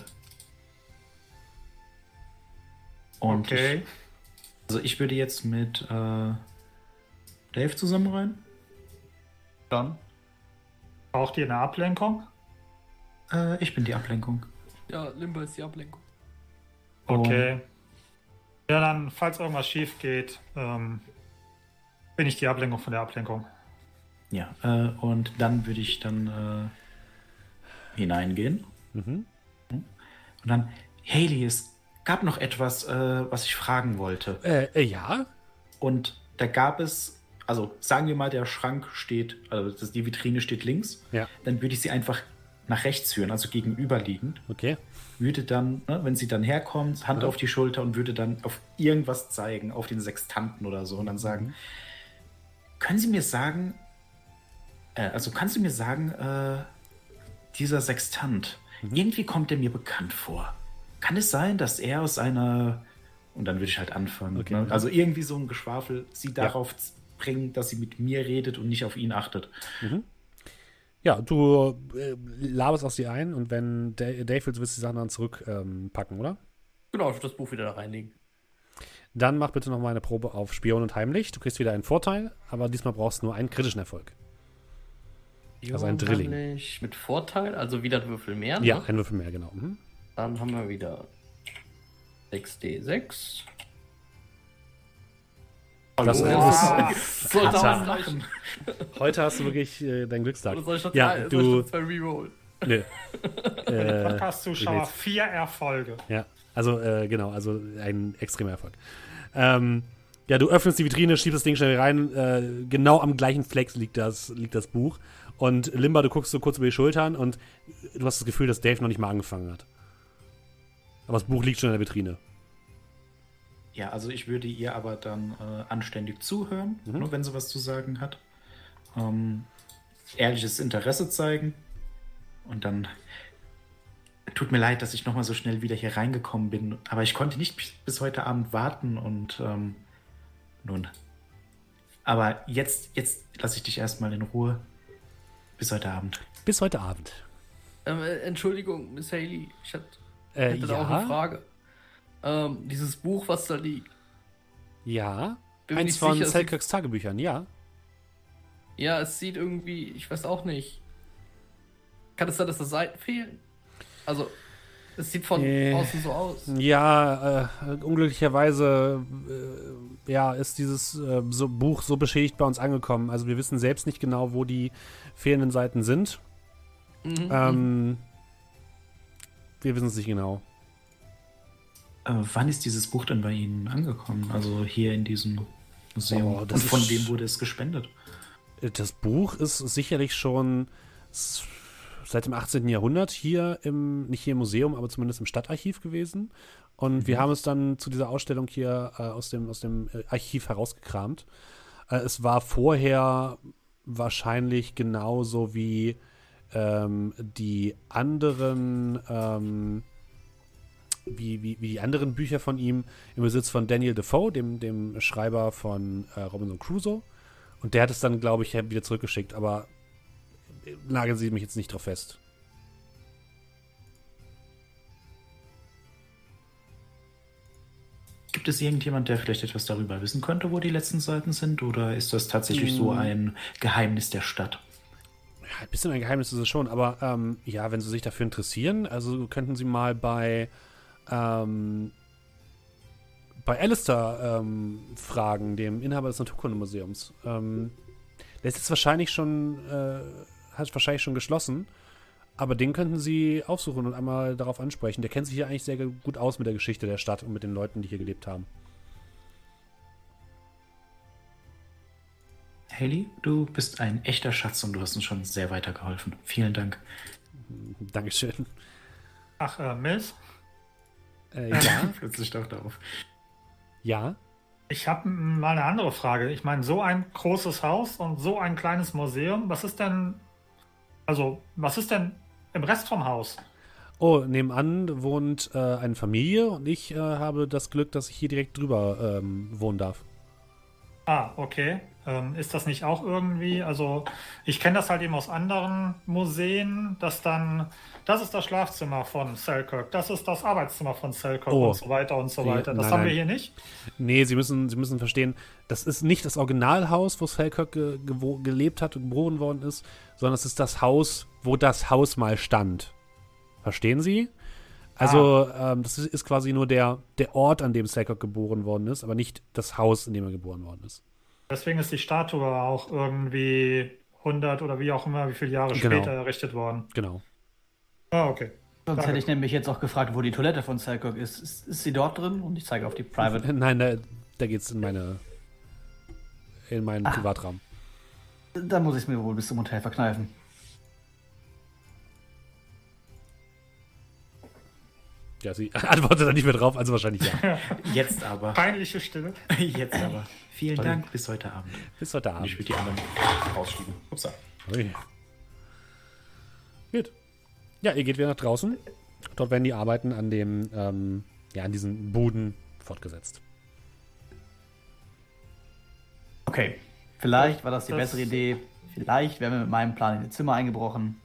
[SPEAKER 2] Und
[SPEAKER 3] Okay.
[SPEAKER 2] ich, also ich würde jetzt mit äh, Dave zusammen rein.
[SPEAKER 5] Dann.
[SPEAKER 3] Braucht ihr eine Ablenkung?
[SPEAKER 2] Äh, ich bin die Ablenkung.
[SPEAKER 4] Ja, Limba ist die Ablenkung.
[SPEAKER 3] Okay. Ja, dann, falls irgendwas schief geht, ähm, bin ich die Ablenkung von der Ablenkung.
[SPEAKER 2] Ja, äh, und dann würde ich dann äh, hineingehen.
[SPEAKER 1] Mhm.
[SPEAKER 2] Und dann, Hayley, es gab noch etwas, äh, was ich fragen wollte.
[SPEAKER 1] Äh, äh, ja.
[SPEAKER 2] Und da gab es, also sagen wir mal, der Schrank steht, also das, die Vitrine steht links.
[SPEAKER 1] Ja.
[SPEAKER 2] Dann würde ich sie einfach nach rechts führen, also gegenüberliegend.
[SPEAKER 1] Okay.
[SPEAKER 2] Würde dann, ne, wenn sie dann herkommt, Hand
[SPEAKER 1] Ja.
[SPEAKER 2] auf die Schulter und würde dann auf irgendwas zeigen, auf den Sextanten oder so und dann sagen,
[SPEAKER 1] Mhm.
[SPEAKER 2] können Sie mir sagen, äh, also kannst du mir sagen, äh, dieser Sextant,
[SPEAKER 1] Mhm.
[SPEAKER 2] irgendwie kommt der mir bekannt vor. Kann es sein, dass er aus einer, und dann würde ich halt anfangen,
[SPEAKER 1] Okay.
[SPEAKER 2] ne? Also irgendwie so ein Geschwafel, sie darauf bringen, dass sie mit mir redet und nicht auf ihn achtet.
[SPEAKER 1] Mhm. Ja, du äh, laberst aus dir ein und wenn Da- Dave willst, willst du die Sachen dann zurückpacken, ähm, packen, oder?
[SPEAKER 4] Genau, ich will das Buch wieder da reinlegen.
[SPEAKER 1] Dann mach bitte nochmal eine Probe auf Spion und Heimlich. Du kriegst wieder einen Vorteil, aber diesmal brauchst du nur einen kritischen Erfolg. Also ein Drilling.
[SPEAKER 4] Nämlich mit Vorteil, also wieder ein Würfel mehr. Ne?
[SPEAKER 1] Ja, ein Würfel mehr, genau. Mhm.
[SPEAKER 4] Dann haben wir wieder sechs D sechs.
[SPEAKER 1] Das
[SPEAKER 4] Oh.
[SPEAKER 1] ist,
[SPEAKER 4] Sollte
[SPEAKER 1] Alter.
[SPEAKER 4] ausreichen.
[SPEAKER 1] heute hast du wirklich äh, dein
[SPEAKER 4] Oder
[SPEAKER 1] Glückstag.
[SPEAKER 4] soll ich noch
[SPEAKER 1] Ja,
[SPEAKER 4] zwei, soll ich
[SPEAKER 1] du,
[SPEAKER 4] noch zwei rerollen?
[SPEAKER 1] Nö.
[SPEAKER 3] Für
[SPEAKER 1] äh,
[SPEAKER 3] die Podcast-Zuschauer vier Erfolge.
[SPEAKER 1] Ja, also, äh, genau, also ein extremer Erfolg. Ähm, ja, du öffnest die Vitrine, schiebst das Ding schnell rein, äh, genau am gleichen Fleck liegt das, liegt das Buch. Und Limba, du guckst so kurz über die Schultern und du hast das Gefühl, dass Dave noch nicht mal angefangen hat. Aber das Buch liegt schon in der Vitrine.
[SPEAKER 2] Ja, also ich würde ihr aber dann äh, anständig zuhören,
[SPEAKER 1] Mhm.
[SPEAKER 2] nur wenn sie was zu sagen hat. Ähm, ehrliches Interesse zeigen. Und dann tut mir leid, dass ich nochmal so schnell wieder hier reingekommen bin. Aber ich konnte nicht bis- bis heute Abend warten und ähm, nun. Aber jetzt, jetzt lasse ich dich erstmal in Ruhe. Bis heute Abend.
[SPEAKER 1] Bis heute Abend.
[SPEAKER 4] Ähm, äh, Entschuldigung, Miss Haley, ich hatte,
[SPEAKER 1] Äh,
[SPEAKER 4] hätte da auch eine
[SPEAKER 1] ja,
[SPEAKER 4] Frage. Ähm, dieses Buch, was da liegt.
[SPEAKER 1] ja.
[SPEAKER 4] Bin mir
[SPEAKER 1] Eins
[SPEAKER 4] nicht
[SPEAKER 1] von
[SPEAKER 4] sicher, es
[SPEAKER 1] Selkirks Tagebüchern, ja.
[SPEAKER 4] Ja, es sieht irgendwie, ich weiß auch nicht. Kann es sein, dass da Seiten fehlen? Also, es sieht von
[SPEAKER 1] Äh,
[SPEAKER 4] außen so aus.
[SPEAKER 1] Ja, äh, unglücklicherweise äh, ja, ist dieses äh, so Buch so beschädigt bei uns angekommen. Also wir wissen selbst nicht genau, wo die fehlenden Seiten sind.
[SPEAKER 4] Mhm.
[SPEAKER 1] Ähm, wir wissen es nicht genau.
[SPEAKER 2] Äh, wann ist dieses Buch denn bei Ihnen angekommen? Also hier in diesem Museum.
[SPEAKER 1] Oh, das
[SPEAKER 2] Und von
[SPEAKER 1] ist-
[SPEAKER 2] wem wurde es gespendet?
[SPEAKER 1] Das Buch ist sicherlich schon s- seit dem achtzehnten. Jahrhundert hier im, nicht hier im Museum, aber zumindest im Stadtarchiv gewesen. Und wir haben es dann zu dieser Ausstellung hier äh, aus dem, aus dem äh, Archiv herausgekramt. Äh, es war vorher wahrscheinlich genauso wie ähm, die anderen ähm, wie, wie, wie die anderen Bücher von ihm im Besitz von Daniel Defoe, dem, dem Schreiber von äh, Robinson Crusoe. Und der hat es dann, glaube ich, wieder zurückgeschickt, aber nageln Sie mich jetzt nicht drauf fest.
[SPEAKER 2] Gibt es irgendjemand, der vielleicht etwas darüber wissen könnte, wo die letzten Seiten sind? Oder ist das tatsächlich so ein Geheimnis der Stadt?
[SPEAKER 1] Ja, ein bisschen ein Geheimnis ist es schon, aber ähm, ja, wenn Sie sich dafür interessieren, also könnten Sie mal bei ähm, bei Alistair ähm, fragen, dem Inhaber des Naturkundemuseums. Ähm, der ist jetzt wahrscheinlich schon, äh, hat wahrscheinlich schon geschlossen, aber den könnten Sie aufsuchen und einmal darauf ansprechen. Der kennt sich ja eigentlich sehr gut aus mit der Geschichte der Stadt und mit den Leuten, die hier gelebt haben.
[SPEAKER 2] Haley, du bist ein echter Schatz und du hast uns schon sehr weitergeholfen. Vielen Dank.
[SPEAKER 1] Dankeschön.
[SPEAKER 3] Ach, äh, Mills?
[SPEAKER 1] Äh, ja,
[SPEAKER 2] Plötzlich taucht er auf.
[SPEAKER 1] ja.
[SPEAKER 3] Ich habe mal eine andere Frage. Ich meine, so ein großes Haus und so ein kleines Museum, was ist denn, also, was ist denn im Rest vom Haus?
[SPEAKER 1] Oh, nebenan wohnt äh, eine Familie und ich äh, habe das Glück, dass ich hier direkt drüber ähm, wohnen darf.
[SPEAKER 3] Ah, okay. Ähm, ist das nicht auch irgendwie, also ich kenne das halt eben aus anderen Museen, dass dann, das ist das Schlafzimmer von Selkirk, das ist das Arbeitszimmer von Selkirk
[SPEAKER 1] Oh.
[SPEAKER 3] und so weiter und so
[SPEAKER 1] Nee,
[SPEAKER 3] weiter. Das
[SPEAKER 1] nein,
[SPEAKER 3] haben
[SPEAKER 1] nein.
[SPEAKER 3] wir hier nicht.
[SPEAKER 1] Nee, Sie müssen, Sie müssen verstehen, das ist nicht das Originalhaus, wo Selkirk ge gewo- gelebt hat und geboren worden ist, sondern es ist das Haus, wo das Haus mal stand. Verstehen Sie? Also, ähm, das ist, ist quasi nur der, der Ort, an dem Selkirk geboren worden ist, aber nicht das Haus, in dem er geboren worden ist.
[SPEAKER 3] Deswegen ist die Statue auch irgendwie hundert oder wie auch immer, wie viele Jahre
[SPEAKER 1] Genau.
[SPEAKER 3] später errichtet worden.
[SPEAKER 1] Genau.
[SPEAKER 3] Ah, okay.
[SPEAKER 5] Sonst
[SPEAKER 3] Danke.
[SPEAKER 5] hätte ich nämlich jetzt auch gefragt, wo die Toilette von Selkirk ist. ist. Ist sie dort drin? Und ich zeige auf die Private.
[SPEAKER 1] Nein, da, da geht's in meine in meinen
[SPEAKER 5] Ach.
[SPEAKER 1] Privatraum.
[SPEAKER 5] Da muss ich es mir wohl bis zum Hotel verkneifen.
[SPEAKER 1] Ja, sie antwortet da nicht mehr drauf, also wahrscheinlich ja.
[SPEAKER 2] Jetzt aber.
[SPEAKER 3] Peinliche Stille.
[SPEAKER 2] Jetzt aber. Vielen
[SPEAKER 1] Toll.
[SPEAKER 2] Dank. Bis heute Abend.
[SPEAKER 1] Bis heute
[SPEAKER 2] Und ich
[SPEAKER 1] Abend.
[SPEAKER 2] will die anderen rausschieben. Upsa.
[SPEAKER 1] Ui. Gut. Ja, ihr geht wieder nach draußen. Dort werden die Arbeiten an dem, ähm, ja, an diesen Buden fortgesetzt.
[SPEAKER 5] Okay. Vielleicht war das die
[SPEAKER 3] Das-
[SPEAKER 5] bessere Idee. Vielleicht wären wir mit meinem Plan in ihr Zimmer eingebrochen.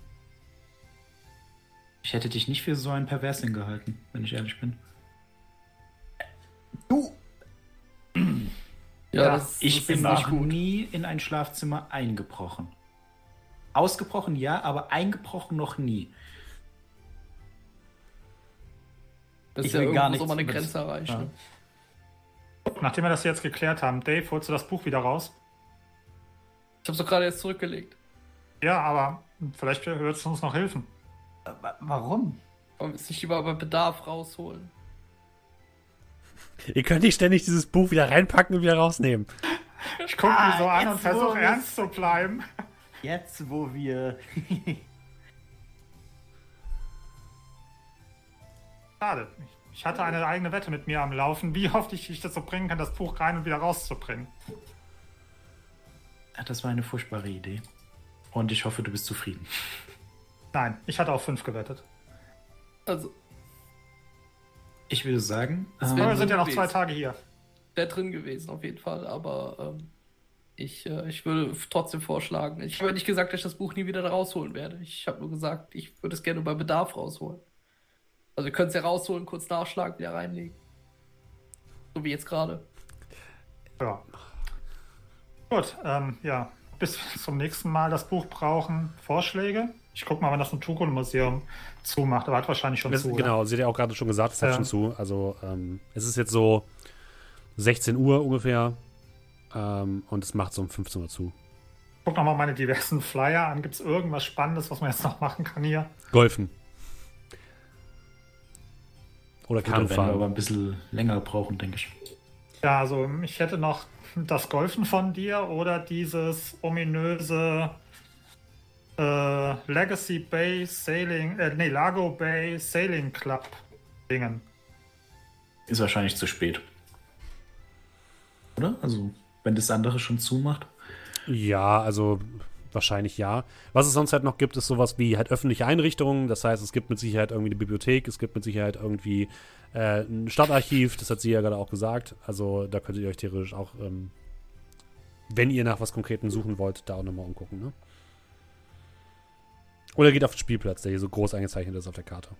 [SPEAKER 2] Ich hätte dich nicht für so einen Perversin gehalten, wenn ich ehrlich bin.
[SPEAKER 5] Du!
[SPEAKER 4] Ja,
[SPEAKER 3] Ja,
[SPEAKER 4] das,
[SPEAKER 2] Ich
[SPEAKER 4] das
[SPEAKER 2] bin
[SPEAKER 4] ist
[SPEAKER 2] noch
[SPEAKER 4] nicht gut.
[SPEAKER 2] nie in ein Schlafzimmer eingebrochen. Ausgebrochen ja, aber eingebrochen noch nie.
[SPEAKER 4] Das
[SPEAKER 5] Ich
[SPEAKER 4] ist ja
[SPEAKER 5] will
[SPEAKER 4] irgendwo
[SPEAKER 5] gar
[SPEAKER 4] so
[SPEAKER 5] nichts
[SPEAKER 4] mal eine
[SPEAKER 5] mit-
[SPEAKER 4] Grenze erreicht.
[SPEAKER 5] Ja.
[SPEAKER 4] Ne?
[SPEAKER 3] Nachdem wir das jetzt geklärt haben, Dave, holst du das Buch wieder raus?
[SPEAKER 4] Ich hab's doch gerade jetzt zurückgelegt.
[SPEAKER 3] Ja, aber Vielleicht würdest du uns noch helfen.
[SPEAKER 5] Äh, warum?
[SPEAKER 4] Wollen wir es nicht lieber bei Bedarf rausholen?
[SPEAKER 1] Ihr könnt nicht ständig dieses Buch wieder reinpacken und wieder rausnehmen.
[SPEAKER 3] Ich gucke
[SPEAKER 5] Ah,
[SPEAKER 3] ihn so an
[SPEAKER 5] jetzt,
[SPEAKER 3] und versuche
[SPEAKER 5] wo
[SPEAKER 3] ernst zu bleiben.
[SPEAKER 5] Jetzt, wo wir...
[SPEAKER 3] Schade. Ich hatte eine eigene Wette mit mir am Laufen, wie oft ich, ich das so bringen kann, das Buch rein und wieder rauszubringen.
[SPEAKER 2] Ja, das war eine furchtbare Idee. Und ich hoffe, du bist zufrieden.
[SPEAKER 3] Nein, ich hatte auf fünf gewettet.
[SPEAKER 4] Also,
[SPEAKER 2] Ich würde sagen,
[SPEAKER 4] Das
[SPEAKER 3] Aber
[SPEAKER 4] wär-
[SPEAKER 3] wir
[SPEAKER 2] ähm,
[SPEAKER 3] sind ja noch
[SPEAKER 4] gewesen.
[SPEAKER 3] zwei Tage hier.
[SPEAKER 4] wäre drin gewesen auf jeden Fall, aber ähm, ich, äh, ich würde f- trotzdem vorschlagen. Ich habe ja nicht gesagt, dass ich das Buch nie wieder da rausholen werde. Ich habe nur gesagt, ich würde es gerne bei Bedarf rausholen. Also ihr könnt es ja rausholen, kurz nachschlagen, wieder reinlegen. So wie jetzt gerade.
[SPEAKER 3] Ja. Gut, ähm, ja. Bis zum nächsten Mal das Buch brauchen. Vorschläge? Ich gucke mal, wann das Tugun-Museum zumacht, aber hat wahrscheinlich schon
[SPEAKER 1] Das,
[SPEAKER 3] zu. Oder?
[SPEAKER 1] genau, sie hat ja auch gerade schon gesagt, es hat
[SPEAKER 3] Ja.
[SPEAKER 1] schon zu. Also ähm, es ist jetzt so sechzehn Uhr ungefähr ähm, und es macht so um fünfzehn Uhr zu.
[SPEAKER 3] Guck nochmal meine diversen Flyer an. Gibt es irgendwas Spannendes, was man jetzt noch machen kann hier?
[SPEAKER 1] Golfen. Oder
[SPEAKER 2] Gut, dann werden wir aber
[SPEAKER 1] Kanufahren.
[SPEAKER 2] ein bisschen länger brauchen, denke ich.
[SPEAKER 3] Ja, also ich hätte noch das Golfen von dir oder dieses ominöse äh, Legacy Bay Sailing, äh, nee, Lago Bay Sailing Club Dingen.
[SPEAKER 2] Ist wahrscheinlich zu spät. Oder? Also, wenn das andere schon zumacht.
[SPEAKER 1] Ja, also wahrscheinlich ja. Was es sonst halt noch gibt, ist sowas wie halt öffentliche Einrichtungen. Das heißt, es gibt mit Sicherheit irgendwie eine Bibliothek, es gibt mit Sicherheit irgendwie äh, ein Stadtarchiv, das hat sie ja gerade auch gesagt. Also da könntet ihr euch theoretisch auch, ähm, wenn ihr nach was Konkretem suchen wollt, da auch nochmal umgucken, ne? Oder geht auf den Spielplatz, der hier so groß eingezeichnet ist auf der Karte.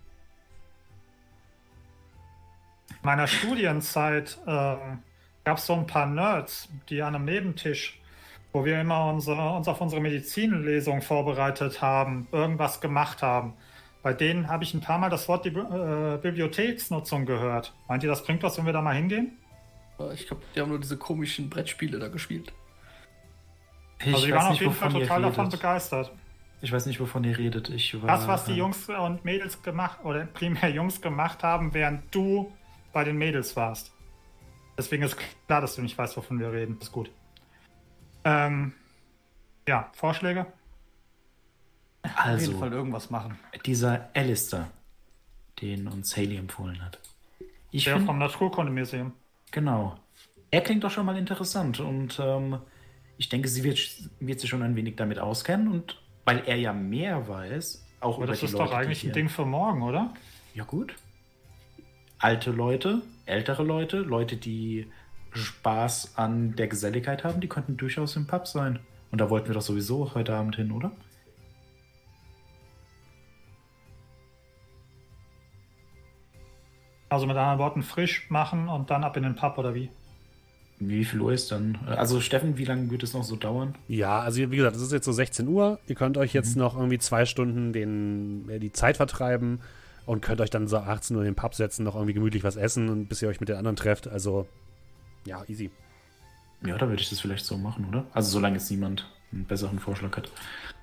[SPEAKER 3] In meiner Studienzeit äh, gab es so ein paar Nerds, die an einem Nebentisch, wo wir immer unsere, uns auf unsere Medizinlesung vorbereitet haben, irgendwas gemacht haben. Bei denen habe ich ein paar Mal das Wort die, äh, Bibliotheksnutzung gehört. Meint ihr, das bringt was, wenn wir da mal hingehen?
[SPEAKER 4] Äh, Ich glaube, die haben nur diese komischen Brettspiele da gespielt.
[SPEAKER 2] Ich
[SPEAKER 3] Also die
[SPEAKER 2] weiß
[SPEAKER 3] waren auf
[SPEAKER 2] nicht,
[SPEAKER 3] jeden Fall
[SPEAKER 2] wovon ihr
[SPEAKER 3] total davon
[SPEAKER 2] redet.
[SPEAKER 3] begeistert.
[SPEAKER 2] Ich weiß nicht, wovon ihr redet. Ich war,
[SPEAKER 3] Das, was die
[SPEAKER 2] äh,
[SPEAKER 3] Jungs und Mädels gemacht, oder primär Jungs gemacht haben, während du bei den Mädels warst. Deswegen ist klar, dass du nicht weißt, wovon wir reden. Ist gut. Ähm, ja, Vorschläge?
[SPEAKER 5] Auf jeden Fall
[SPEAKER 2] Also,
[SPEAKER 5] irgendwas machen.
[SPEAKER 2] dieser Alistair, den uns Haley empfohlen hat. Ich
[SPEAKER 3] Der
[SPEAKER 2] finde,
[SPEAKER 3] vom Naturkundemuseum.
[SPEAKER 2] genau. Er klingt doch schon mal interessant und ähm, ich denke, sie wird, wird sich schon ein wenig damit auskennen und weil er ja mehr weiß, auch
[SPEAKER 3] Aber
[SPEAKER 2] über
[SPEAKER 3] das
[SPEAKER 2] die
[SPEAKER 3] ist
[SPEAKER 2] Leute,
[SPEAKER 3] doch eigentlich
[SPEAKER 2] die
[SPEAKER 3] ein
[SPEAKER 2] hier-
[SPEAKER 3] Ding für morgen, oder?
[SPEAKER 2] Ja gut. Alte Leute, ältere Leute, Leute, die Spaß an der Geselligkeit haben, die könnten durchaus im Pub sein. Und da wollten wir doch sowieso heute Abend hin, oder?
[SPEAKER 3] Also mit anderen Worten, frisch machen und dann ab in den Pub, oder wie?
[SPEAKER 2] Wie viel Uhr ist dann? Also Steffen, wie lange wird es noch so dauern?
[SPEAKER 1] Ja, also wie gesagt, es ist jetzt so sechzehn Uhr. Ihr könnt euch jetzt
[SPEAKER 2] Mhm.
[SPEAKER 1] noch irgendwie zwei Stunden den, äh, die Zeit vertreiben und könnt euch dann so achtzehn Uhr in den Pub setzen, noch irgendwie gemütlich was essen und bis ihr euch mit den anderen trefft. Also, ja, easy.
[SPEAKER 2] Ja, da würde ich das vielleicht so machen, oder? Also solange jetzt niemand einen besseren Vorschlag hat.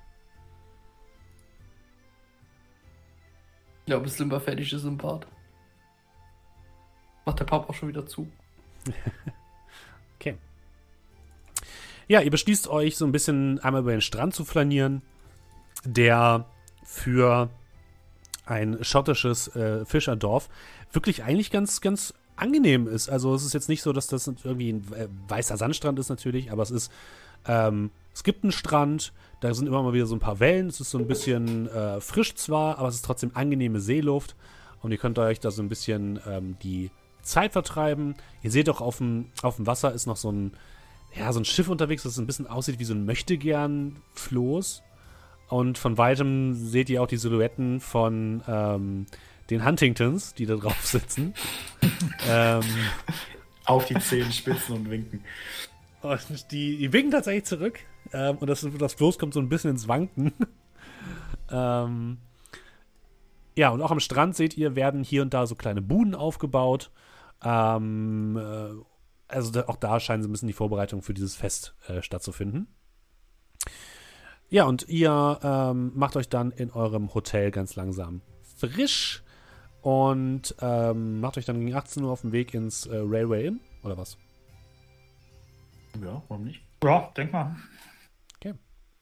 [SPEAKER 4] Ich glaube, bis Limba fertig ist im Bad. Macht der Pub auch schon wieder zu.
[SPEAKER 1] Okay. Ja, ihr beschließt euch so ein bisschen einmal über den Strand zu flanieren, der für ein schottisches äh, Fischerdorf wirklich eigentlich ganz, ganz angenehm ist. Also es ist jetzt nicht so, dass das irgendwie ein äh, weißer Sandstrand ist natürlich, aber es ist, ähm, es gibt einen Strand, da sind immer mal wieder so ein paar Wellen, es ist so ein bisschen äh, frisch zwar, aber es ist trotzdem angenehme Seeluft und ihr könnt euch da so ein bisschen ähm, die Zeit vertreiben. Ihr seht auch auf dem, auf dem Wasser ist noch so ein, ja, so ein Schiff unterwegs, das ein bisschen aussieht wie so ein Möchtegern-Floß. Und von weitem seht ihr auch die Silhouetten von ähm, den Huntingtons, die da drauf sitzen. ähm,
[SPEAKER 2] Auf die Zehenspitzen und winken.
[SPEAKER 1] und die, die winken tatsächlich zurück. Ähm, und das, das Floß kommt so ein bisschen ins Wanken. ähm, ja, und auch am Strand seht ihr, werden hier und da so kleine Buden aufgebaut. Ähm, äh, also da, auch da scheinen so ein bisschen die Vorbereitungen für dieses Fest äh, stattzufinden. Ja, und ihr ähm, macht euch dann in eurem Hotel ganz langsam frisch und ähm, macht euch dann gegen achtzehn Uhr auf den Weg ins äh, Railway Inn, oder was?
[SPEAKER 2] Ja, warum nicht?
[SPEAKER 3] Ja, denk mal.
[SPEAKER 1] Okay.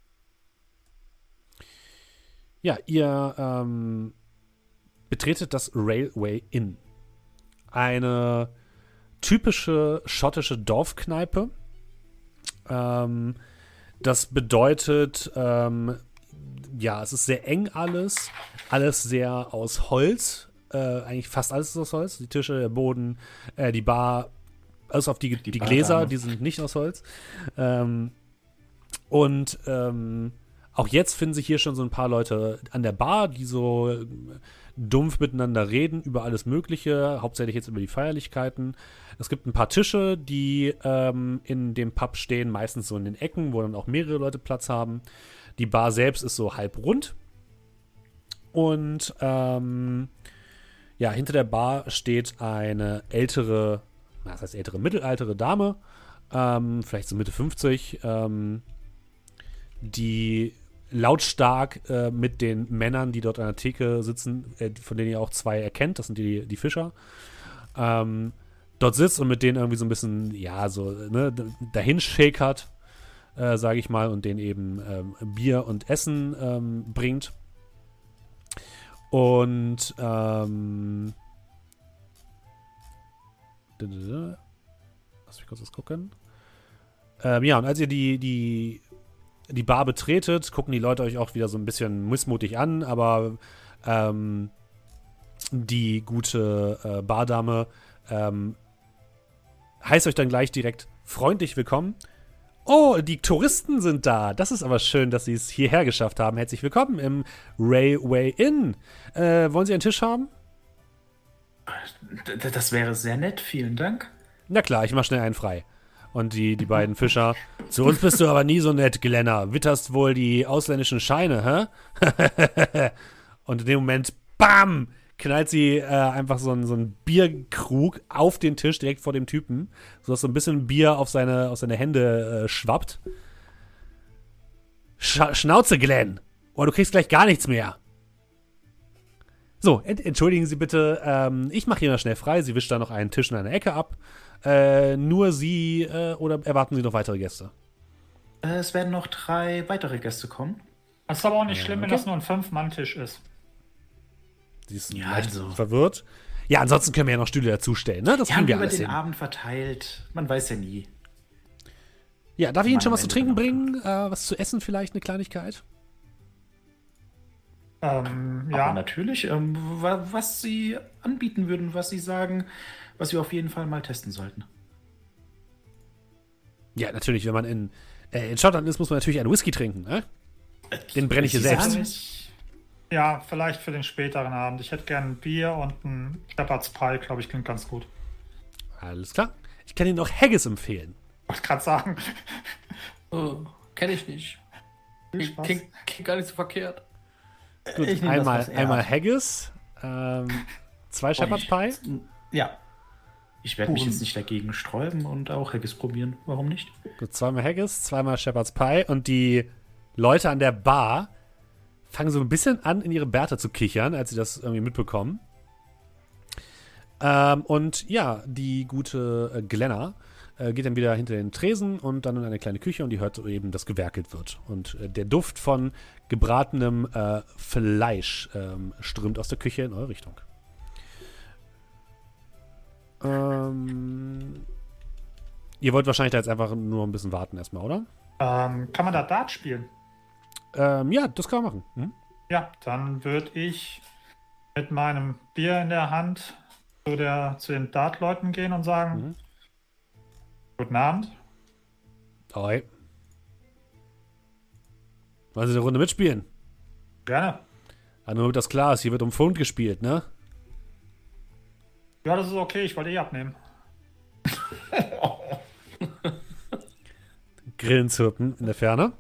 [SPEAKER 1] Ja, ihr ähm, betretet das Railway Inn. Eine typische schottische Dorfkneipe. Ähm, das bedeutet, ähm, ja, es ist sehr eng alles. Alles sehr aus Holz. Äh, eigentlich fast alles ist aus Holz. Die Tische, der Boden, äh, die Bar, alles auf die, die, die Gläser, die sind nicht aus Holz. Ähm, und ähm, auch jetzt finden sich hier schon so ein paar Leute an der Bar, die so äh, dumpf miteinander reden über alles Mögliche, hauptsächlich jetzt über die Feierlichkeiten. Es gibt ein paar Tische, die ähm, in dem Pub stehen, meistens so in den Ecken, wo dann auch mehrere Leute Platz haben. Die Bar selbst ist so halb rund. Und ähm, ja, hinter der Bar steht eine ältere, was heißt ältere, mittelaltere Dame, ähm, vielleicht so Mitte fünfzig, ähm, die lautstark äh, mit den Männern, die dort an der Theke sitzen, äh, von denen ihr auch zwei erkennt, das sind die, die Fischer, ähm, dort sitzt und mit denen irgendwie so ein bisschen, ja, so, ne, dahin shakert, äh, sage ich mal, und denen eben ähm, Bier und Essen ähm, bringt. Und, ähm, lass mich kurz was gucken. Ähm, ja, und als ihr die, die die Bar betretet, gucken die Leute euch auch wieder so ein bisschen missmutig an, aber ähm, die gute äh, Bardame ähm, heißt euch dann gleich direkt freundlich willkommen. Oh, die Touristen sind da. Das ist aber schön, dass sie es hierher geschafft haben. Herzlich willkommen im Railway Inn. Äh, wollen Sie einen Tisch haben?
[SPEAKER 2] D- Das wäre sehr nett, vielen Dank.
[SPEAKER 1] Na klar, ich mach schnell einen frei. Und die, die beiden Fischer. Zu uns bist du aber nie so nett, Glenner. Witterst wohl die ausländischen Scheine, hä? Und in dem Moment, bam, knallt sie äh, einfach so einen so einen Bierkrug auf den Tisch direkt vor dem Typen, sodass so ein bisschen Bier auf seine, auf seine Hände äh, schwappt. Sch- Schnauze, Glenn! Oh, du kriegst gleich gar nichts mehr. So, ent- entschuldigen Sie bitte, ähm, ich mache hier mal schnell frei. Sie wischt da noch einen Tisch in einer Ecke ab. Äh, nur Sie äh, oder erwarten Sie noch weitere Gäste?
[SPEAKER 2] Äh, Es werden noch drei weitere Gäste kommen.
[SPEAKER 3] Das ist aber auch nicht
[SPEAKER 1] Ja,
[SPEAKER 3] schlimm, wenn
[SPEAKER 1] okay.
[SPEAKER 3] das nur ein Fünf-Mann-Tisch ist.
[SPEAKER 1] Sie ist
[SPEAKER 2] Ja,
[SPEAKER 1] leicht
[SPEAKER 2] also.
[SPEAKER 1] verwirrt. Ja, ansonsten können wir ja noch Stühle dazustellen, ne? Das
[SPEAKER 2] Die
[SPEAKER 1] kriegen
[SPEAKER 2] haben
[SPEAKER 1] wir
[SPEAKER 2] über
[SPEAKER 1] alles
[SPEAKER 2] den
[SPEAKER 1] hin.
[SPEAKER 2] Abend verteilt. Man weiß ja nie.
[SPEAKER 1] Ja, darf ich Ihnen schon
[SPEAKER 2] Mann,
[SPEAKER 1] was zu
[SPEAKER 2] wenn
[SPEAKER 1] trinken
[SPEAKER 2] du
[SPEAKER 1] bringen? Äh, was zu essen vielleicht, eine Kleinigkeit?
[SPEAKER 3] Ähm,
[SPEAKER 2] Aber
[SPEAKER 3] ja.
[SPEAKER 2] natürlich, ähm, wa- was Sie anbieten würden, was Sie sagen, was wir auf jeden Fall mal testen sollten.
[SPEAKER 1] Ja, natürlich, wenn man in, äh, in Schottland ist, muss man natürlich einen Whisky trinken, ne? Den brenne ich hier
[SPEAKER 2] Sie
[SPEAKER 1] selbst.
[SPEAKER 2] sagen es.
[SPEAKER 3] Ja, vielleicht für den späteren Abend. Ich hätte gern ein Bier und ein Shepherd's Pie, glaube ich, klingt ganz gut.
[SPEAKER 1] Alles klar. Ich kann Ihnen noch Haggis empfehlen.
[SPEAKER 3] Wollte gerade sagen.
[SPEAKER 4] Oh, kenn ich nicht.
[SPEAKER 3] Viel
[SPEAKER 4] Klingt,
[SPEAKER 3] Spaß.
[SPEAKER 4] klingt, klingt gar nicht so verkehrt.
[SPEAKER 1] Gut,
[SPEAKER 5] Ich nehme das,
[SPEAKER 1] einmal,
[SPEAKER 5] was er
[SPEAKER 1] einmal
[SPEAKER 5] hat.
[SPEAKER 1] Haggis, ähm, zwei Shepherd's Pie.
[SPEAKER 5] Ja.
[SPEAKER 2] Ich werde mich
[SPEAKER 5] Kuchen.
[SPEAKER 2] jetzt nicht dagegen sträuben und auch Haggis probieren. Warum nicht?
[SPEAKER 1] Gut, zweimal Haggis, zweimal Shepherd's Pie und die Leute an der Bar fangen so ein bisschen an, in ihre Bärte zu kichern, als sie das irgendwie mitbekommen. Ähm, und ja, die gute äh, Glenna äh, geht dann wieder hinter den Tresen und dann in eine kleine Küche und die hört eben, dass gewerkelt wird. Und äh, der Duft von gebratenem äh, Fleisch ähm, strömt aus der Küche in eure Richtung. Ähm, ihr wollt wahrscheinlich da jetzt einfach nur ein bisschen warten erstmal, oder?
[SPEAKER 3] Ähm, kann man da Dart spielen?
[SPEAKER 1] Ähm, ja, das kann man machen. Hm?
[SPEAKER 3] Ja, dann würde ich mit meinem Bier in der Hand zu, der, zu den Dart-Leuten gehen und sagen:
[SPEAKER 1] Mhm.
[SPEAKER 3] Guten Abend.
[SPEAKER 1] Oi. Wollen Sie eine Runde mitspielen?
[SPEAKER 3] Gerne.
[SPEAKER 1] Ja, nur damit das klar ist, hier wird um Pfund gespielt, ne?
[SPEAKER 3] Ja, das ist okay, ich wollte eh abnehmen.
[SPEAKER 1] Grillenzirpen in der Ferne.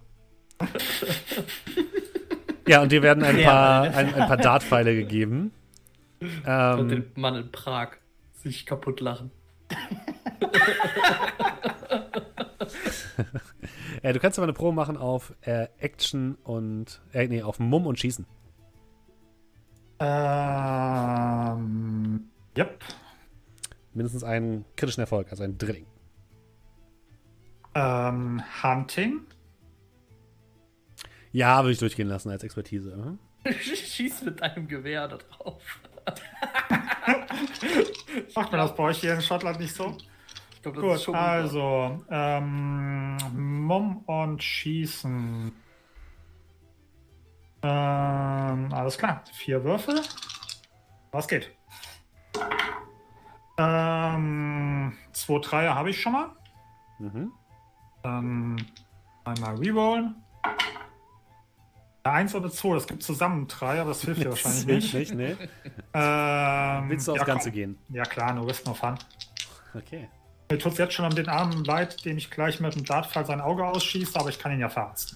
[SPEAKER 1] Ja, und dir werden ein
[SPEAKER 5] Ja,
[SPEAKER 1] paar,
[SPEAKER 5] meine-
[SPEAKER 1] ein, ein paar Dartpfeile gegeben.
[SPEAKER 4] Und
[SPEAKER 1] Ähm,
[SPEAKER 4] den Mann in Prag sich kaputt lachen.
[SPEAKER 1] Äh, du kannst aber eine Probe machen auf äh, Action und, äh, nee, auf Mumm und Schießen.
[SPEAKER 3] Ähm, yep.
[SPEAKER 1] Mindestens einen kritischen Erfolg, also ein Drilling.
[SPEAKER 3] Ähm, Hunting.
[SPEAKER 1] Ja, würde ich durchgehen lassen als Expertise. Mhm.
[SPEAKER 4] Schieß mit deinem Gewehr da drauf.
[SPEAKER 3] Macht man das bei euch hier in Schottland nicht so?
[SPEAKER 4] Ich glaub, das
[SPEAKER 3] Gut,
[SPEAKER 4] ist schon
[SPEAKER 3] also, ähm, Mumm und Schießen. Ähm, alles klar. Vier Würfel. Was geht? Ähm, zwei Dreier habe ich schon mal.
[SPEAKER 1] Mhm.
[SPEAKER 3] Dann einmal rerollen. Eins oder zwei, das gibt zusammen drei, aber das hilft dir wahrscheinlich nicht.
[SPEAKER 1] nicht nee.
[SPEAKER 3] Ähm,
[SPEAKER 1] Willst du aufs
[SPEAKER 3] ja,
[SPEAKER 1] Ganze
[SPEAKER 3] komm.
[SPEAKER 1] gehen?
[SPEAKER 3] Ja klar, no risk no fun.
[SPEAKER 1] Okay.
[SPEAKER 3] Mir tut es jetzt schon um den armen leid, dem ich gleich mit dem Dartpfeil sein Auge ausschieße, aber ich kann ihn ja verarzten.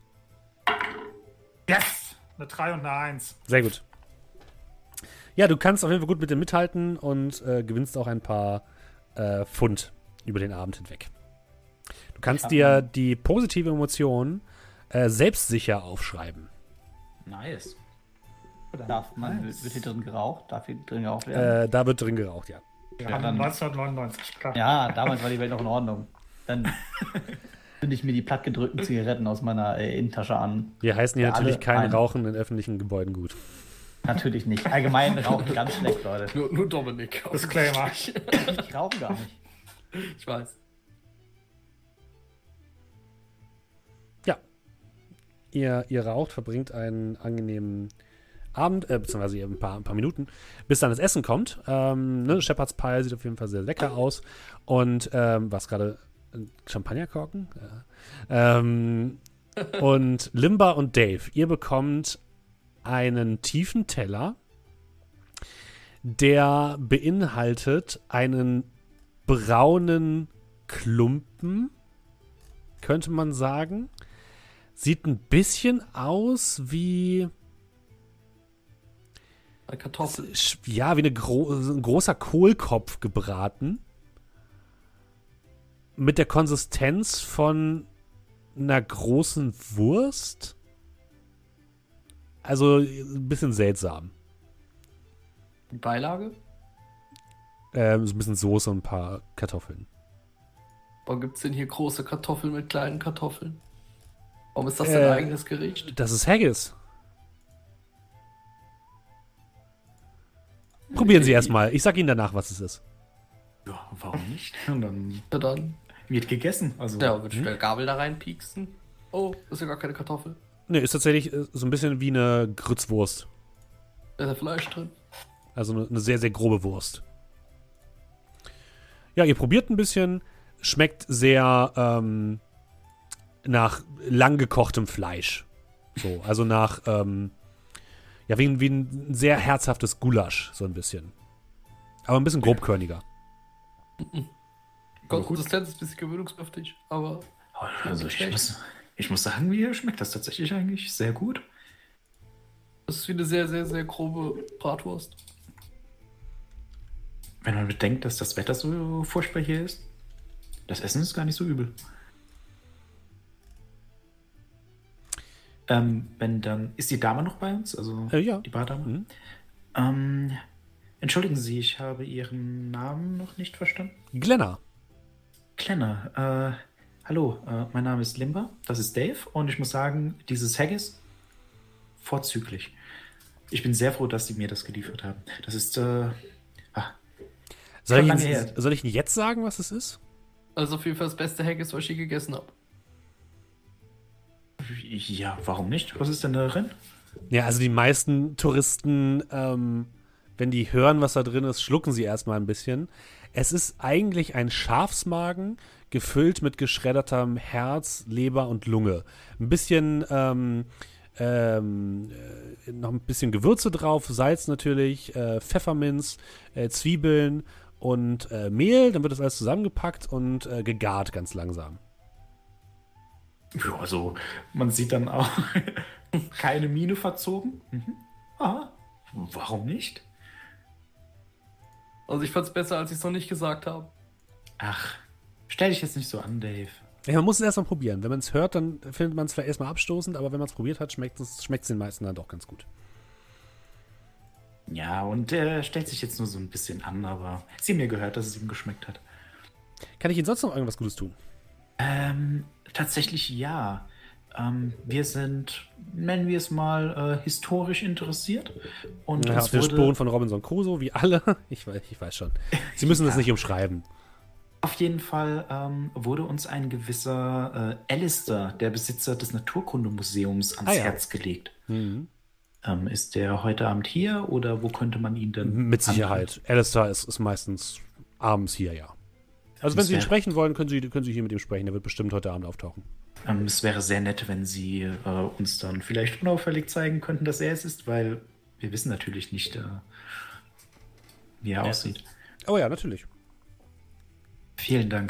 [SPEAKER 3] Yes! Eine drei und eine eins.
[SPEAKER 1] Sehr gut. Ja, du kannst auf jeden Fall gut mit dem mithalten und äh, gewinnst auch ein paar äh, Pfund über den Abend hinweg. Du kannst
[SPEAKER 2] Ja.
[SPEAKER 1] dir die positive Emotion äh, selbstsicher aufschreiben.
[SPEAKER 2] Nice.
[SPEAKER 5] Darf man,
[SPEAKER 2] Nice.
[SPEAKER 5] wird hier drin geraucht? Darf hier drin geraucht werden?
[SPEAKER 1] Äh, da wird drin geraucht, ja.
[SPEAKER 3] Wir
[SPEAKER 5] Ja,
[SPEAKER 3] haben
[SPEAKER 5] dann-
[SPEAKER 3] neunzehnhundertneunundneunzig, klar.
[SPEAKER 5] Ja, damals war die Welt noch in Ordnung. Dann zünde ich mir die plattgedrückten Zigaretten aus meiner äh, Innentasche an.
[SPEAKER 1] Wir heißen hier
[SPEAKER 5] Ja,
[SPEAKER 1] natürlich
[SPEAKER 5] alle
[SPEAKER 1] kein
[SPEAKER 5] ein.
[SPEAKER 1] Rauchen in öffentlichen Gebäuden gut.
[SPEAKER 5] Natürlich nicht. Allgemein rauchen ganz schlecht, Leute.
[SPEAKER 4] Nur, nur Dominik.
[SPEAKER 3] Disclaimer.
[SPEAKER 5] Ich rauche gar nicht.
[SPEAKER 4] Ich weiß.
[SPEAKER 1] Ihr, ihr raucht, verbringt einen angenehmen Abend, äh, beziehungsweise ein paar, ein paar Minuten, bis dann das Essen kommt. Ähm, ne, Shepherd's Pie sieht auf jeden Fall sehr lecker aus. Und ähm, was gerade Champagnerkorken? Ja. Ähm, und Limba und Dave, ihr bekommt einen tiefen Teller, der beinhaltet einen braunen Klumpen, könnte man sagen. Sieht ein bisschen aus wie,
[SPEAKER 4] Eine Kartoffel.
[SPEAKER 1] ja, wie eine gro ein großer Kohlkopf gebraten. Mit der Konsistenz von einer großen Wurst. Also ein bisschen seltsam.
[SPEAKER 4] Die Beilage?
[SPEAKER 1] Ähm, so ein bisschen Soße und ein paar Kartoffeln.
[SPEAKER 4] Warum gibt es denn hier große Kartoffeln mit kleinen Kartoffeln? Warum ist das
[SPEAKER 1] Äh,
[SPEAKER 4] dein eigenes Gericht?
[SPEAKER 1] Das ist Haggis. Probieren Sie erstmal. Ich sag Ihnen danach, was es ist.
[SPEAKER 2] Ja, warum nicht? Und dann
[SPEAKER 4] Ja, dann.
[SPEAKER 2] wird gegessen. Also,
[SPEAKER 4] Ja, wird schnell Gabel da reinpieksen. Oh, ist ja gar keine Kartoffel.
[SPEAKER 1] Ne, ist tatsächlich äh, so ein bisschen wie eine Grützwurst.
[SPEAKER 4] Da ist ja Fleisch drin.
[SPEAKER 1] Also eine, eine sehr, sehr grobe Wurst. Ja, ihr probiert ein bisschen. Schmeckt sehr ähm, nach lang gekochtem Fleisch. So, also nach, ähm, ja, wie, ein- wie ein sehr herzhaftes Gulasch, so ein bisschen. Aber ein bisschen grobkörniger.
[SPEAKER 4] Konsistenz ist ein bisschen gewöhnungsbedürftig, aber
[SPEAKER 2] also ich,
[SPEAKER 4] schlecht.
[SPEAKER 2] muss, ich muss sagen, mir schmeckt das tatsächlich eigentlich sehr gut.
[SPEAKER 4] das ist wie eine sehr, sehr, sehr grobe Bratwurst.
[SPEAKER 2] Wenn man bedenkt, dass das Wetter so furchtbar hier ist. Das Essen ist gar nicht so übel. Ähm, wenn dann. Ist die Dame noch bei uns? Also
[SPEAKER 1] Äh, ja.
[SPEAKER 2] die Bardame?
[SPEAKER 1] Mhm.
[SPEAKER 2] Ähm, entschuldigen Sie, ich habe Ihren Namen noch nicht verstanden.
[SPEAKER 1] Glenna.
[SPEAKER 2] Klenner, äh, hallo, äh, mein Name ist Limba, das ist Dave und ich muss sagen, dieses Haggis, vorzüglich. Ich bin sehr froh, dass Sie mir das geliefert haben. Das ist, äh, ah,
[SPEAKER 1] Soll ich,
[SPEAKER 2] lange
[SPEAKER 1] Ihnen,
[SPEAKER 2] her.
[SPEAKER 1] soll ich Ihnen jetzt sagen, was es ist?
[SPEAKER 4] Also auf jeden Fall das beste Haggis, was ich je gegessen habe.
[SPEAKER 2] ja, warum nicht? Was ist denn da drin?
[SPEAKER 1] Ja, also die meisten Touristen, ähm, wenn die hören, was da drin ist, schlucken sie erstmal ein bisschen. Es ist eigentlich ein Schafsmagen, gefüllt mit geschreddertem Herz, Leber und Lunge. Ein bisschen, ähm, ähm, äh, noch ein bisschen Gewürze drauf, Salz natürlich, äh, Pfefferminz, äh, Zwiebeln und äh, Mehl. Dann wird das alles zusammengepackt und äh, gegart ganz langsam.
[SPEAKER 2] Ja, also, man sieht dann auch keine Miene verzogen. Mhm. Aha, warum nicht?
[SPEAKER 4] Also ich fand's besser, als ich es noch nicht gesagt habe.
[SPEAKER 2] Ach, stell dich jetzt nicht so an, Dave.
[SPEAKER 1] Ja, man muss es erstmal probieren. Wenn man es hört, dann findet man es vielleicht erstmal abstoßend, aber wenn man es probiert hat, schmeckt es schmeckt's den meisten dann doch ganz gut.
[SPEAKER 2] Ja, und er stellt sich jetzt nur so ein bisschen an, aber sie haben mir gehört, dass es ihm geschmeckt hat.
[SPEAKER 1] Kann ich Ihnen sonst noch irgendwas Gutes tun?
[SPEAKER 2] Ähm, tatsächlich ja. Ähm, wir sind, nennen wir es mal, äh, historisch interessiert. Und
[SPEAKER 1] Ja,
[SPEAKER 2] uns
[SPEAKER 1] auf der
[SPEAKER 2] wurde
[SPEAKER 1] Spuren von Robinson Crusoe, wie alle. Ich weiß, ich weiß schon. Sie müssen das
[SPEAKER 2] Ja.
[SPEAKER 1] nicht umschreiben.
[SPEAKER 2] auf jeden Fall ähm, wurde uns ein gewisser äh, Alistair, der Besitzer des Naturkundemuseums, ans
[SPEAKER 1] Ah, ja.
[SPEAKER 2] Herz gelegt.
[SPEAKER 1] Mhm.
[SPEAKER 2] Ähm, ist der heute Abend hier oder wo könnte man ihn denn?
[SPEAKER 1] Mit Sicherheit. Alistair ist, ist meistens abends hier, ja. Also wenn
[SPEAKER 2] Das
[SPEAKER 1] Sie ihn
[SPEAKER 2] wär-
[SPEAKER 1] sprechen wollen, können Sie, können Sie hier mit ihm sprechen. Er wird bestimmt heute Abend auftauchen.
[SPEAKER 2] Ähm, es wäre sehr nett, wenn Sie äh, uns dann vielleicht unauffällig zeigen könnten, dass er es ist, weil wir wissen natürlich nicht, äh, wie er aussieht.
[SPEAKER 1] Oh ja, natürlich.
[SPEAKER 2] Vielen Dank.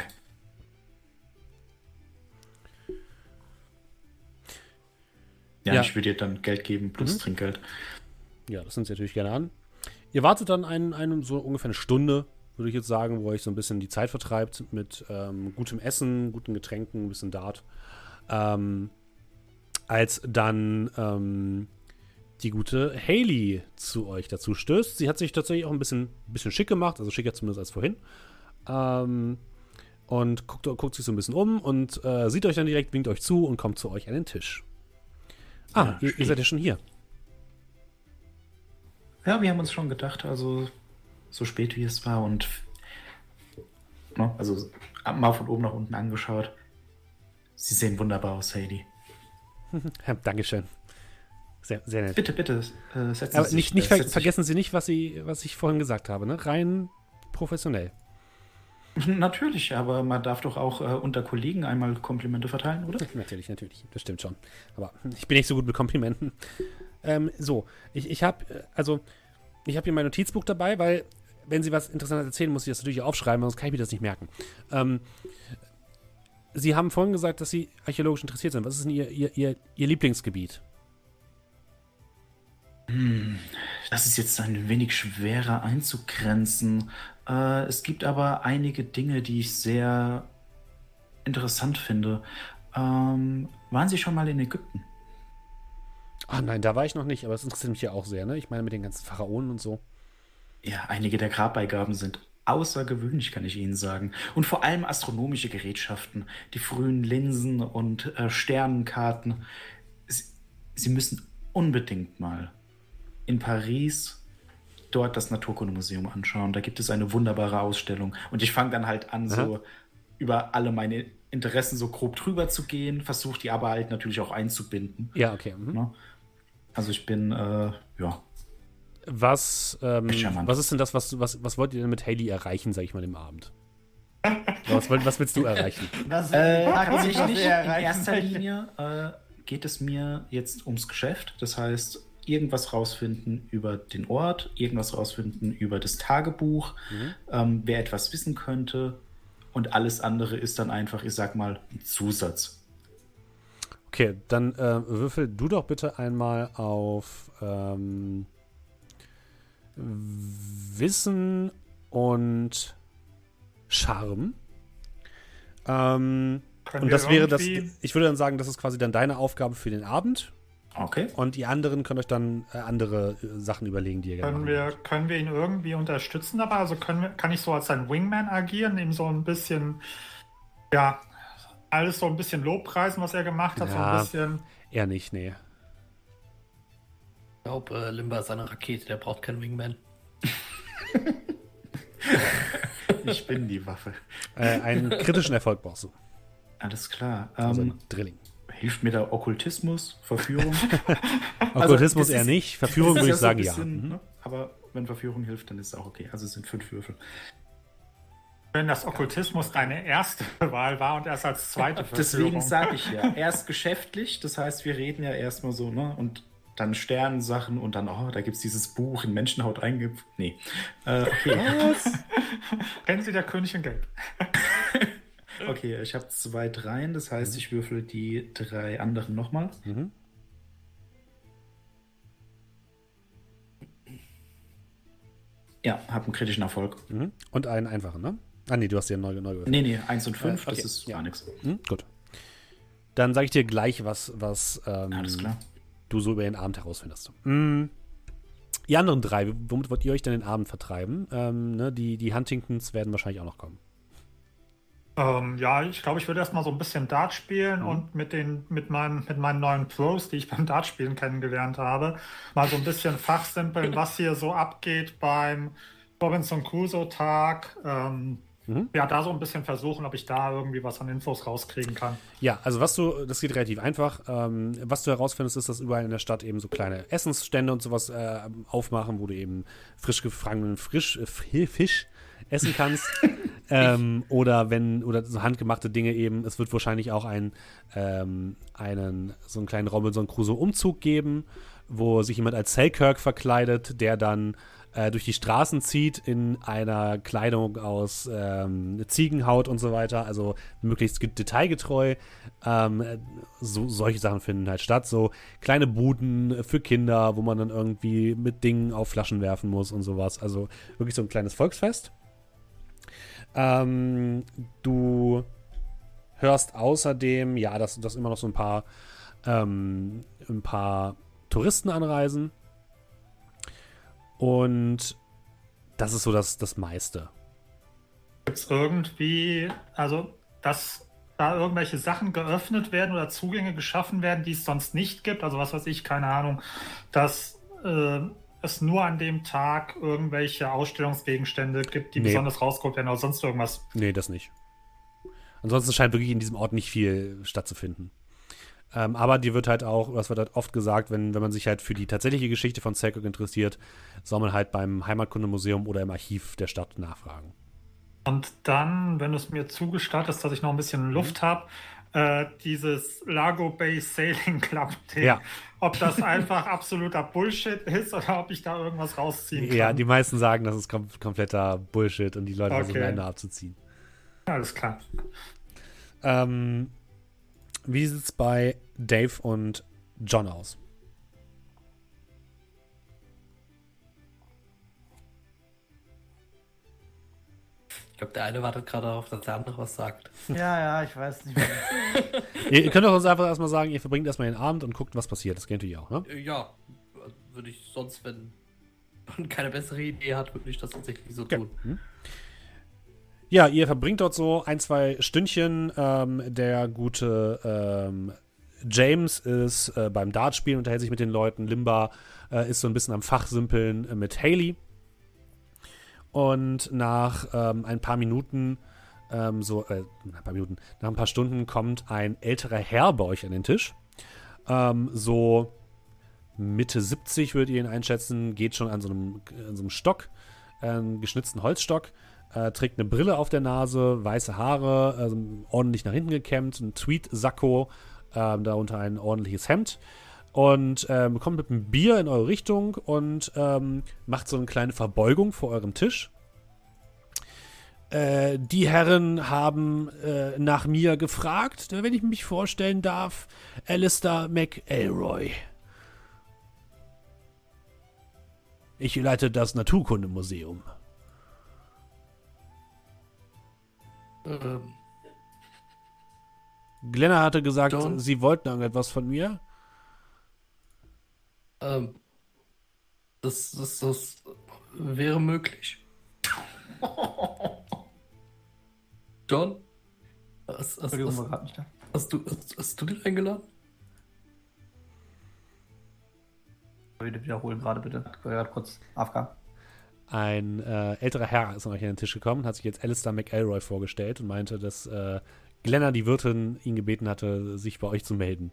[SPEAKER 2] Ja,
[SPEAKER 1] Ja.
[SPEAKER 2] ich würde dir dann Geld geben plus
[SPEAKER 1] Mhm.
[SPEAKER 2] Trinkgeld.
[SPEAKER 1] Ja, das nimmt Sie natürlich gerne an. Ihr wartet dann einen, einen, so ungefähr eine Stunde, würde ich jetzt sagen, wo euch so ein bisschen die Zeit vertreibt mit ähm, gutem Essen, guten Getränken, ein bisschen Dart. Ähm, als dann ähm, die gute Hayley zu euch dazu stößt. Sie hat sich tatsächlich auch ein bisschen, bisschen schick gemacht, also schicker zumindest als vorhin. Ähm, und guckt, guckt sich so ein bisschen um und äh, sieht euch dann direkt, winkt euch zu und kommt zu euch an den Tisch. Ah,
[SPEAKER 2] Ja,
[SPEAKER 1] ihr, ihr seid ja schon hier.
[SPEAKER 2] Ja, wir haben uns schon gedacht, also so spät wie es war und ne, also mal von oben nach unten angeschaut. Sie sehen wunderbar aus, Hayley.
[SPEAKER 1] Ja, Dankeschön. Sehr, sehr nett.
[SPEAKER 2] Bitte, bitte, äh, setzen
[SPEAKER 1] Aber
[SPEAKER 2] Sie
[SPEAKER 1] nicht,
[SPEAKER 2] sich,
[SPEAKER 1] nicht
[SPEAKER 2] äh,
[SPEAKER 1] ver
[SPEAKER 2] setzen Sie
[SPEAKER 1] vergessen Sie nicht, was, Sie, was ich vorhin gesagt habe, ne? Rein professionell.
[SPEAKER 2] sich- Natürlich, aber man darf doch auch äh, unter Kollegen einmal Komplimente verteilen, oder?
[SPEAKER 1] Natürlich, natürlich. Das stimmt schon. Aber ich bin nicht so gut mit Komplimenten. Ähm, so, ich, ich habe, also, ich habe hier mein Notizbuch dabei, weil, wenn Sie was Interessantes erzählen, muss ich das natürlich aufschreiben, sonst kann ich mir das nicht merken. Ähm, Sie haben vorhin gesagt, dass Sie archäologisch interessiert sind. Was ist denn Ihr, Ihr, Ihr, Ihr Lieblingsgebiet?
[SPEAKER 2] Das ist jetzt ein wenig schwerer einzugrenzen. Äh, es gibt aber einige Dinge, die ich sehr interessant finde. Ähm, waren Sie schon mal in Ägypten?
[SPEAKER 1] Ah nein, da war ich noch nicht, aber das interessiert mich ja auch sehr, ne? Ich meine mit den ganzen Pharaonen und so.
[SPEAKER 2] Ja, einige der Grabbeigaben sind außergewöhnlich, kann ich Ihnen sagen. Und vor allem astronomische Gerätschaften, die frühen Linsen und äh, Sternenkarten. Sie, Sie müssen unbedingt mal in Paris dort das Naturkundemuseum anschauen. Da gibt es eine wunderbare Ausstellung. Und ich fange dann halt an, so über alle meine Interessen so grob drüber zu gehen, versuche die aber halt natürlich auch einzubinden.
[SPEAKER 1] Ja, okay. Mhm.
[SPEAKER 2] Ne? Also ich bin, äh, ja,
[SPEAKER 1] Was, ähm,
[SPEAKER 2] Echt charmant.
[SPEAKER 1] was ist denn das, was, was, was wollt ihr denn mit Hayley erreichen, sag ich mal, im Abend? was, wollt- was willst du erreichen?
[SPEAKER 5] Das
[SPEAKER 2] Äh,
[SPEAKER 5] fragt sich, was
[SPEAKER 2] tatsächlich,
[SPEAKER 5] er
[SPEAKER 2] in
[SPEAKER 5] erreichen
[SPEAKER 2] erster
[SPEAKER 5] möchte.
[SPEAKER 2] Linie äh, geht es mir jetzt ums Geschäft. Das heißt, irgendwas rausfinden über den Ort, irgendwas rausfinden über das Tagebuch, ähm, wer etwas wissen könnte. Und alles andere ist dann einfach, ich sag mal, ein Zusatz.
[SPEAKER 1] Okay, dann äh, würfel du doch bitte einmal auf ähm, Wissen und Charme. Ähm,
[SPEAKER 3] Können
[SPEAKER 1] und
[SPEAKER 3] wir
[SPEAKER 1] das wäre das,
[SPEAKER 3] irgendwie-
[SPEAKER 1] ich würde dann sagen, das ist quasi dann deine Aufgabe für den Abend.
[SPEAKER 2] Okay.
[SPEAKER 1] Und die anderen könnt euch dann äh, andere äh, Sachen überlegen, die ihr gerne
[SPEAKER 3] Können
[SPEAKER 1] machen
[SPEAKER 3] wir,
[SPEAKER 1] wollt.
[SPEAKER 3] können wir ihn irgendwie unterstützen dabei? Also können wir, kann ich so als sein Wingman agieren, ihm so ein bisschen, ja, alles so ein bisschen Lobpreisen, was er gemacht hat, so
[SPEAKER 1] Ja.
[SPEAKER 3] ein bisschen.
[SPEAKER 1] Eher nicht, nee.
[SPEAKER 4] Ich glaube, äh, Limba ist eine Rakete, der braucht keinen Wingman.
[SPEAKER 2] Ich bin die Waffe.
[SPEAKER 1] Äh, einen kritischen Erfolg brauchst du.
[SPEAKER 2] Alles klar.
[SPEAKER 1] Also
[SPEAKER 2] Ähm,
[SPEAKER 1] ein Drilling.
[SPEAKER 2] hilft mir der Okkultismus, Verführung?
[SPEAKER 1] Okkultismus
[SPEAKER 2] das
[SPEAKER 1] eher
[SPEAKER 2] ist-
[SPEAKER 1] nicht. Verführung
[SPEAKER 2] Das ist
[SPEAKER 1] würde ich
[SPEAKER 2] so ein
[SPEAKER 1] sagen, ja.
[SPEAKER 2] bisschen,
[SPEAKER 1] Mhm.
[SPEAKER 2] ne? Aber wenn Verführung hilft, dann ist es auch okay. Also es sind fünf Würfel.
[SPEAKER 3] Wenn das Okkultismus deine erste Wahl war und erst als zweite
[SPEAKER 2] Deswegen
[SPEAKER 3] Verführung.
[SPEAKER 2] sage ich ja, erst geschäftlich, das heißt, wir reden ja erstmal so, ne? Und dann Sternensachen und dann, oh, da gibt es dieses Buch in Menschenhaut eingepflegt. Nee. Äh, okay.
[SPEAKER 3] Kennen Sie der König in Gelb?
[SPEAKER 2] Okay, ich habe zwei Dreien, das heißt, ich würfel die drei anderen nochmal.
[SPEAKER 1] Mhm.
[SPEAKER 2] Ja, habe einen kritischen Erfolg.
[SPEAKER 1] Mhm. Und einen einfachen, ne? Ah, nee, du hast ja neu, neu gewürfelt.
[SPEAKER 2] Nee, nee, eins und fünf,
[SPEAKER 1] Äh, okay.
[SPEAKER 2] das ist
[SPEAKER 1] Ja.
[SPEAKER 2] gar nichts.
[SPEAKER 1] Hm, gut. Dann sage ich dir gleich, was, was ähm,
[SPEAKER 2] Alles klar.
[SPEAKER 1] du so über den Abend herausfindest. Hm. Die anderen drei, womit wollt ihr euch denn den Abend vertreiben? Ähm, ne, die, die Huntingtons werden wahrscheinlich auch noch kommen.
[SPEAKER 3] Ähm, ja, ich glaube, ich würde erstmal so ein bisschen Dart spielen
[SPEAKER 1] Mhm.
[SPEAKER 3] und mit, den, mit, meinen, mit meinen neuen Pros, die ich beim Dartspielen kennengelernt habe, mal so ein bisschen fachsimpeln, was hier so abgeht beim Robinson Crusoe-Tag. Ähm,
[SPEAKER 1] Mhm.
[SPEAKER 3] Ja, da so ein bisschen versuchen, ob ich da irgendwie was an Infos rauskriegen kann.
[SPEAKER 1] Ja, also was du, das geht relativ einfach. Ähm, was du herausfindest, ist, dass überall in der Stadt eben so kleine Essensstände und sowas äh, aufmachen, wo du eben frisch gefangenen Frisch, äh, Fisch essen kannst. ähm, oder wenn, oder so handgemachte Dinge eben. Es wird wahrscheinlich auch ein, ähm, einen, so einen kleinen Robinson Crusoe-Umzug geben, wo sich jemand als Selkirk verkleidet, der dann äh, durch die Straßen zieht in einer Kleidung aus ähm, Ziegenhaut und so weiter, also möglichst ge- detailgetreu. Ähm, so, solche Sachen finden halt statt. So kleine Buden für Kinder, wo man dann irgendwie mit Dingen auf Flaschen werfen muss und sowas. Also wirklich so ein kleines Volksfest. Ähm, du hörst außerdem, ja, dass, dass immer noch so ein paar, ähm, ein paar Touristen anreisen. Und das ist so das, das meiste.
[SPEAKER 3] Gibt es irgendwie, also, dass da irgendwelche Sachen geöffnet werden oder Zugänge geschaffen werden, die es sonst nicht gibt? Also, was weiß ich, keine Ahnung, dass äh, es nur an dem Tag irgendwelche Ausstellungsgegenstände gibt, die
[SPEAKER 1] Nee.
[SPEAKER 3] besonders rausgeholt werden oder sonst irgendwas.
[SPEAKER 1] Nee, das nicht. Ansonsten scheint wirklich in diesem Ort nicht viel stattzufinden. Ähm, aber dir wird halt auch, das wird halt oft gesagt, wenn, wenn man sich halt für die tatsächliche Geschichte von Selkirk interessiert, soll man halt beim Heimatkundemuseum oder im Archiv der Stadt nachfragen.
[SPEAKER 3] Und dann, wenn du es mir zugestattest, dass ich noch ein bisschen Luft habe, äh, dieses Lago Bay Sailing Club Ding,
[SPEAKER 1] Ja.
[SPEAKER 3] ob das einfach absoluter Bullshit ist oder ob ich da irgendwas rausziehen kann.
[SPEAKER 1] Ja, die meisten sagen, das ist kom kompletter Bullshit und die Leute
[SPEAKER 3] Okay.
[SPEAKER 1] versuchen Hände abzuziehen.
[SPEAKER 3] Alles klar.
[SPEAKER 1] Ähm, wie sieht es bei Dave und John aus?
[SPEAKER 4] Ich glaube, der eine wartet gerade darauf, dass der andere was sagt.
[SPEAKER 5] Ja, ja, ich weiß nicht mehr.
[SPEAKER 1] ihr, ihr könnt doch uns einfach erstmal sagen, ihr verbringt erstmal den Abend und guckt, was passiert. Das kennt ihr auch, ne?
[SPEAKER 4] Äh, Ja, würde ich sonst, wenn man keine bessere Idee hat, würde ich das tatsächlich so
[SPEAKER 1] Ja.
[SPEAKER 4] tun.
[SPEAKER 1] Hm. Ja, ihr verbringt dort so ein, zwei Stündchen. Ähm, der gute ähm, James ist äh, beim Dartspielen, unterhält sich mit den Leuten. Limba äh, ist so ein bisschen am Fachsimpeln äh, mit Haley. Und nach ähm, ein paar Minuten, ähm, so, äh, ein paar Minuten, nach ein paar Stunden kommt ein älterer Herr bei euch an den Tisch. Ähm, so Mitte siebzig würdet ihr ihn einschätzen, geht schon an so einem, an so einem Stock, äh, einen geschnitzten Holzstock. Äh, trägt eine Brille auf der Nase, weiße Haare, also ordentlich nach hinten gekämmt, ein Tweed-Sakko, äh, darunter ein ordentliches Hemd und ähm, kommt mit einem Bier in eure Richtung und ähm, macht so eine kleine Verbeugung vor eurem Tisch. Äh, die Herren haben äh, nach mir gefragt, wenn ich mich vorstellen darf, Alistair McElroy. Ich leite das Naturkundemuseum.
[SPEAKER 4] Ähm,
[SPEAKER 1] Glenna hatte gesagt,
[SPEAKER 4] John?
[SPEAKER 1] sie wollten irgendetwas von mir.
[SPEAKER 4] ähm, das, das, das wäre möglich. John? Hast, hast,
[SPEAKER 5] Entschuldigung, war
[SPEAKER 4] hast,
[SPEAKER 5] gerade nicht da.
[SPEAKER 4] hast, du, hast, hast du den eingeladen?
[SPEAKER 5] Bitte wiederholen gerade bitte. Ich war gerade kurz A F K.
[SPEAKER 1] Ein äh, älterer Herr ist an euch an den Tisch gekommen, hat sich jetzt Alistair McElroy vorgestellt und meinte, dass äh, Glenna, die Wirtin, ihn gebeten hatte, sich bei euch zu melden.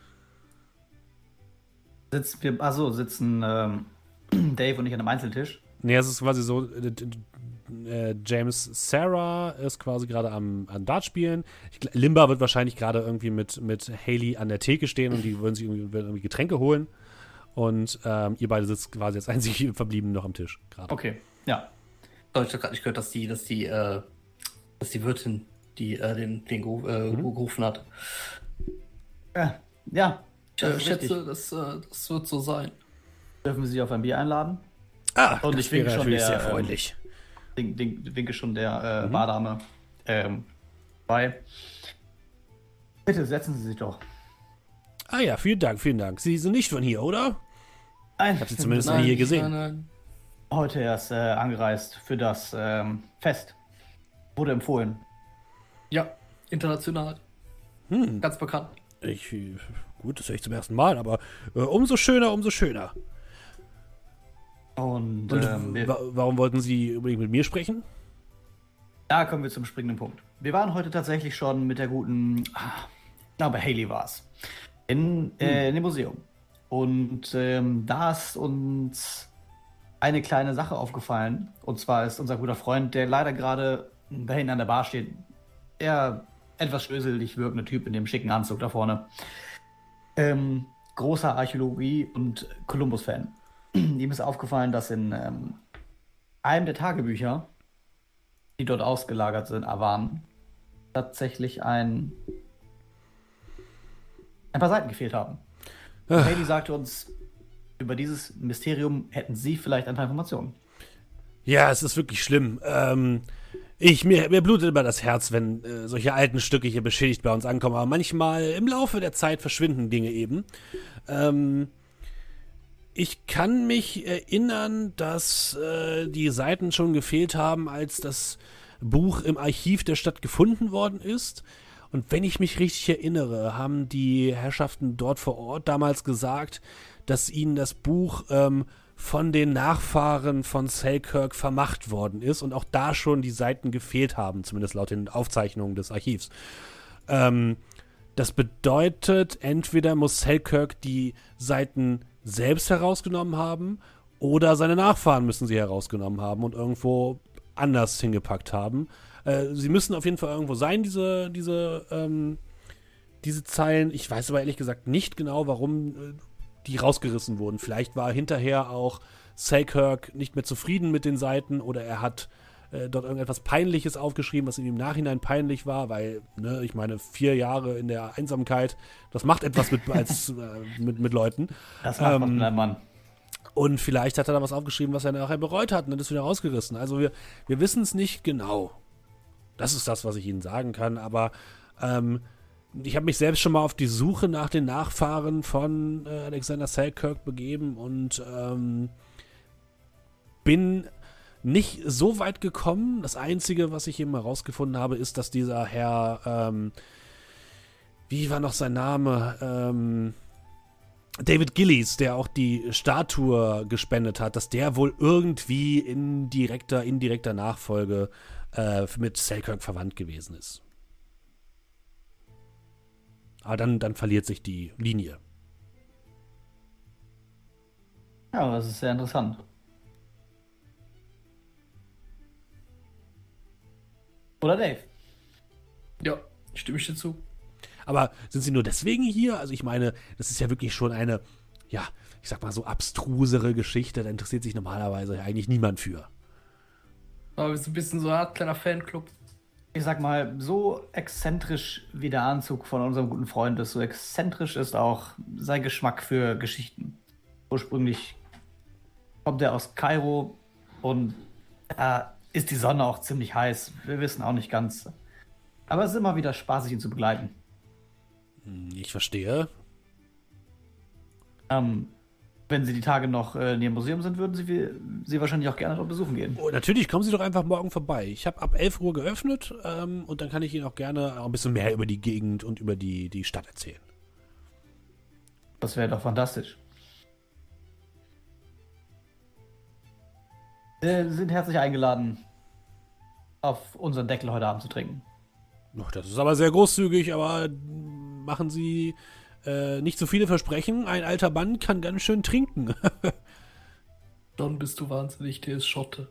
[SPEAKER 5] Sitzen wir, achso, sitzen ähm, Dave und ich an einem Einzeltisch.
[SPEAKER 1] Nee, es ist quasi so, äh, äh, James Sarah ist quasi gerade am, am Dart spielen. Ich, gl- Limba wird wahrscheinlich gerade irgendwie mit, mit Haley an der Theke stehen und die würden sich irgendwie, würden irgendwie Getränke holen. Und ähm, ihr beide sitzt quasi als einzig verblieben noch am Tisch gerade.
[SPEAKER 5] Okay, ja.
[SPEAKER 4] Oh, ich habe gerade nicht gehört, dass die, dass die, äh, dass die Wirtin, die äh, den, den geru- äh,
[SPEAKER 1] Mhm.
[SPEAKER 4] gerufen hat.
[SPEAKER 5] Äh, ja,
[SPEAKER 4] Ich
[SPEAKER 5] das
[SPEAKER 4] äh,
[SPEAKER 5] ist
[SPEAKER 4] schätze,
[SPEAKER 5] richtig.
[SPEAKER 4] das, äh, das wird so sein.
[SPEAKER 5] Dürfen wir Sie auf ein Bier einladen?
[SPEAKER 1] Ah,
[SPEAKER 5] Und
[SPEAKER 1] das
[SPEAKER 5] ich winke
[SPEAKER 1] wäre
[SPEAKER 5] schon
[SPEAKER 1] natürlich
[SPEAKER 5] der,
[SPEAKER 1] sehr
[SPEAKER 5] ähm,
[SPEAKER 1] freundlich.
[SPEAKER 5] Wink, wink, winke schon der äh,
[SPEAKER 1] Mhm.
[SPEAKER 5] Bardame ähm, bei. Bitte setzen Sie sich doch.
[SPEAKER 1] Ah ja, vielen Dank, vielen Dank. Sie sind nicht von hier, oder?
[SPEAKER 5] Nein,
[SPEAKER 1] Ich habe Sie zumindest noch
[SPEAKER 4] Nein,
[SPEAKER 1] nie hier gesehen.
[SPEAKER 4] Nein, nein.
[SPEAKER 5] heute erst äh, angereist für das ähm, Fest. Wurde empfohlen.
[SPEAKER 4] Ja, international.
[SPEAKER 1] Hm,
[SPEAKER 4] Ganz bekannt.
[SPEAKER 1] ich, äh, gut, das höre ich zum ersten Mal, aber äh, umso schöner, umso schöner.
[SPEAKER 5] Und,
[SPEAKER 1] Und
[SPEAKER 5] ähm, wir,
[SPEAKER 1] wa warum wollten Sie unbedingt mit mir sprechen?
[SPEAKER 5] da kommen wir zum springenden Punkt. Wir waren heute tatsächlich schon mit der guten, ah, ich glaube Haley war es, in, äh, in dem Museum. Und ähm, da ist uns eine kleine Sache aufgefallen. Und zwar ist unser guter Freund, der leider gerade da hinten an der Bar steht, der etwas stößelig wirkende Typ in dem schicken Anzug da vorne. Ähm, großer Archäologie- und Kolumbus-Fan. Ihm ist aufgefallen, dass in ähm, einem der Tagebücher, die dort ausgelagert sind, waren, tatsächlich ein, ein paar Seiten gefehlt haben. Und
[SPEAKER 1] Ah.
[SPEAKER 5] Haley sagte uns, über dieses Mysterium hätten Sie vielleicht ein paar Informationen.
[SPEAKER 1] Ja, es ist wirklich schlimm. Ähm, ich, mir, mir blutet immer das Herz, wenn äh, solche alten Stücke hier beschädigt bei uns ankommen. Aber manchmal im Laufe der Zeit verschwinden Dinge eben. Ähm, ich kann mich erinnern, dass äh, die Seiten schon gefehlt haben, als das Buch im Archiv der Stadt gefunden worden ist. Und wenn ich mich richtig erinnere, haben die Herrschaften dort vor Ort damals gesagt, dass ihnen das Buch ähm, von den Nachfahren von Selkirk vermacht worden ist und auch da schon die Seiten gefehlt haben, zumindest laut den Aufzeichnungen des Archivs. Ähm, das bedeutet, entweder muss Selkirk die Seiten selbst herausgenommen haben oder seine Nachfahren müssen sie herausgenommen haben und irgendwo anders hingepackt haben. Äh, sie müssen auf jeden Fall irgendwo sein, diese, diese, ähm, diese Zeilen. Ich weiß aber ehrlich gesagt nicht genau, warum äh, die rausgerissen wurden. Vielleicht war hinterher auch Selkirk nicht mehr zufrieden mit den Seiten oder er hat äh, dort irgendetwas Peinliches aufgeschrieben, was ihm im Nachhinein peinlich war, weil, ne, ich meine, vier Jahre in der Einsamkeit, das macht etwas mit, als, äh, mit, mit Leuten.
[SPEAKER 5] Das macht was
[SPEAKER 1] Ähm,
[SPEAKER 5] mit einem Mann.
[SPEAKER 1] Und vielleicht hat er da was aufgeschrieben, was er nachher bereut hat und dann ist wieder rausgerissen. Also wir, wir wissen es nicht genau. Das ist das, was ich Ihnen sagen kann, aber ähm, ich habe mich selbst schon mal auf die Suche nach den Nachfahren von äh, Alexander Selkirk begeben und ähm, bin nicht so weit gekommen. Das Einzige, was ich eben herausgefunden habe, ist, dass dieser Herr, ähm, wie war noch sein Name, ähm, David Gillies, der auch die Statue gespendet hat, dass der wohl irgendwie in direkter, indirekter Nachfolge äh, mit Selkirk verwandt gewesen ist. Aber dann, dann verliert sich die Linie.
[SPEAKER 5] Ja, das ist sehr interessant. Oder Dave?
[SPEAKER 4] Ja, stimme ich dir zu.
[SPEAKER 1] Aber sind sie nur deswegen hier? Also ich meine, das ist ja wirklich schon eine, ja, ich sag mal so abstrusere Geschichte. Da interessiert sich normalerweise eigentlich niemand für.
[SPEAKER 4] Aber wir sind ein bisschen so ein Art kleiner Fanclub.
[SPEAKER 5] Ich sag mal, so exzentrisch wie der Anzug von unserem guten Freund ist, so exzentrisch ist auch sein Geschmack für Geschichten. Ursprünglich kommt er aus Kairo und da ist die Sonne auch ziemlich heiß. Wir wissen auch nicht ganz. Aber es ist immer wieder spaßig, ihn zu begleiten.
[SPEAKER 1] Ich verstehe.
[SPEAKER 5] Ähm, wenn Sie die Tage noch äh, in Ihrem Museum sind, würden Sie Sie wahrscheinlich auch gerne dort besuchen gehen.
[SPEAKER 1] Oh, natürlich, kommen Sie doch einfach morgen vorbei. Ich habe ab elf Uhr geöffnet ähm, und dann kann ich Ihnen auch gerne auch ein bisschen mehr über die Gegend und über die, die Stadt erzählen.
[SPEAKER 5] Das wäre doch fantastisch. Sie sind herzlich eingeladen, auf unseren Deckel heute Abend zu trinken.
[SPEAKER 1] Oh, das ist aber sehr großzügig, aber machen Sie äh, nicht so viele Versprechen. Ein alter Mann kann ganz schön trinken.
[SPEAKER 4] Don, bist du wahnsinnig, der ist Schotte.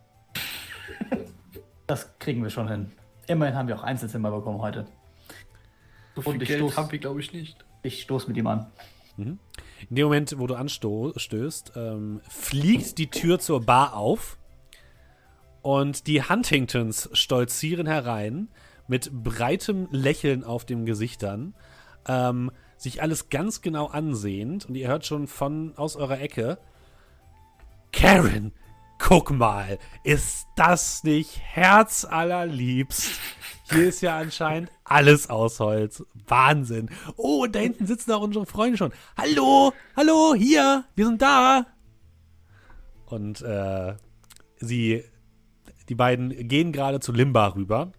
[SPEAKER 5] Das kriegen wir schon hin. Immerhin haben wir auch Einzelzimmer bekommen heute.
[SPEAKER 4] So viel
[SPEAKER 5] Und ich
[SPEAKER 4] Geld
[SPEAKER 5] stoß-
[SPEAKER 4] haben wir, glaube ich, nicht.
[SPEAKER 5] Ich stoße mit ihm an.
[SPEAKER 1] In dem Moment, wo du anstößt, ähm, fliegt die Tür zur Bar auf und die Huntingtons stolzieren herein mit breitem Lächeln auf dem Gesichtern, ähm, sich alles ganz genau ansehend und ihr hört schon von aus eurer Ecke: Karen, guck mal, ist das nicht herzallerliebst? Hier ist ja anscheinend alles aus Holz. Wahnsinn. Oh, und da hinten sitzen auch unsere Freunde schon. Hallo, hallo, hier, wir sind da. Und äh, sie, die beiden gehen gerade zu Limba rüber.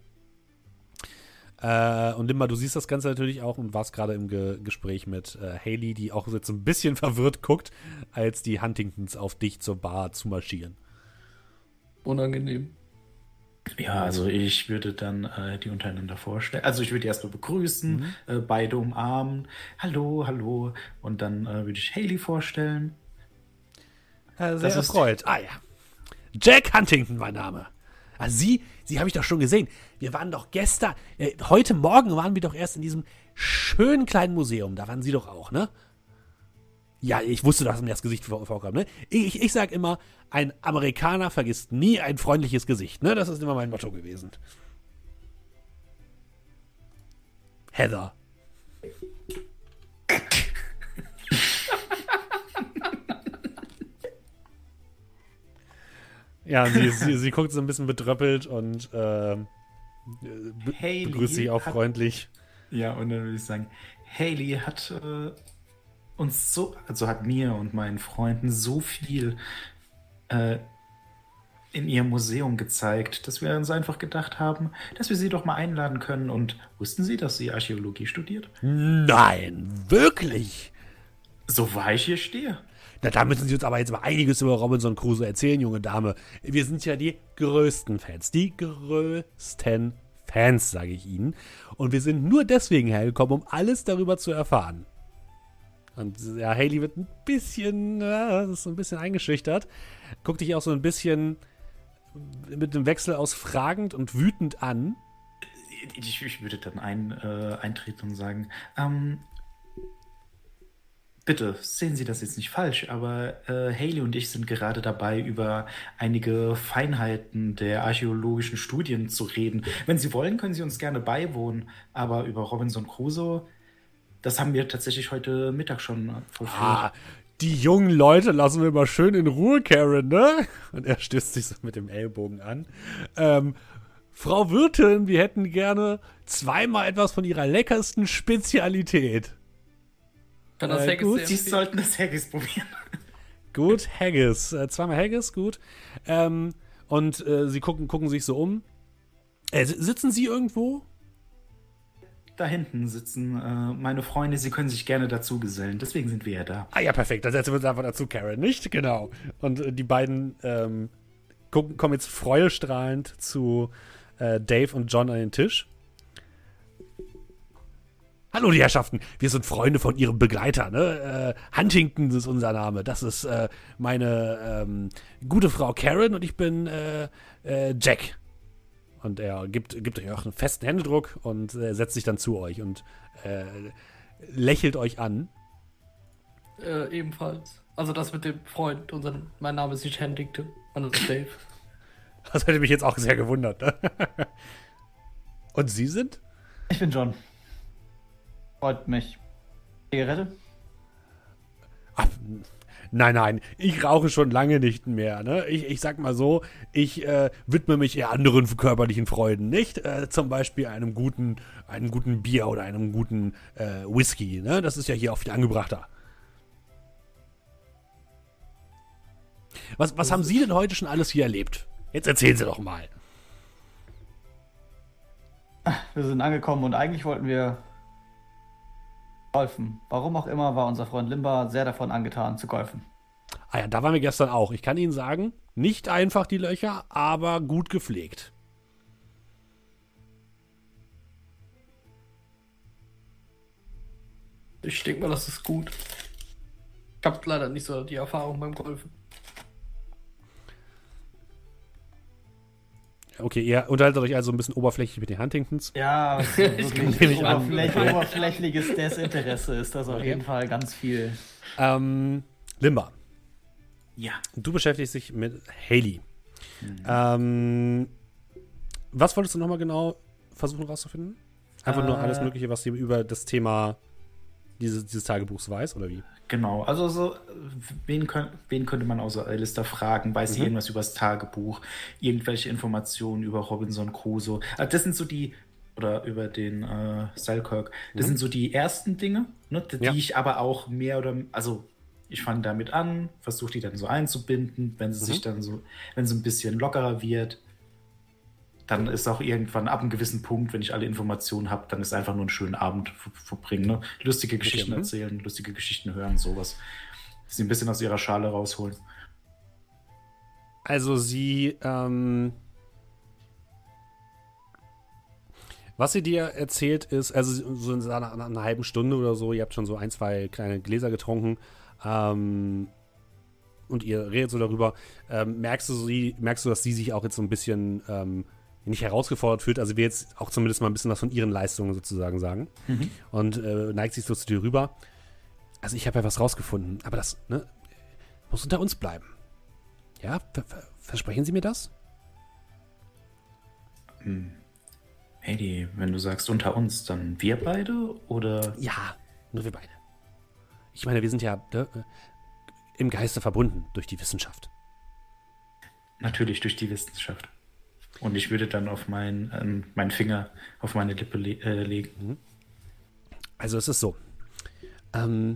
[SPEAKER 1] Äh, und Limba, du siehst das Ganze natürlich auch und warst gerade im Ge- Gespräch mit äh, Hayley, die auch jetzt ein bisschen verwirrt guckt, als die Huntingtons auf dich zur Bar zu marschieren.
[SPEAKER 4] Unangenehm.
[SPEAKER 2] Ja, also ich würde dann äh, die untereinander vorstellen. Also ich würde die erstmal begrüßen, mhm. äh, beide umarmen. Hallo, hallo. Und dann äh, würde ich Hayley vorstellen.
[SPEAKER 1] Äh, sehr erfreut. Ah ja. Jack Huntington, mein Name. Also Sie, Sie habe ich doch schon gesehen. Wir waren doch gestern, äh, heute Morgen waren wir doch erst in diesem schönen kleinen Museum. Da waren Sie doch auch, ne? Ja, ich wusste, dass mir das Gesicht vor- vorkam, ne? Ich, ich sag immer, ein Amerikaner vergisst nie ein freundliches Gesicht, ne? Das ist immer mein Motto gewesen. Heather. Ja, sie, sie, sie guckt so ein bisschen betröppelt und äh, be-
[SPEAKER 2] Hayley
[SPEAKER 1] begrüßt sie auch
[SPEAKER 2] hat-
[SPEAKER 1] freundlich.
[SPEAKER 2] Ja, und dann würde ich sagen, Hayley hat äh, uns so, also hat mir und meinen Freunden so viel äh, in ihrem Museum gezeigt, dass wir uns einfach gedacht haben, dass wir sie doch mal einladen können. Und wussten Sie, dass sie Archäologie studiert?
[SPEAKER 1] Nein, wirklich?
[SPEAKER 2] So wahr ich hier stehe.
[SPEAKER 1] Na, da müssen Sie uns aber jetzt mal einiges über Robinson Crusoe erzählen, junge Dame. Wir sind ja die größten Fans. Die größten Fans, sage ich Ihnen. Und wir sind nur deswegen hergekommen, um alles darüber zu erfahren. Und ja, Hayley wird ein bisschen, äh, ist so ein bisschen eingeschüchtert. Guckt dich auch so ein bisschen mit einem Wechsel aus fragend und wütend an.
[SPEAKER 2] Ich, ich würde dann ein, äh, eintreten und sagen, ähm, bitte, sehen Sie das jetzt nicht falsch, aber äh, Hayley und ich sind gerade dabei, über einige Feinheiten der archäologischen Studien zu reden. Wenn Sie wollen, können Sie uns gerne beiwohnen, aber über Robinson Crusoe, das haben wir tatsächlich heute Mittag schon vollführt.
[SPEAKER 1] Ah, die jungen Leute lassen wir mal schön in Ruhe, Karen, ne? Und er stößt sich so mit dem Ellbogen an. Ähm, Frau Wirtin, wir hätten gerne zweimal etwas von Ihrer leckersten Spezialität.
[SPEAKER 4] Kann das
[SPEAKER 1] Äh,
[SPEAKER 4] Haggis
[SPEAKER 1] gut,
[SPEAKER 4] sehr
[SPEAKER 2] Sie
[SPEAKER 4] empfehlen?
[SPEAKER 2] sollten das Haggis probieren.
[SPEAKER 1] Gut, Haggis. Äh, zweimal Haggis, gut. Ähm, und äh, sie gucken, gucken sich so um. Äh, s- sitzen Sie irgendwo?
[SPEAKER 2] Da hinten sitzen äh, meine Freunde, Sie können sich gerne dazu gesellen. Deswegen sind wir ja da.
[SPEAKER 1] Ah ja, perfekt. Dann setzen wir uns einfach dazu, Karen, nicht? Genau. Und äh, die beiden ähm, gucken, kommen jetzt freudestrahlend zu äh, Dave und John an den Tisch. Hallo, die Herrschaften. Wir sind Freunde von Ihrem Begleiter, ne? Äh, Huntington ist unser Name. Das ist äh, meine ähm, gute Frau Karen und ich bin äh, äh, Jack. Und er gibt, gibt euch auch einen festen Händedruck und äh, setzt sich dann zu euch und äh, lächelt euch an.
[SPEAKER 4] Äh, ebenfalls. Also das mit dem Freund. Unseren, mein Name ist nicht Huntington. Mein Name ist Dave.
[SPEAKER 1] Das hätte mich jetzt auch sehr gewundert. Ne? Und Sie sind?
[SPEAKER 5] Ich bin John. Freut mich. Zigarette?
[SPEAKER 1] Ach, nein, nein, ich rauche schon lange nicht mehr. Ne? Ich, ich sag mal so, ich äh, widme mich eher anderen körperlichen Freuden, nicht? Äh, zum Beispiel einem guten, einem guten Bier oder einem guten äh, Whisky. Ne? Das ist ja hier auch viel angebrachter. Was, was haben Sie denn heute schon alles hier erlebt? Jetzt erzählen Sie doch mal.
[SPEAKER 5] Wir sind angekommen und eigentlich wollten wir golfen. Warum auch immer war unser Freund Limba sehr davon angetan zu golfen.
[SPEAKER 1] Ah ja, da waren wir gestern auch. Ich kann Ihnen sagen, nicht einfach die Löcher, aber gut gepflegt.
[SPEAKER 4] Ich denke mal, das ist gut. Ich habe leider nicht so die Erfahrung beim Golfen.
[SPEAKER 1] Okay, ihr unterhaltet euch also ein bisschen oberflächlich mit den Huntingtons.
[SPEAKER 5] Ja,
[SPEAKER 4] Ich
[SPEAKER 5] wirklich
[SPEAKER 1] nehme ich an.
[SPEAKER 5] oberfläch oberflächliches Desinteresse ist das auf
[SPEAKER 1] Okay.
[SPEAKER 5] jeden Fall ganz viel.
[SPEAKER 1] Ähm, Limba,
[SPEAKER 2] Ja.
[SPEAKER 1] du beschäftigst dich mit Hayley.
[SPEAKER 2] Mhm.
[SPEAKER 1] Ähm, was wolltest du nochmal genau versuchen rauszufinden? Einfach nur
[SPEAKER 5] Äh,
[SPEAKER 1] alles Mögliche, was dir über das Thema dieses, dieses Tagebuchs weiß, oder wie?
[SPEAKER 2] Genau, also so, wen, könnt, wen könnte man außer Alistair fragen? Weiß sie
[SPEAKER 1] Mhm.
[SPEAKER 2] irgendwas über das Tagebuch? Irgendwelche Informationen über Robinson Crusoe? Also das sind so die, oder über den äh, Selkirk, das
[SPEAKER 1] Mhm.
[SPEAKER 2] sind so die ersten Dinge, ne, die
[SPEAKER 1] Ja.
[SPEAKER 2] ich aber auch mehr oder, also ich fange damit an, versuche die dann so einzubinden, wenn sie
[SPEAKER 1] Mhm.
[SPEAKER 2] sich dann so, wenn sie ein bisschen lockerer wird, dann ist auch irgendwann ab einem gewissen Punkt, wenn ich alle Informationen habe, dann ist einfach nur einen schönen Abend ver- verbringen. Ne? Lustige Geschichten
[SPEAKER 1] mhm.
[SPEAKER 2] erzählen, lustige Geschichten hören, sowas. Sie ein bisschen aus ihrer Schale rausholen.
[SPEAKER 1] Also sie, ähm, was sie dir erzählt ist, also so in einer, einer, einer halben Stunde oder so, ihr habt schon so ein, zwei kleine Gläser getrunken, ähm, und ihr redet so darüber, ähm, merkst du sie, merkst du, dass sie sich auch jetzt so ein bisschen, ähm, nicht herausgefordert fühlt, also will jetzt auch zumindest mal ein bisschen was von ihren Leistungen sozusagen sagen.
[SPEAKER 2] Mhm.
[SPEAKER 1] Und äh, neigt sich so zu dir rüber. Also ich habe ja was rausgefunden, aber das, ne, muss unter uns bleiben. Ja, ver ver versprechen Sie mir das?
[SPEAKER 2] Hm. Hey, wenn du sagst unter uns, dann wir beide oder?
[SPEAKER 1] Ja, nur wir beide. Ich meine, wir sind ja ne, im Geiste verbunden durch die Wissenschaft.
[SPEAKER 2] Natürlich durch die Wissenschaft. Und ich würde dann auf mein, ähm, meinen Finger auf meine Lippe le äh, legen.
[SPEAKER 1] Also es ist so, ähm,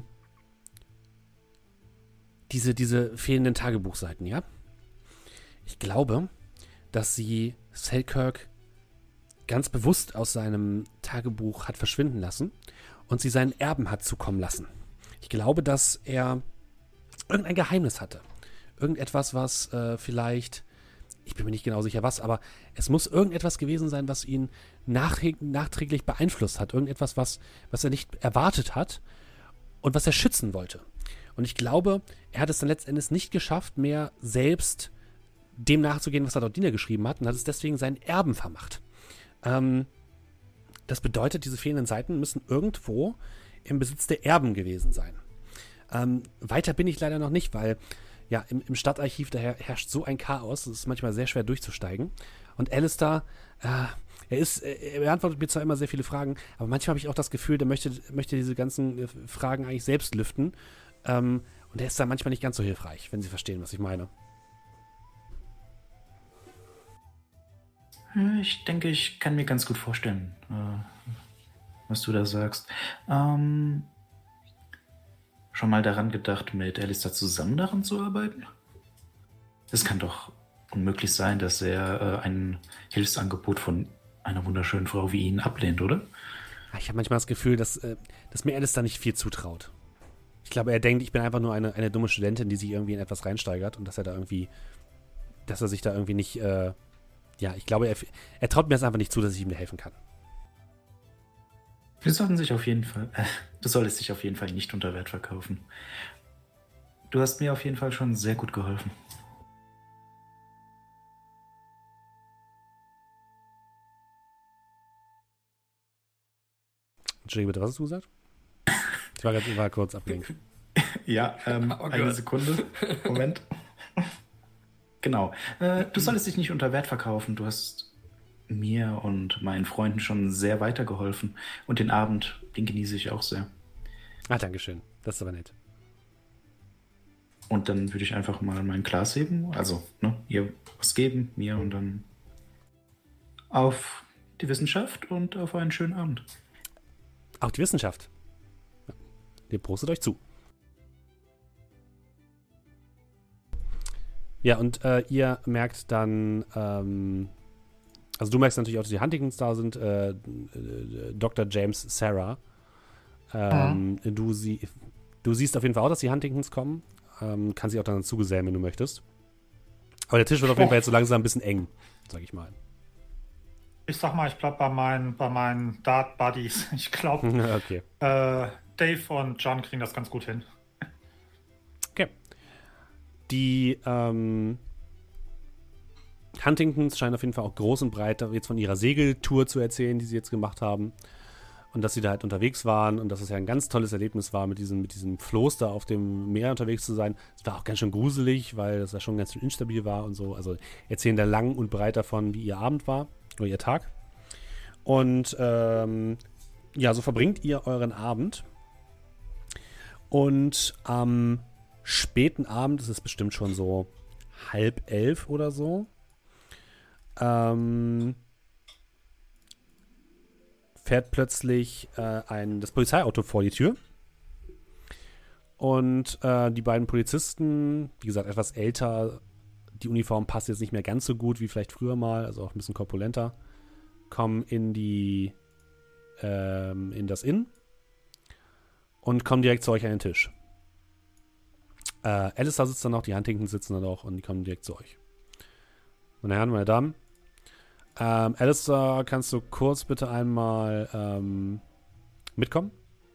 [SPEAKER 1] diese, diese fehlenden Tagebuchseiten, ja? Ich glaube, dass sie Selkirk ganz bewusst aus seinem Tagebuch hat verschwinden lassen und sie seinen Erben hat zukommen lassen. Ich glaube, dass er irgendein Geheimnis hatte. Irgendetwas, was äh, vielleicht, ich bin mir nicht genau sicher was, aber es muss irgendetwas gewesen sein, was ihn nachträg nachträglich beeinflusst hat. Irgendetwas, was, was er nicht erwartet hat und was er schützen wollte. Und ich glaube, er hat es dann letztendlich nicht geschafft, mehr selbst dem nachzugehen, was er dort niedergeschrieben hat, und hat es deswegen seinen Erben vermacht. Ähm, das bedeutet, diese fehlenden Seiten müssen irgendwo im Besitz der Erben gewesen sein. Ähm, weiter bin ich leider noch nicht, weil ja, im, im Stadtarchiv, da herrscht so ein Chaos, es ist manchmal sehr schwer durchzusteigen. Und Alistair, äh, er ist, er beantwortet mir zwar immer sehr viele Fragen, aber manchmal habe ich auch das Gefühl, der möchte, möchte diese ganzen äh, Fragen eigentlich selbst lüften. Ähm, und er ist da manchmal nicht ganz so hilfreich, wenn Sie verstehen, was ich meine.
[SPEAKER 2] Ich denke, ich kann mir ganz gut vorstellen, äh, was du da sagst. Ähm, schon mal daran gedacht, mit Alistair zusammen daran zu arbeiten? Es kann doch unmöglich sein, dass er äh, ein Hilfsangebot von einer wunderschönen Frau wie Ihnen ablehnt, oder?
[SPEAKER 1] Ich habe manchmal das Gefühl, dass, äh, dass mir Alistair nicht viel zutraut. Ich glaube, er denkt, ich bin einfach nur eine, eine dumme Studentin, die sich irgendwie in etwas reinsteigert und dass er da irgendwie, dass er sich da irgendwie nicht, äh, ja, ich glaube, er, er traut mir das einfach nicht zu, dass ich ihm da helfen kann.
[SPEAKER 2] Wir sollten sich auf jeden Fall, äh, du solltest dich auf jeden Fall nicht unter Wert verkaufen. Du hast mir auf jeden Fall schon sehr gut geholfen.
[SPEAKER 1] Entschuldigung, bitte, was hast du gesagt? Ich war, grad, war kurz abgelenkt.
[SPEAKER 2] Ja, ähm,
[SPEAKER 4] Oh
[SPEAKER 2] eine
[SPEAKER 4] Gott.
[SPEAKER 2] Sekunde. Moment. Genau. Äh, du solltest dich nicht unter Wert verkaufen. Du hast mir und meinen Freunden schon sehr weitergeholfen. Und den Abend, den genieße ich auch sehr.
[SPEAKER 1] Ah, dankeschön. Das ist aber nett.
[SPEAKER 2] Und dann würde ich einfach mal mein Glas heben. Also, ne, ihr was geben, mir und dann auf die Wissenschaft und auf einen schönen Abend.
[SPEAKER 1] Auch die Wissenschaft. Ja. Ihr prostet euch zu. Ja, und äh, ihr merkt dann, ähm, also du merkst natürlich auch, dass die Huntingtons da sind, äh, äh, Doktor James Sarah. Ähm, mhm. du, sie, du siehst auf jeden Fall auch, dass die Huntingtons kommen. Ähm, kannst sie auch dann dazugesellen, wenn du möchtest. Aber der Tisch wird auf jeden Fall jetzt so langsam ein bisschen eng, sag ich mal.
[SPEAKER 3] Ich sag mal, ich bleib bei meinen, bei meinen Dart-Buddies. Ich glaube,
[SPEAKER 1] okay.
[SPEAKER 3] äh, Dave und John kriegen das ganz gut hin.
[SPEAKER 1] Okay. Die ähm, Huntingtons scheinen auf jeden Fall auch groß und breit jetzt von ihrer Segeltour zu erzählen, die sie jetzt gemacht haben. Und dass sie da halt unterwegs waren und dass es ja ein ganz tolles Erlebnis war, mit diesem, mit diesem Floß da auf dem Meer unterwegs zu sein. Es war auch ganz schön gruselig, weil das ja schon ganz schön instabil war und so. Also erzählen da lang und breit davon, wie ihr Abend war oder ihr Tag. Und ähm, ja, so verbringt ihr euren Abend. Und am späten Abend, es ist bestimmt schon so halb elf oder so, ähm, fährt plötzlich äh, ein, das Polizeiauto vor die Tür. Und äh, die beiden Polizisten, wie gesagt, etwas älter, die Uniform passt jetzt nicht mehr ganz so gut wie vielleicht früher mal, also auch ein bisschen korpulenter, kommen in die ähm, in das Inn und kommen direkt zu euch an den Tisch. Äh, Alistair sitzt dann noch, die Huntington sitzen dann auch und die kommen direkt zu euch. Meine Herren, meine Damen, ähm, Alistair, kannst du kurz bitte einmal ähm, mitkommen?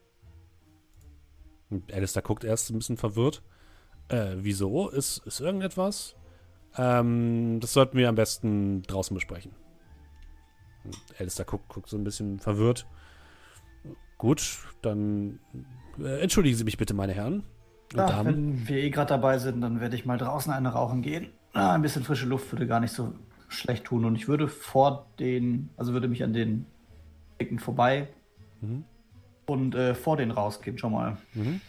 [SPEAKER 1] Und Alistair guckt erst ein bisschen verwirrt. Äh, wieso? Ist, ist irgendetwas? Ähm, das sollten wir am besten draußen besprechen. Und Alistair guckt, guckt so ein bisschen verwirrt. Gut, dann äh, entschuldigen Sie mich bitte, meine Herren. Und
[SPEAKER 5] Ach,
[SPEAKER 1] Damen.
[SPEAKER 5] wenn wir eh gerade dabei sind, dann werde ich mal draußen eine rauchen gehen. Ah, ein bisschen frische Luft würde gar nicht so schlecht tun. Und ich würde vor den, also würde mich an den Ecken vorbei
[SPEAKER 1] Mhm.
[SPEAKER 5] und äh, vor den rausgehen schon mal.
[SPEAKER 1] Mhm.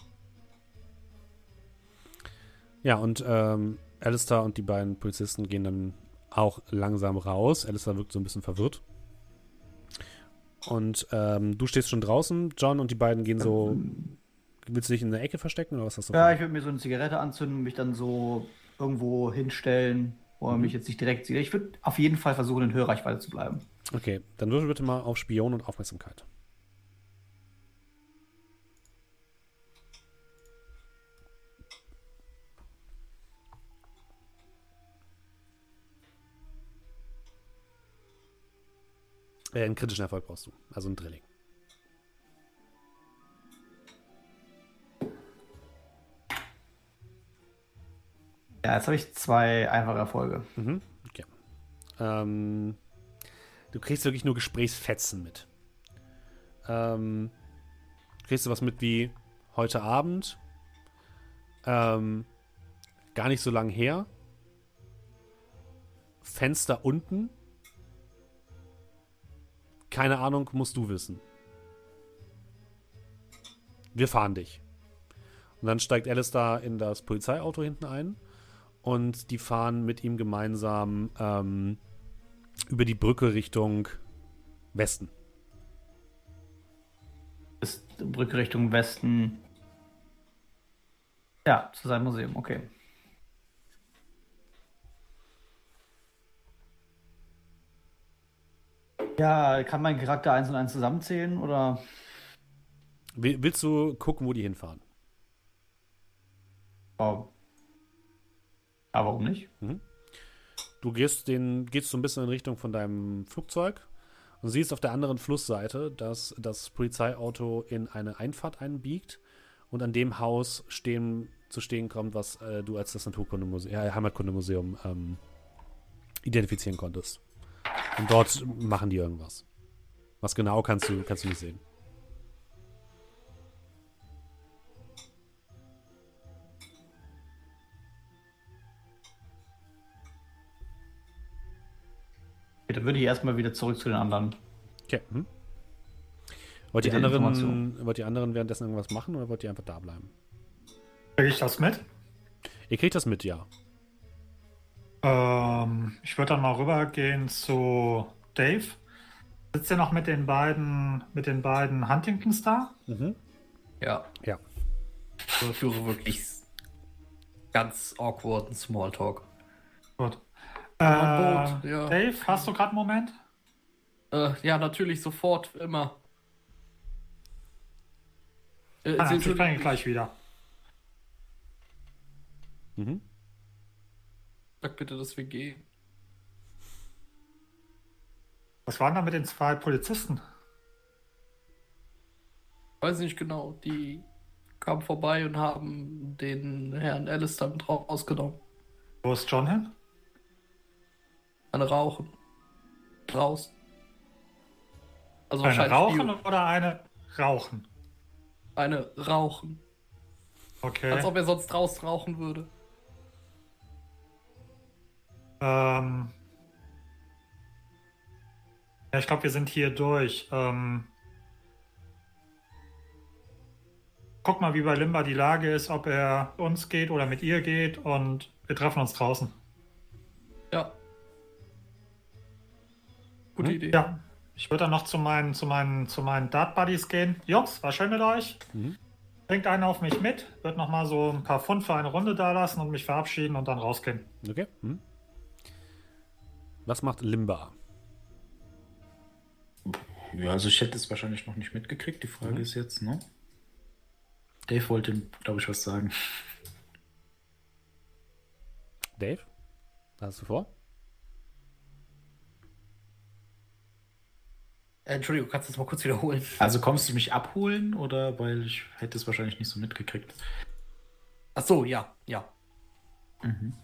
[SPEAKER 1] Ja, und ähm, Alistair und die beiden Polizisten gehen dann auch langsam raus. Alistair wirkt so ein bisschen verwirrt. Und ähm, du stehst schon draußen, John, und die beiden gehen so. Willst du dich in der Ecke verstecken oder was hast du
[SPEAKER 5] Ja,
[SPEAKER 1] vor?
[SPEAKER 5] ich würde mir so eine Zigarette anzünden und mich dann so irgendwo hinstellen, wo man
[SPEAKER 1] Mhm.
[SPEAKER 5] mich jetzt nicht direkt sieht. Ich würde auf jeden Fall versuchen, in Hörreichweite zu bleiben.
[SPEAKER 1] Okay, dann würfel bitte mal auf Spion und Aufmerksamkeit. Äh, einen kritischen Erfolg brauchst du, also ein Drilling.
[SPEAKER 5] Ja, jetzt habe ich zwei einfache Erfolge.
[SPEAKER 1] Mhm, okay. Ähm, du kriegst wirklich nur Gesprächsfetzen mit. Ähm, kriegst du was mit wie heute Abend, ähm, gar nicht so lang her, Fenster unten, keine Ahnung, musst du wissen. Wir fahren dich. Und dann steigt Alistair in das Polizeiauto hinten ein und die fahren mit ihm gemeinsam ähm, über die Brücke Richtung Westen.
[SPEAKER 5] Ist Brücke Richtung Westen. Ja, zu seinem Museum, okay. Ja, kann mein Charakter eins und eins zusammenzählen oder?
[SPEAKER 1] Will- Willst du gucken, wo die hinfahren?
[SPEAKER 5] Oh. Aber warum nicht?
[SPEAKER 1] Du gehst, den, gehst so ein bisschen in Richtung von deinem Flugzeug und siehst auf der anderen Flussseite, dass das Polizeiauto in eine Einfahrt einbiegt und an dem Haus stehen, zu stehen kommt, was äh, du als das Naturkundemuseum, äh, Heimatkundemuseum ähm, identifizieren konntest. Und dort machen die irgendwas. Was genau kannst du, kannst du nicht sehen.
[SPEAKER 5] Okay, dann würde ich erstmal wieder zurück zu den anderen.
[SPEAKER 1] Okay. Hm. Wollt, ihr
[SPEAKER 5] Mit der
[SPEAKER 1] anderen, wollt ihr anderen währenddessen irgendwas machen oder wollt ihr einfach da bleiben?
[SPEAKER 3] Kriege ich das mit?
[SPEAKER 1] Ihr kriegt das mit, ja.
[SPEAKER 3] Ähm, ich würde dann mal rübergehen zu Dave. Sitzt ihr noch mit den beiden, mit den beiden Huntingtons da?
[SPEAKER 1] Mhm.
[SPEAKER 4] Ja.
[SPEAKER 1] Ja.
[SPEAKER 4] Ich führe wirklich ganz awkwarden Smalltalk.
[SPEAKER 3] Gut.
[SPEAKER 4] Ja,
[SPEAKER 3] Äh,
[SPEAKER 4] Boot, ja.
[SPEAKER 3] Dave, hast du gerade einen Moment?
[SPEAKER 4] Äh, ja, natürlich, sofort, immer. Äh,
[SPEAKER 3] Ah,
[SPEAKER 4] Sie
[SPEAKER 3] ich bringe
[SPEAKER 4] entschuldigen-
[SPEAKER 3] gleich wieder.
[SPEAKER 1] Mhm.
[SPEAKER 4] Sag bitte, dass wir gehen.
[SPEAKER 3] Was waren da mit den zwei Polizisten?
[SPEAKER 4] Weiß nicht genau. Die kamen vorbei und haben den Herrn Alistair mit rausgenommen.
[SPEAKER 3] Wo ist John hin?
[SPEAKER 4] Eine Rauchen. Draußen. Also
[SPEAKER 3] Eine
[SPEAKER 4] wahrscheinlich
[SPEAKER 3] Rauchen
[SPEAKER 4] die-
[SPEAKER 3] oder eine Rauchen?
[SPEAKER 4] Eine Rauchen.
[SPEAKER 3] Okay.
[SPEAKER 4] Als ob er sonst draußen rauchen würde.
[SPEAKER 3] Ähm, ja, ich glaube, wir sind hier durch. Ähm, guck mal, wie bei Limba die Lage ist, ob er uns geht oder mit ihr geht und wir treffen uns draußen.
[SPEAKER 4] Ja. Gute
[SPEAKER 1] Hm?
[SPEAKER 4] Idee.
[SPEAKER 3] Ja, ich würde dann noch zu meinen, zu meinen, zu meinen Dart-Buddies gehen. Jungs, war schön mit euch.
[SPEAKER 1] Mhm.
[SPEAKER 3] Bringt einen auf mich mit, wird noch mal so ein paar Pfund für eine Runde da lassen und mich verabschieden und dann rausgehen.
[SPEAKER 1] Okay. Mhm. Was macht Limba?
[SPEAKER 2] Ja, also ich hätte es wahrscheinlich noch nicht mitgekriegt. Die Frage
[SPEAKER 1] Mhm.
[SPEAKER 2] ist jetzt, ne? Dave wollte, glaube ich, was sagen.
[SPEAKER 1] Dave? Was hast du vor?
[SPEAKER 4] Äh, Entschuldigung, kannst du das mal kurz wiederholen?
[SPEAKER 2] Also kommst du mich abholen oder weil ich hätte es wahrscheinlich nicht so mitgekriegt?
[SPEAKER 4] Ach so, ja, ja.
[SPEAKER 2] Mhm.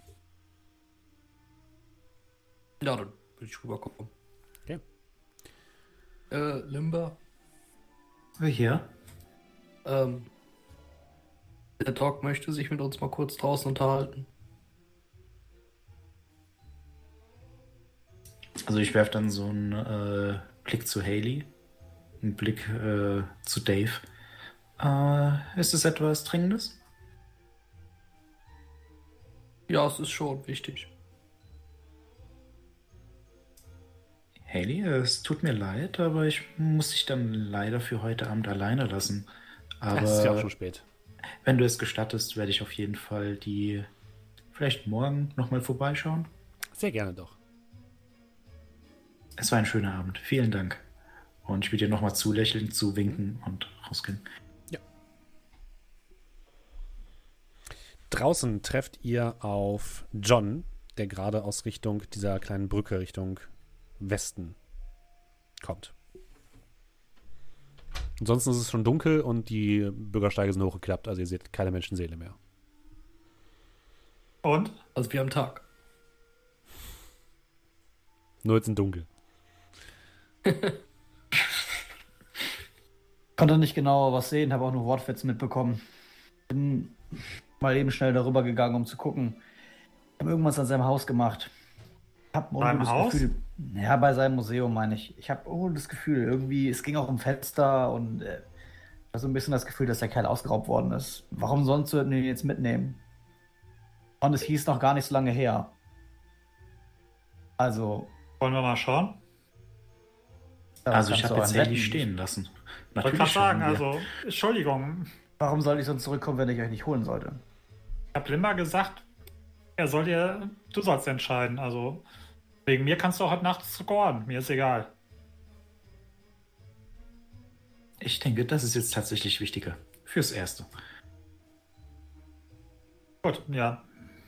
[SPEAKER 4] Ja, dann würde ich rüberkommen.
[SPEAKER 1] Okay.
[SPEAKER 4] Äh, Limba,
[SPEAKER 2] Wer hier?
[SPEAKER 4] ähm, der Doc möchte sich mit uns mal kurz draußen unterhalten.
[SPEAKER 2] Also ich werfe dann so einen äh, Blick zu Haley, einen Blick äh, zu Dave. Äh, ist es etwas Dringendes?
[SPEAKER 4] Ja, es ist schon wichtig.
[SPEAKER 2] Haley, es tut mir leid, aber ich muss dich dann leider für heute Abend alleine lassen. Aber
[SPEAKER 1] Es ist ja auch schon spät.
[SPEAKER 2] wenn du es gestattest, werde ich auf jeden Fall die vielleicht morgen nochmal vorbeischauen.
[SPEAKER 1] Sehr gerne doch.
[SPEAKER 2] Es war ein schöner Abend. Vielen Dank. Und ich will dir nochmal zulächeln, zuwinken und rausgehen.
[SPEAKER 1] Draußen trefft ihr auf John, der gerade aus Richtung dieser kleinen Brücke Richtung Westen kommt. Ansonsten ist es schon dunkel und die Bürgersteige sind hochgeklappt, also ihr seht keine Menschenseele mehr.
[SPEAKER 3] Und?
[SPEAKER 4] Also wir am Tag.
[SPEAKER 1] Nur jetzt in dunkel.
[SPEAKER 5] Konnte nicht genau was sehen, habe auch nur Wortfetzen mitbekommen. Bin mal eben schnell darüber gegangen, um zu gucken. Ich habe irgendwas an seinem Haus gemacht. Ich habe ein
[SPEAKER 3] Beim
[SPEAKER 5] ungutes
[SPEAKER 3] Haus?
[SPEAKER 5] Gefühl. Ja, bei seinem Museum meine ich. Ich habe oh, das Gefühl, irgendwie, es ging auch um Fenster und äh, ich habe so ein bisschen das Gefühl, dass der Kerl ausgeraubt worden ist. Warum sonst sollten wir ihn jetzt mitnehmen? Und es hieß noch gar nicht so lange her. Also.
[SPEAKER 3] Wollen wir mal schauen?
[SPEAKER 2] Also ich
[SPEAKER 5] kannst
[SPEAKER 2] habe
[SPEAKER 5] du
[SPEAKER 2] jetzt
[SPEAKER 5] einen
[SPEAKER 2] Haley
[SPEAKER 5] wetten.
[SPEAKER 2] stehen lassen.
[SPEAKER 3] Ich wollte
[SPEAKER 2] Natürlich
[SPEAKER 3] gerade sagen,
[SPEAKER 2] schauen wir.
[SPEAKER 3] also, Entschuldigung,
[SPEAKER 5] Warum soll ich sonst zurückkommen, wenn ich euch nicht holen sollte?
[SPEAKER 3] ich habe Limba gesagt, er soll dir, du sollst entscheiden. Also, wegen mir kannst du auch heute Nacht scoren, mir ist egal.
[SPEAKER 2] Ich denke, das ist jetzt tatsächlich wichtiger. Fürs Erste.
[SPEAKER 3] Gut, ja.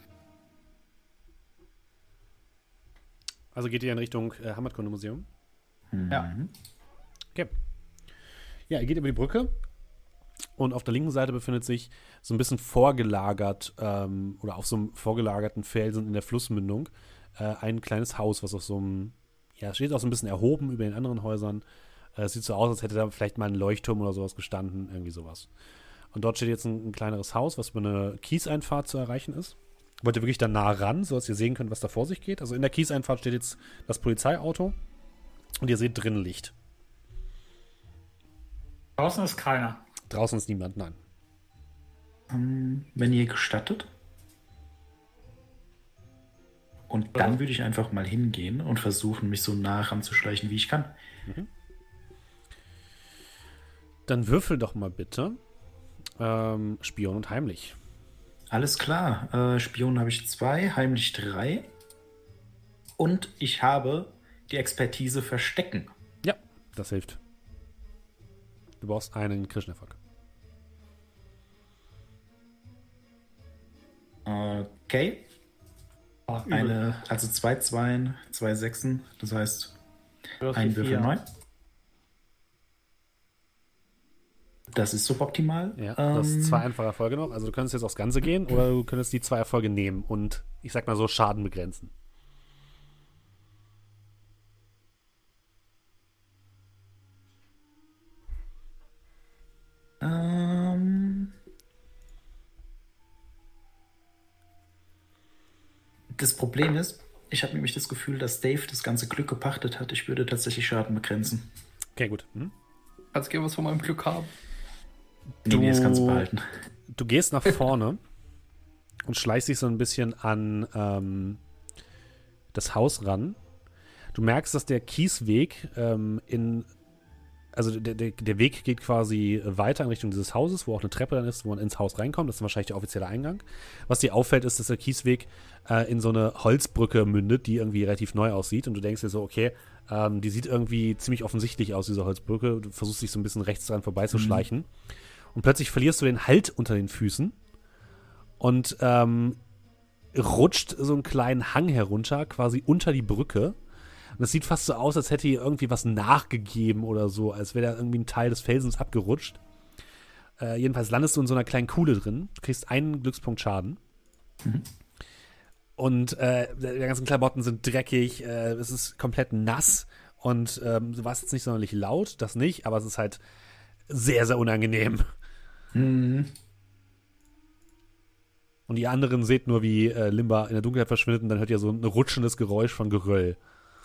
[SPEAKER 1] Also geht ihr in Richtung äh, Heimatkundemuseum?
[SPEAKER 5] Ja.
[SPEAKER 2] Mhm.
[SPEAKER 1] Okay. Ja, ihr geht über die Brücke und auf der linken Seite befindet sich so ein bisschen vorgelagert ähm, oder auf so einem vorgelagerten Felsen in der Flussmündung äh, ein kleines Haus, was auf so einem, ja, steht auch so ein bisschen erhoben über den anderen Häusern. Äh, es sieht so aus, als hätte da vielleicht mal ein Leuchtturm oder sowas gestanden, irgendwie sowas. Und dort steht jetzt ein, ein kleineres Haus, was über eine Kieseinfahrt zu erreichen ist. Wollt ihr wirklich da nah ran, sodass ihr sehen könnt, was da vor sich geht? Also in der Kieseinfahrt steht jetzt das Polizeiauto und ihr seht drinnen Licht.
[SPEAKER 3] Draußen ist keiner.
[SPEAKER 1] Draußen ist niemand, nein.
[SPEAKER 2] Ähm, wenn ihr gestattet. Und dann würde ich einfach mal hingehen und versuchen, mich so nah ranzuschleichen, wie ich kann.
[SPEAKER 1] Dann würfel doch mal bitte ähm, Spion und Heimlich.
[SPEAKER 2] Alles klar. Äh, Spion habe ich zwei, heimlich drei. Und ich habe die Expertise Verstecken.
[SPEAKER 1] Ja, das hilft. Du brauchst einen Krischenerfolg.
[SPEAKER 2] Okay.
[SPEAKER 3] Oh, übel.
[SPEAKER 2] Eine, also zwei Zweien, zwei Sechsen. Das heißt,
[SPEAKER 5] Plus
[SPEAKER 2] ein
[SPEAKER 5] die
[SPEAKER 2] Würfel
[SPEAKER 5] vier.
[SPEAKER 2] neun. Das ist suboptimal.
[SPEAKER 1] Ja, das
[SPEAKER 2] Ähm,
[SPEAKER 1] sind zwei einfache Erfolge noch. Also du könntest jetzt aufs Ganze gehen oder du könntest die zwei Erfolge nehmen und, ich sag mal so, Schaden begrenzen.
[SPEAKER 2] Ähm, das Problem ist, ich habe nämlich das Gefühl, dass Dave das ganze Glück gepachtet hat. Ich würde tatsächlich Schaden begrenzen.
[SPEAKER 1] Okay, gut. Mhm.
[SPEAKER 4] Kannst gerne was von meinem Glück haben.
[SPEAKER 2] Nee, nee, das kannst du behalten.
[SPEAKER 1] Du gehst nach vorne und schleichst dich so ein bisschen an ähm, das Haus ran. Du merkst, dass der Kiesweg ähm, in Also der, der, der Weg geht quasi weiter in Richtung dieses Hauses, wo auch eine Treppe dann ist, wo man ins Haus reinkommt. Das ist wahrscheinlich der offizielle Eingang. Was dir auffällt, ist, dass der Kiesweg äh, in so eine Holzbrücke mündet, die irgendwie relativ neu aussieht. Und du denkst dir so, okay, ähm, die sieht irgendwie ziemlich offensichtlich aus, diese Holzbrücke. Du versuchst dich so ein bisschen rechts dran vorbeizuschleichen. Mhm. Und plötzlich verlierst du den Halt unter den Füßen und ähm, rutscht so einen kleinen Hang herunter, quasi unter die Brücke. Und es sieht fast so aus, als hätte hier irgendwie was nachgegeben oder so, als wäre da irgendwie ein Teil des Felsens abgerutscht. Äh, jedenfalls landest du in so einer kleinen Kuhle drin, du kriegst einen Glückspunkt Schaden. Mhm. Und äh, die ganzen Klamotten sind dreckig, äh, es ist komplett nass und ähm, du warst jetzt nicht sonderlich laut, das nicht, aber es ist halt sehr, sehr unangenehm.
[SPEAKER 2] Mhm.
[SPEAKER 1] Und die anderen seht nur, wie äh, Limba in der Dunkelheit verschwindet und dann hört ihr so ein rutschendes Geräusch von Geröll.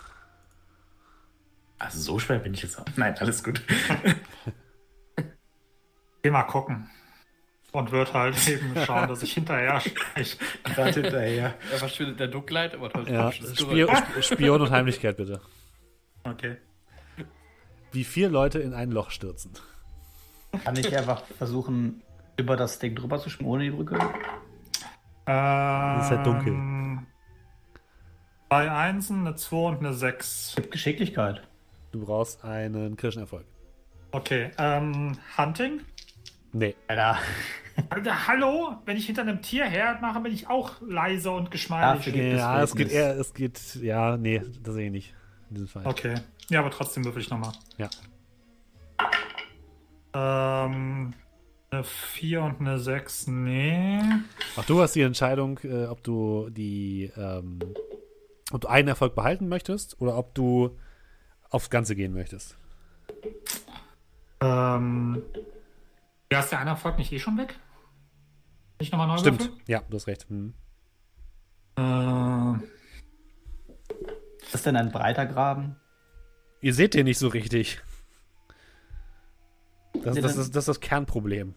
[SPEAKER 2] Also so schwer bin ich jetzt auch. Nein, alles gut.
[SPEAKER 3] Geh mal gucken. Und wird halt eben schauen, dass ich hinterher spreche.
[SPEAKER 2] Gerade hinterher.
[SPEAKER 4] Er verschwindet in der Dunkelheit, aber halt
[SPEAKER 1] ja, Spion, Spion und Heimlichkeit, bitte.
[SPEAKER 2] Okay.
[SPEAKER 1] Wie vier Leute in ein Loch stürzen.
[SPEAKER 5] Kann ich einfach versuchen, über das Ding drüber zu schwimmen, ohne die Brücke?
[SPEAKER 3] Ähm,
[SPEAKER 1] Es ist halt dunkel.
[SPEAKER 3] Zwei Einsen, eine zwei und eine sechs.
[SPEAKER 5] Es gibt Geschicklichkeit.
[SPEAKER 1] Du brauchst einen kritischen Erfolg.
[SPEAKER 3] Okay, ähm, Hunting?
[SPEAKER 1] Nee.
[SPEAKER 5] Alter.
[SPEAKER 3] Alter, hallo? Wenn ich hinter einem Tier her mache, bin ich auch leise und geschmeidig.
[SPEAKER 5] Dafür gibt
[SPEAKER 1] Ja,
[SPEAKER 5] es
[SPEAKER 1] es geht eher, es geht, ja, nee, das sehe ich nicht. In diesem Fall.
[SPEAKER 3] Okay. Ja, aber trotzdem würfel ich nochmal.
[SPEAKER 1] Ja.
[SPEAKER 3] Ähm, eine vier und eine sechs, nee.
[SPEAKER 1] Ach, du hast die Entscheidung, äh, ob du die, ähm, ob du einen Erfolg behalten möchtest oder ob du aufs Ganze gehen möchtest.
[SPEAKER 3] Ähm, ja, ist der eine Erfolg nicht eh schon weg? Ich nochmal neu
[SPEAKER 1] Stimmt,
[SPEAKER 3] würfeln?
[SPEAKER 1] ja, du hast recht. Hm.
[SPEAKER 3] Äh,
[SPEAKER 5] Ist das denn ein breiter Graben?
[SPEAKER 1] Ihr seht den nicht so richtig. Das,
[SPEAKER 5] Nee,
[SPEAKER 1] das,
[SPEAKER 5] dann-
[SPEAKER 1] ist, das ist das Kernproblem.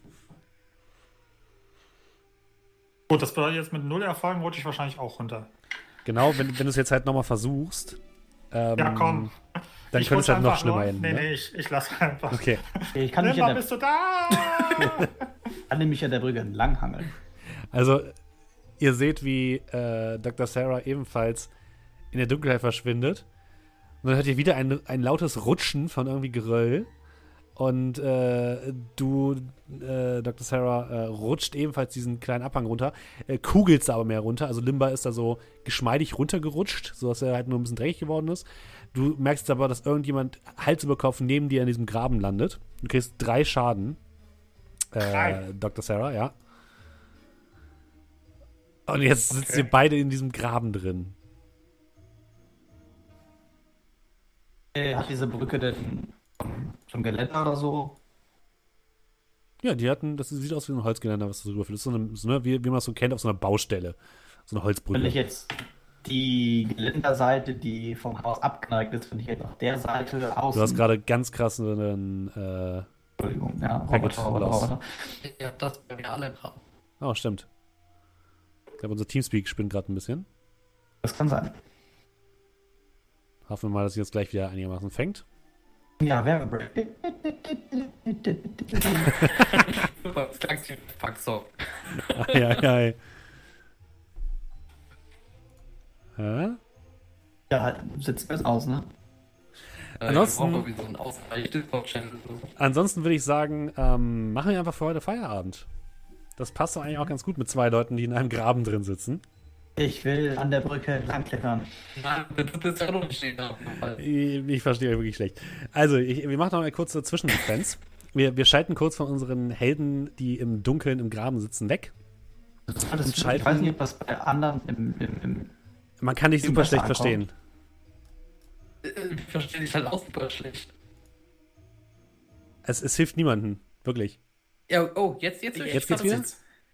[SPEAKER 3] gut, das bedeutet jetzt mit null Erfolgen rutsche ich wahrscheinlich auch runter.
[SPEAKER 1] Genau, wenn, wenn du es jetzt halt nochmal versuchst, ähm,
[SPEAKER 3] Ja, komm.
[SPEAKER 1] dann
[SPEAKER 3] Ich
[SPEAKER 1] könnte es
[SPEAKER 3] rutsche
[SPEAKER 1] halt noch
[SPEAKER 3] einfach
[SPEAKER 1] schlimmer
[SPEAKER 3] nur-
[SPEAKER 1] enden.
[SPEAKER 3] Nee,
[SPEAKER 1] Ne?
[SPEAKER 3] nee, ich, ich lasse einfach.
[SPEAKER 1] Okay.
[SPEAKER 5] Ich kann mich
[SPEAKER 3] Limba,
[SPEAKER 5] an der,
[SPEAKER 3] bist du da?
[SPEAKER 5] kann nämlich an der Brücke entlanghangeln.
[SPEAKER 1] Also, ihr seht, wie äh, Doktor Sarah ebenfalls in der Dunkelheit verschwindet. Und dann hört ihr wieder ein, ein lautes Rutschen von irgendwie Geröll. Und äh, du, äh, Doktor Sarah, äh, rutscht ebenfalls diesen kleinen Abhang runter, äh, kugelst aber mehr runter. Also Limba ist da so geschmeidig runtergerutscht, sodass er halt nur ein bisschen dreckig geworden ist. Du merkst aber, dass irgendjemand Hals über Kopf neben dir in diesem Graben landet. Du kriegst drei Schaden. Äh,
[SPEAKER 3] Drei?
[SPEAKER 1] Doktor Sarah, ja. Und jetzt sitzt
[SPEAKER 3] Okay.
[SPEAKER 1] ihr beide in diesem Graben drin.
[SPEAKER 5] Äh, Hat diese Brücke denn so ein Geländer oder so?
[SPEAKER 1] Ja, die hatten, das sieht aus wie ein Holzgeländer, was du drüber führst. Das ist so eine, so eine, wie, wie man das so kennt, auf so einer Baustelle. So eine Holzbrücke.
[SPEAKER 5] Wenn ich jetzt die Geländerseite, die vom Haus abgeneigt ist, wenn ich jetzt auf der Seite außen...
[SPEAKER 1] Du hast gerade ganz krass einen, äh,
[SPEAKER 5] Entschuldigung, ja,
[SPEAKER 1] Packet
[SPEAKER 5] Roboter, Roboter,
[SPEAKER 1] los.
[SPEAKER 5] Roboter.
[SPEAKER 4] Ja, das bei mir alle haben.
[SPEAKER 1] oh, stimmt. Ich glaube, unser Teamspeak spinnt gerade ein bisschen.
[SPEAKER 5] Das kann sein.
[SPEAKER 1] Hoffen wir mal, dass sie jetzt gleich wieder einigermaßen fängt.
[SPEAKER 5] Ja, Werbebreak.
[SPEAKER 4] Super, das klang wie ein Fuck-Song.
[SPEAKER 1] Ei, ei, ei. Hä?
[SPEAKER 5] Ja, halt, sitzt besser aus, ne?
[SPEAKER 1] Ansonsten-
[SPEAKER 4] Ich brauche irgendwie so einen Ausweichstillstand-Channel.
[SPEAKER 1] Ansonsten würde ich sagen, ähm, machen wir einfach für heute Feierabend. Das passt doch eigentlich auch ganz gut mit zwei Leuten, die in einem Graben drin sitzen.
[SPEAKER 5] Ich will an der Brücke langklettern.
[SPEAKER 4] Nein, du bist ja noch nicht stehen haben.
[SPEAKER 1] Ich, ich verstehe euch wirklich schlecht. Also, ich, wir machen noch eine kurze Zwischensequenz. Wir, wir schalten kurz von unseren Helden, die im Dunkeln im Graben sitzen, weg.
[SPEAKER 5] Das ist alles,
[SPEAKER 1] Und
[SPEAKER 5] ich
[SPEAKER 1] schalten-
[SPEAKER 5] weiß nicht, ob das bei anderen im, im, im
[SPEAKER 1] Man kann dich
[SPEAKER 5] Wie
[SPEAKER 1] super
[SPEAKER 5] besser
[SPEAKER 1] schlecht
[SPEAKER 5] ankommt.
[SPEAKER 1] verstehen.
[SPEAKER 4] Ich verstehe dich halt auch super schlecht.
[SPEAKER 1] Es, es hilft niemandem, wirklich.
[SPEAKER 4] Ja, oh, jetzt, jetzt,
[SPEAKER 1] Jetzt geht's wieder?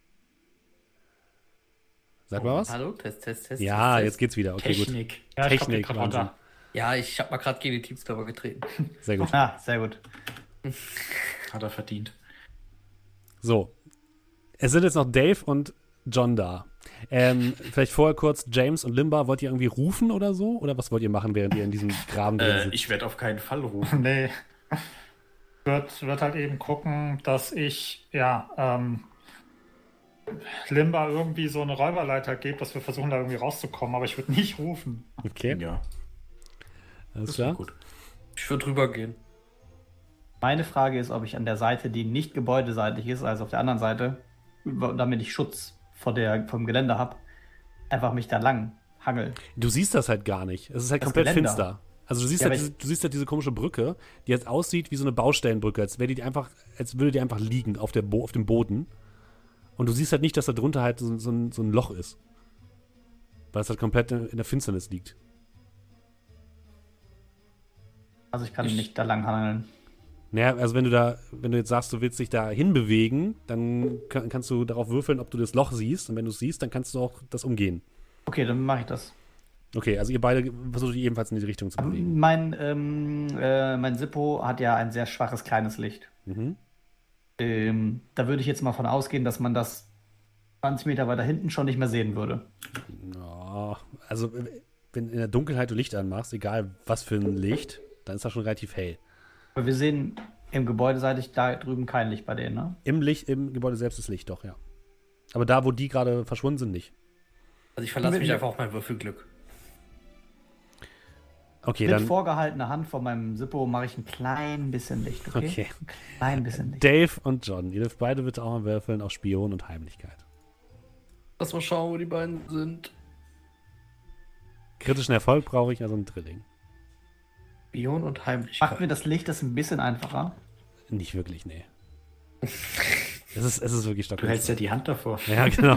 [SPEAKER 1] Sag mal was.
[SPEAKER 4] Hallo, Test, Test, Test.
[SPEAKER 1] Ja,
[SPEAKER 4] Test,
[SPEAKER 1] jetzt geht's wieder. Okay, gut.
[SPEAKER 2] Technik.
[SPEAKER 3] Ja, ich
[SPEAKER 1] Technik,
[SPEAKER 3] Technik, grad
[SPEAKER 1] Wahnsinn.
[SPEAKER 3] runter.
[SPEAKER 4] Ja, ich habe mal gerade gegen den Teamsperber getreten.
[SPEAKER 1] Sehr gut.
[SPEAKER 5] Ah, sehr gut.
[SPEAKER 2] Hat er verdient.
[SPEAKER 1] So. Es sind jetzt noch Dave und John da. Ähm, vielleicht vorher kurz, James und Limba, wollt ihr irgendwie rufen oder so? Oder was wollt ihr machen, während ihr in diesem Graben drin
[SPEAKER 2] Äh,
[SPEAKER 1] sitzt?
[SPEAKER 2] ich werde auf keinen Fall rufen.
[SPEAKER 3] Nee. Wird, wird halt eben gucken, dass ich, ja, ähm, Limba irgendwie so eine Räuberleiter gebe, dass wir versuchen, da irgendwie rauszukommen, aber ich würde nicht rufen.
[SPEAKER 1] Okay,
[SPEAKER 2] Ja,
[SPEAKER 1] alles
[SPEAKER 2] das
[SPEAKER 1] klar.
[SPEAKER 2] ist gut.
[SPEAKER 4] Ich würde rübergehen.
[SPEAKER 5] Meine Frage ist, ob ich an der Seite, die nicht gebäudeseitig ist, also auf der anderen Seite, damit ich Schutz vor der, vom Geländer habe, einfach mich da lang hangel.
[SPEAKER 1] Du siehst das halt gar nicht. Es ist halt
[SPEAKER 5] Das
[SPEAKER 1] komplett
[SPEAKER 5] Geländer.
[SPEAKER 1] finster. Also du siehst,
[SPEAKER 5] Ja,
[SPEAKER 1] halt
[SPEAKER 5] aber
[SPEAKER 1] diese, du siehst halt diese komische Brücke, die jetzt aussieht wie so eine Baustellenbrücke, als wäre die einfach, als würde die einfach liegen auf, der Bo- auf dem Boden. Und du siehst halt nicht, dass da drunter halt so, so, ein, so ein Loch ist. Weil es halt komplett in, in der Finsternis liegt.
[SPEAKER 5] Also ich kann
[SPEAKER 4] Ich-
[SPEAKER 5] nicht da lang hangeln.
[SPEAKER 1] Naja, also wenn du da, wenn du jetzt sagst, du willst dich da hinbewegen, dann kann, kannst du darauf würfeln, ob du das Loch siehst. Und wenn du es siehst, dann kannst du auch das umgehen.
[SPEAKER 5] Okay, dann mache ich das.
[SPEAKER 1] Okay, also ihr beide versucht euch ebenfalls in die Richtung zu bewegen.
[SPEAKER 5] Mein, ähm, äh, mein Sippo hat ja ein sehr schwaches kleines Licht.
[SPEAKER 1] Mhm.
[SPEAKER 5] Ähm, da würde ich jetzt mal von ausgehen, dass man das zwanzig Meter weiter hinten schon nicht mehr sehen würde.
[SPEAKER 1] Ja, also wenn in der Dunkelheit du Licht anmachst, egal was für ein Licht, dann ist das schon relativ hell.
[SPEAKER 5] Aber wir sehen im Gebäude seitig da drüben kein Licht bei denen, ne?
[SPEAKER 1] Im Licht, im Gebäude selbst ist Licht, doch, ja. Aber da, wo die gerade verschwunden sind, nicht.
[SPEAKER 4] Also ich verlasse
[SPEAKER 5] Mit-
[SPEAKER 4] mich einfach auf mein Würfelglück.
[SPEAKER 1] Okay,
[SPEAKER 5] Mit
[SPEAKER 1] dann
[SPEAKER 5] vorgehaltener Hand von meinem Sippo mache ich ein klein bisschen Licht, okay?
[SPEAKER 1] Okay.
[SPEAKER 5] Ein klein bisschen Licht.
[SPEAKER 1] Dave und John, ihr dürft beide bitte auch mal würfeln auf Spion und Heimlichkeit.
[SPEAKER 4] Lass mal schauen, wo die beiden sind.
[SPEAKER 1] Kritischen Erfolg brauche ich, also ein Drilling.
[SPEAKER 4] Spion und
[SPEAKER 5] Macht
[SPEAKER 4] Heimlichkeit.
[SPEAKER 5] mir das Licht das ein bisschen einfacher?
[SPEAKER 1] Nicht wirklich, nee. es, ist, es ist wirklich
[SPEAKER 2] Du
[SPEAKER 1] stockfinster.
[SPEAKER 2] hältst ja die Hand davor.
[SPEAKER 1] Ja, genau.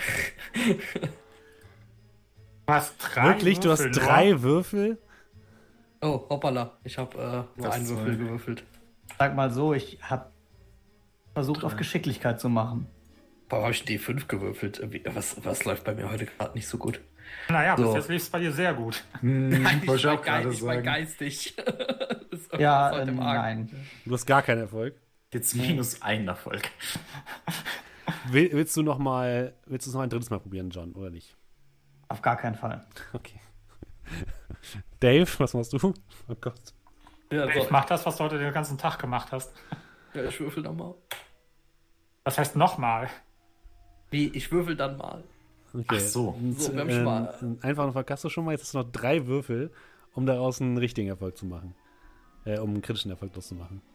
[SPEAKER 3] Du hast drei
[SPEAKER 1] Wirklich, du hast
[SPEAKER 3] Würfel nur.
[SPEAKER 1] drei Würfel?
[SPEAKER 4] Oh, hoppala. Ich habe äh, nur
[SPEAKER 2] Das
[SPEAKER 4] einen
[SPEAKER 2] ist
[SPEAKER 4] Würfel
[SPEAKER 2] so.
[SPEAKER 4] gewürfelt.
[SPEAKER 5] Sag mal so, ich habe versucht auf Geschicklichkeit zu machen.
[SPEAKER 4] Warum habe ich D fünf gewürfelt? Irgendwie- Was, was läuft bei mir heute gerade nicht so gut?
[SPEAKER 3] Naja, bis
[SPEAKER 4] So.
[SPEAKER 3] jetzt lief es bei dir sehr gut.
[SPEAKER 2] Nein,
[SPEAKER 4] ich war, geil, ich war geistig. Das ist
[SPEAKER 5] Ja,
[SPEAKER 4] irgendwas
[SPEAKER 5] äh,
[SPEAKER 4] heute im Argen.
[SPEAKER 5] nein.
[SPEAKER 1] Du hast gar keinen Erfolg.
[SPEAKER 2] Jetzt minus ein Erfolg.
[SPEAKER 1] Will, willst du noch mal, willst du es noch ein drittes Mal probieren, John, oder nicht?
[SPEAKER 5] Auf gar keinen Fall.
[SPEAKER 1] Okay. Dave, was machst du? Oh Gott.
[SPEAKER 4] Ja, so.
[SPEAKER 3] Ich mach das, was du heute den ganzen Tag gemacht hast.
[SPEAKER 4] ja, ich würfel dann mal.
[SPEAKER 3] Das heißt nochmal.
[SPEAKER 4] Wie, ich würfel dann mal.
[SPEAKER 1] Okay.
[SPEAKER 2] Ach so.
[SPEAKER 1] Und,
[SPEAKER 4] So, wir haben
[SPEAKER 1] ähm,
[SPEAKER 4] schon mal-
[SPEAKER 1] einen einfachen Erfolg hast du schon mal. Jetzt hast du noch drei Würfel, um daraus einen richtigen Erfolg zu machen. Äh, um einen kritischen Erfolg draus zu machen.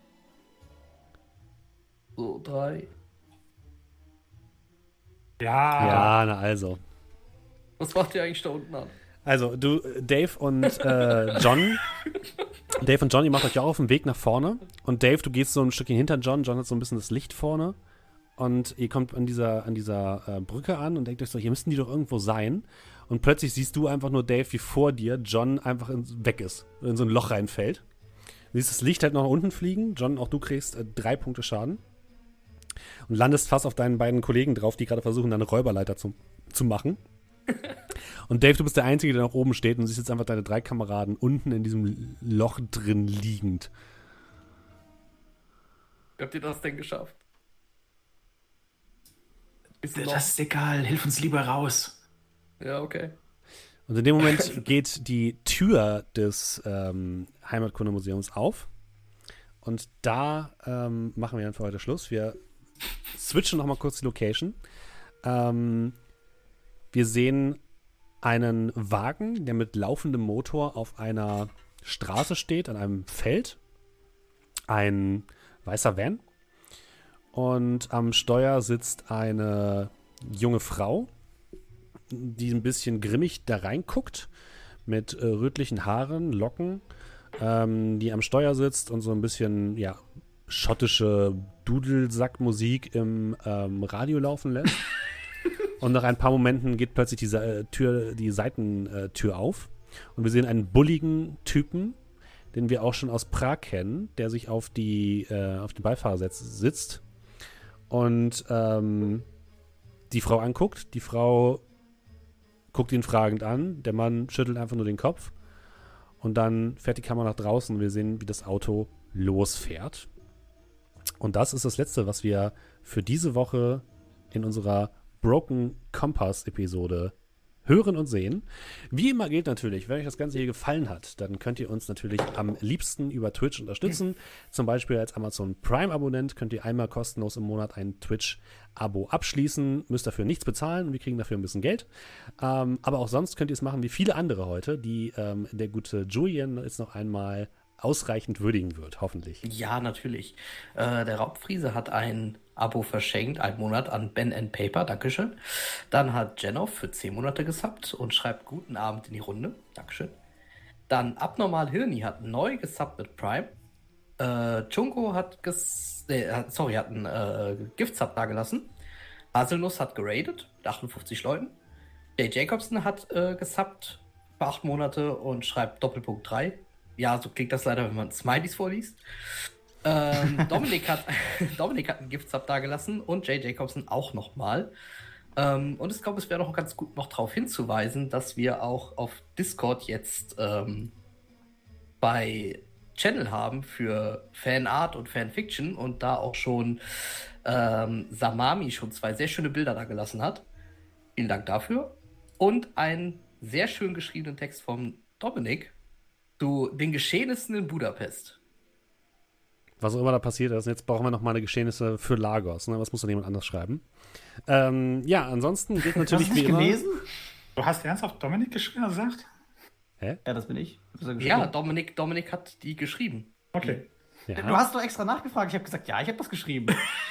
[SPEAKER 4] So, drei.
[SPEAKER 3] Ja.
[SPEAKER 1] Ja, na also.
[SPEAKER 4] Was macht ihr eigentlich da unten an?
[SPEAKER 1] Also, du, Dave und äh, John. Dave und John, ihr macht euch ja auch auf den Weg nach vorne. Und Dave, du gehst so ein Stückchen hinter John. John hat so ein bisschen das Licht vorne. Und ihr kommt an dieser, an dieser äh, Brücke an und denkt euch so, hier müssten die doch irgendwo sein. Und plötzlich siehst du einfach nur Dave, wie vor dir John einfach in, weg ist. In so ein Loch reinfällt. Du siehst das Licht halt noch nach unten fliegen. John, auch du kriegst äh, drei Punkte Schaden. Und landest fast auf deinen beiden Kollegen drauf, die gerade versuchen, deine Räuberleiter zu, zu machen. Und Dave, du bist der Einzige, der nach oben steht und siehst jetzt einfach deine drei Kameraden unten in diesem Loch drin liegend.
[SPEAKER 4] Wie habt ihr das denn geschafft? Ist noch?
[SPEAKER 2] Das ist egal, hilf uns lieber raus.
[SPEAKER 4] Ja, okay.
[SPEAKER 1] Und in dem Moment geht die Tür des ähm, Heimatkundemuseums auf. Und da ähm, machen wir dann für heute Schluss. Wir switchen nochmal kurz die Location. Ähm, wir sehen einen Wagen, der mit laufendem Motor auf einer Straße steht, an einem Feld. Ein weißer Van. Und am Steuer sitzt eine junge Frau, die ein bisschen grimmig da reinguckt, mit äh, rötlichen Haaren, Locken, ähm, die am Steuer sitzt und so ein bisschen, ja, schottische Dudelsackmusik im ähm, Radio laufen lässt. Und nach ein paar Momenten geht plötzlich die, äh, Tür, die Seitentür auf und wir sehen einen bulligen Typen, den wir auch schon aus Prag kennen, der sich auf, die, äh, auf den Beifahrersitz sitzt und ähm, die Frau anguckt. Die Frau guckt ihn fragend an. Der Mann schüttelt einfach nur den Kopf. Und dann fährt die Kamera nach draußen und wir sehen, wie das Auto losfährt. Und das ist das Letzte, was wir für diese Woche in unserer Broken Compass-Episode hören und sehen. Wie immer gilt natürlich, wenn euch das Ganze hier gefallen hat, dann könnt ihr uns natürlich am liebsten über Twitch unterstützen. Zum Beispiel als Amazon Prime-Abonnent könnt ihr einmal kostenlos im Monat ein Twitch-Abo abschließen, müsst dafür nichts bezahlen und wir kriegen dafür ein bisschen Geld. Ähm, aber auch sonst könnt ihr es machen wie viele andere heute, die ähm, der gute Julian jetzt noch einmal ausreichend würdigen wird, hoffentlich.
[SPEAKER 4] Ja, natürlich. Äh, der Raubfriese hat ein Abo verschenkt, einen Monat an Ben and Paper, Dankeschön. Dann hat Jenoff für zehn Monate gesubbt und schreibt guten Abend in die Runde, Dankeschön. Dann Abnormal Hirni hat neu gesubbt mit Prime. Äh, Chunko hat ges nee, sorry, hat einen äh, Gift-Sub dagelassen. Haselnuss hat geradet, mit achtundfünfzig Leuten. Jay Jacobson hat äh, gesubbt für acht Monate und schreibt Doppelpunkt drei. Ja, so klingt das leider, wenn man Smileys vorliest. Ähm, Dominik, hat, Dominik hat einen Gift-Sub dagelassen und Jay Jacobson auch nochmal. Ähm, und ich glaube, es wäre noch ganz gut, noch darauf hinzuweisen, dass wir auch auf Discord jetzt ähm, bei Channel haben für Fanart und Fanfiction und da auch schon ähm, Samami schon zwei sehr schöne Bilder da gelassen hat. Vielen Dank dafür. Und einen sehr schön geschriebenen Text von Dominik zu den Geschehnissen in Budapest.
[SPEAKER 1] Was auch immer da passiert ist. Jetzt brauchen wir noch mal eine Geschehnisse für Lagos. Ne? Was muss dann jemand anders schreiben? Ähm, ja, ansonsten geht natürlich
[SPEAKER 5] Hast du
[SPEAKER 1] wie
[SPEAKER 5] nicht
[SPEAKER 1] immer.
[SPEAKER 5] gelesen?
[SPEAKER 3] Du hast ernsthaft Dominik geschrieben, gesagt?
[SPEAKER 1] Hä?
[SPEAKER 5] Ja, das bin ich.
[SPEAKER 4] Ja, Dominik, Dominik hat die geschrieben.
[SPEAKER 3] Okay.
[SPEAKER 1] Ja.
[SPEAKER 5] Du hast doch extra nachgefragt. Ich habe gesagt, ja, ich habe das geschrieben.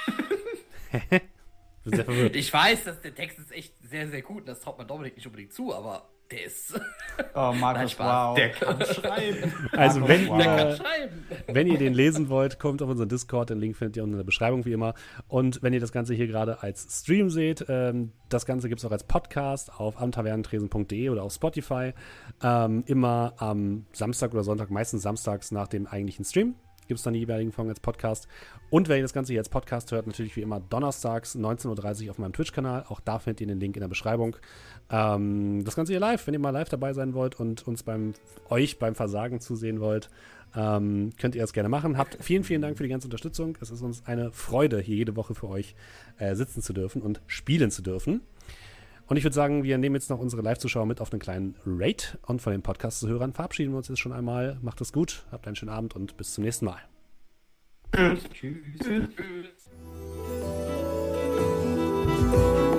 [SPEAKER 1] Bin sehr verwirrt.
[SPEAKER 4] Ich weiß, dass der Text ist echt sehr, sehr gut. Das traut man Dominik nicht unbedingt zu, aber der ist.
[SPEAKER 5] Oh, Markus, wow.
[SPEAKER 2] Der kann schreiben.
[SPEAKER 1] Also wenn
[SPEAKER 5] Wow.
[SPEAKER 4] Der kann
[SPEAKER 1] ihr,
[SPEAKER 4] schreiben.
[SPEAKER 1] wenn ihr den lesen wollt, kommt auf unseren Discord. Den Link findet ihr unten in der Beschreibung wie immer. Und wenn ihr das Ganze hier gerade als Stream seht, ähm, das Ganze gibt es auch als Podcast auf am tavernentresen punkt de oder auf Spotify. Ähm, immer am Samstag oder Sonntag, meistens samstags nach dem eigentlichen Stream. Gibt es dann die jeweiligen Folgen als Podcast. Und wenn ihr das Ganze hier als Podcast hört, natürlich wie immer donnerstags neunzehn Uhr dreißig auf meinem Twitch-Kanal. Auch da findet ihr den Link in der Beschreibung. Ähm, das Ganze hier live, wenn ihr mal live dabei sein wollt und uns beim euch beim Versagen zusehen wollt, ähm, könnt ihr das gerne machen. Habt vielen, vielen Dank für die ganze Unterstützung. Es ist uns eine Freude, hier jede Woche für euch äh, sitzen zu dürfen und spielen zu dürfen. Und ich würde sagen, wir nehmen jetzt noch unsere Live-Zuschauer mit auf einen kleinen Raid. Und von den Podcast-Zuhörern verabschieden wir uns jetzt schon einmal. Macht es gut, habt einen schönen Abend und bis zum nächsten Mal.
[SPEAKER 5] Tschüss.
[SPEAKER 4] Tschüss.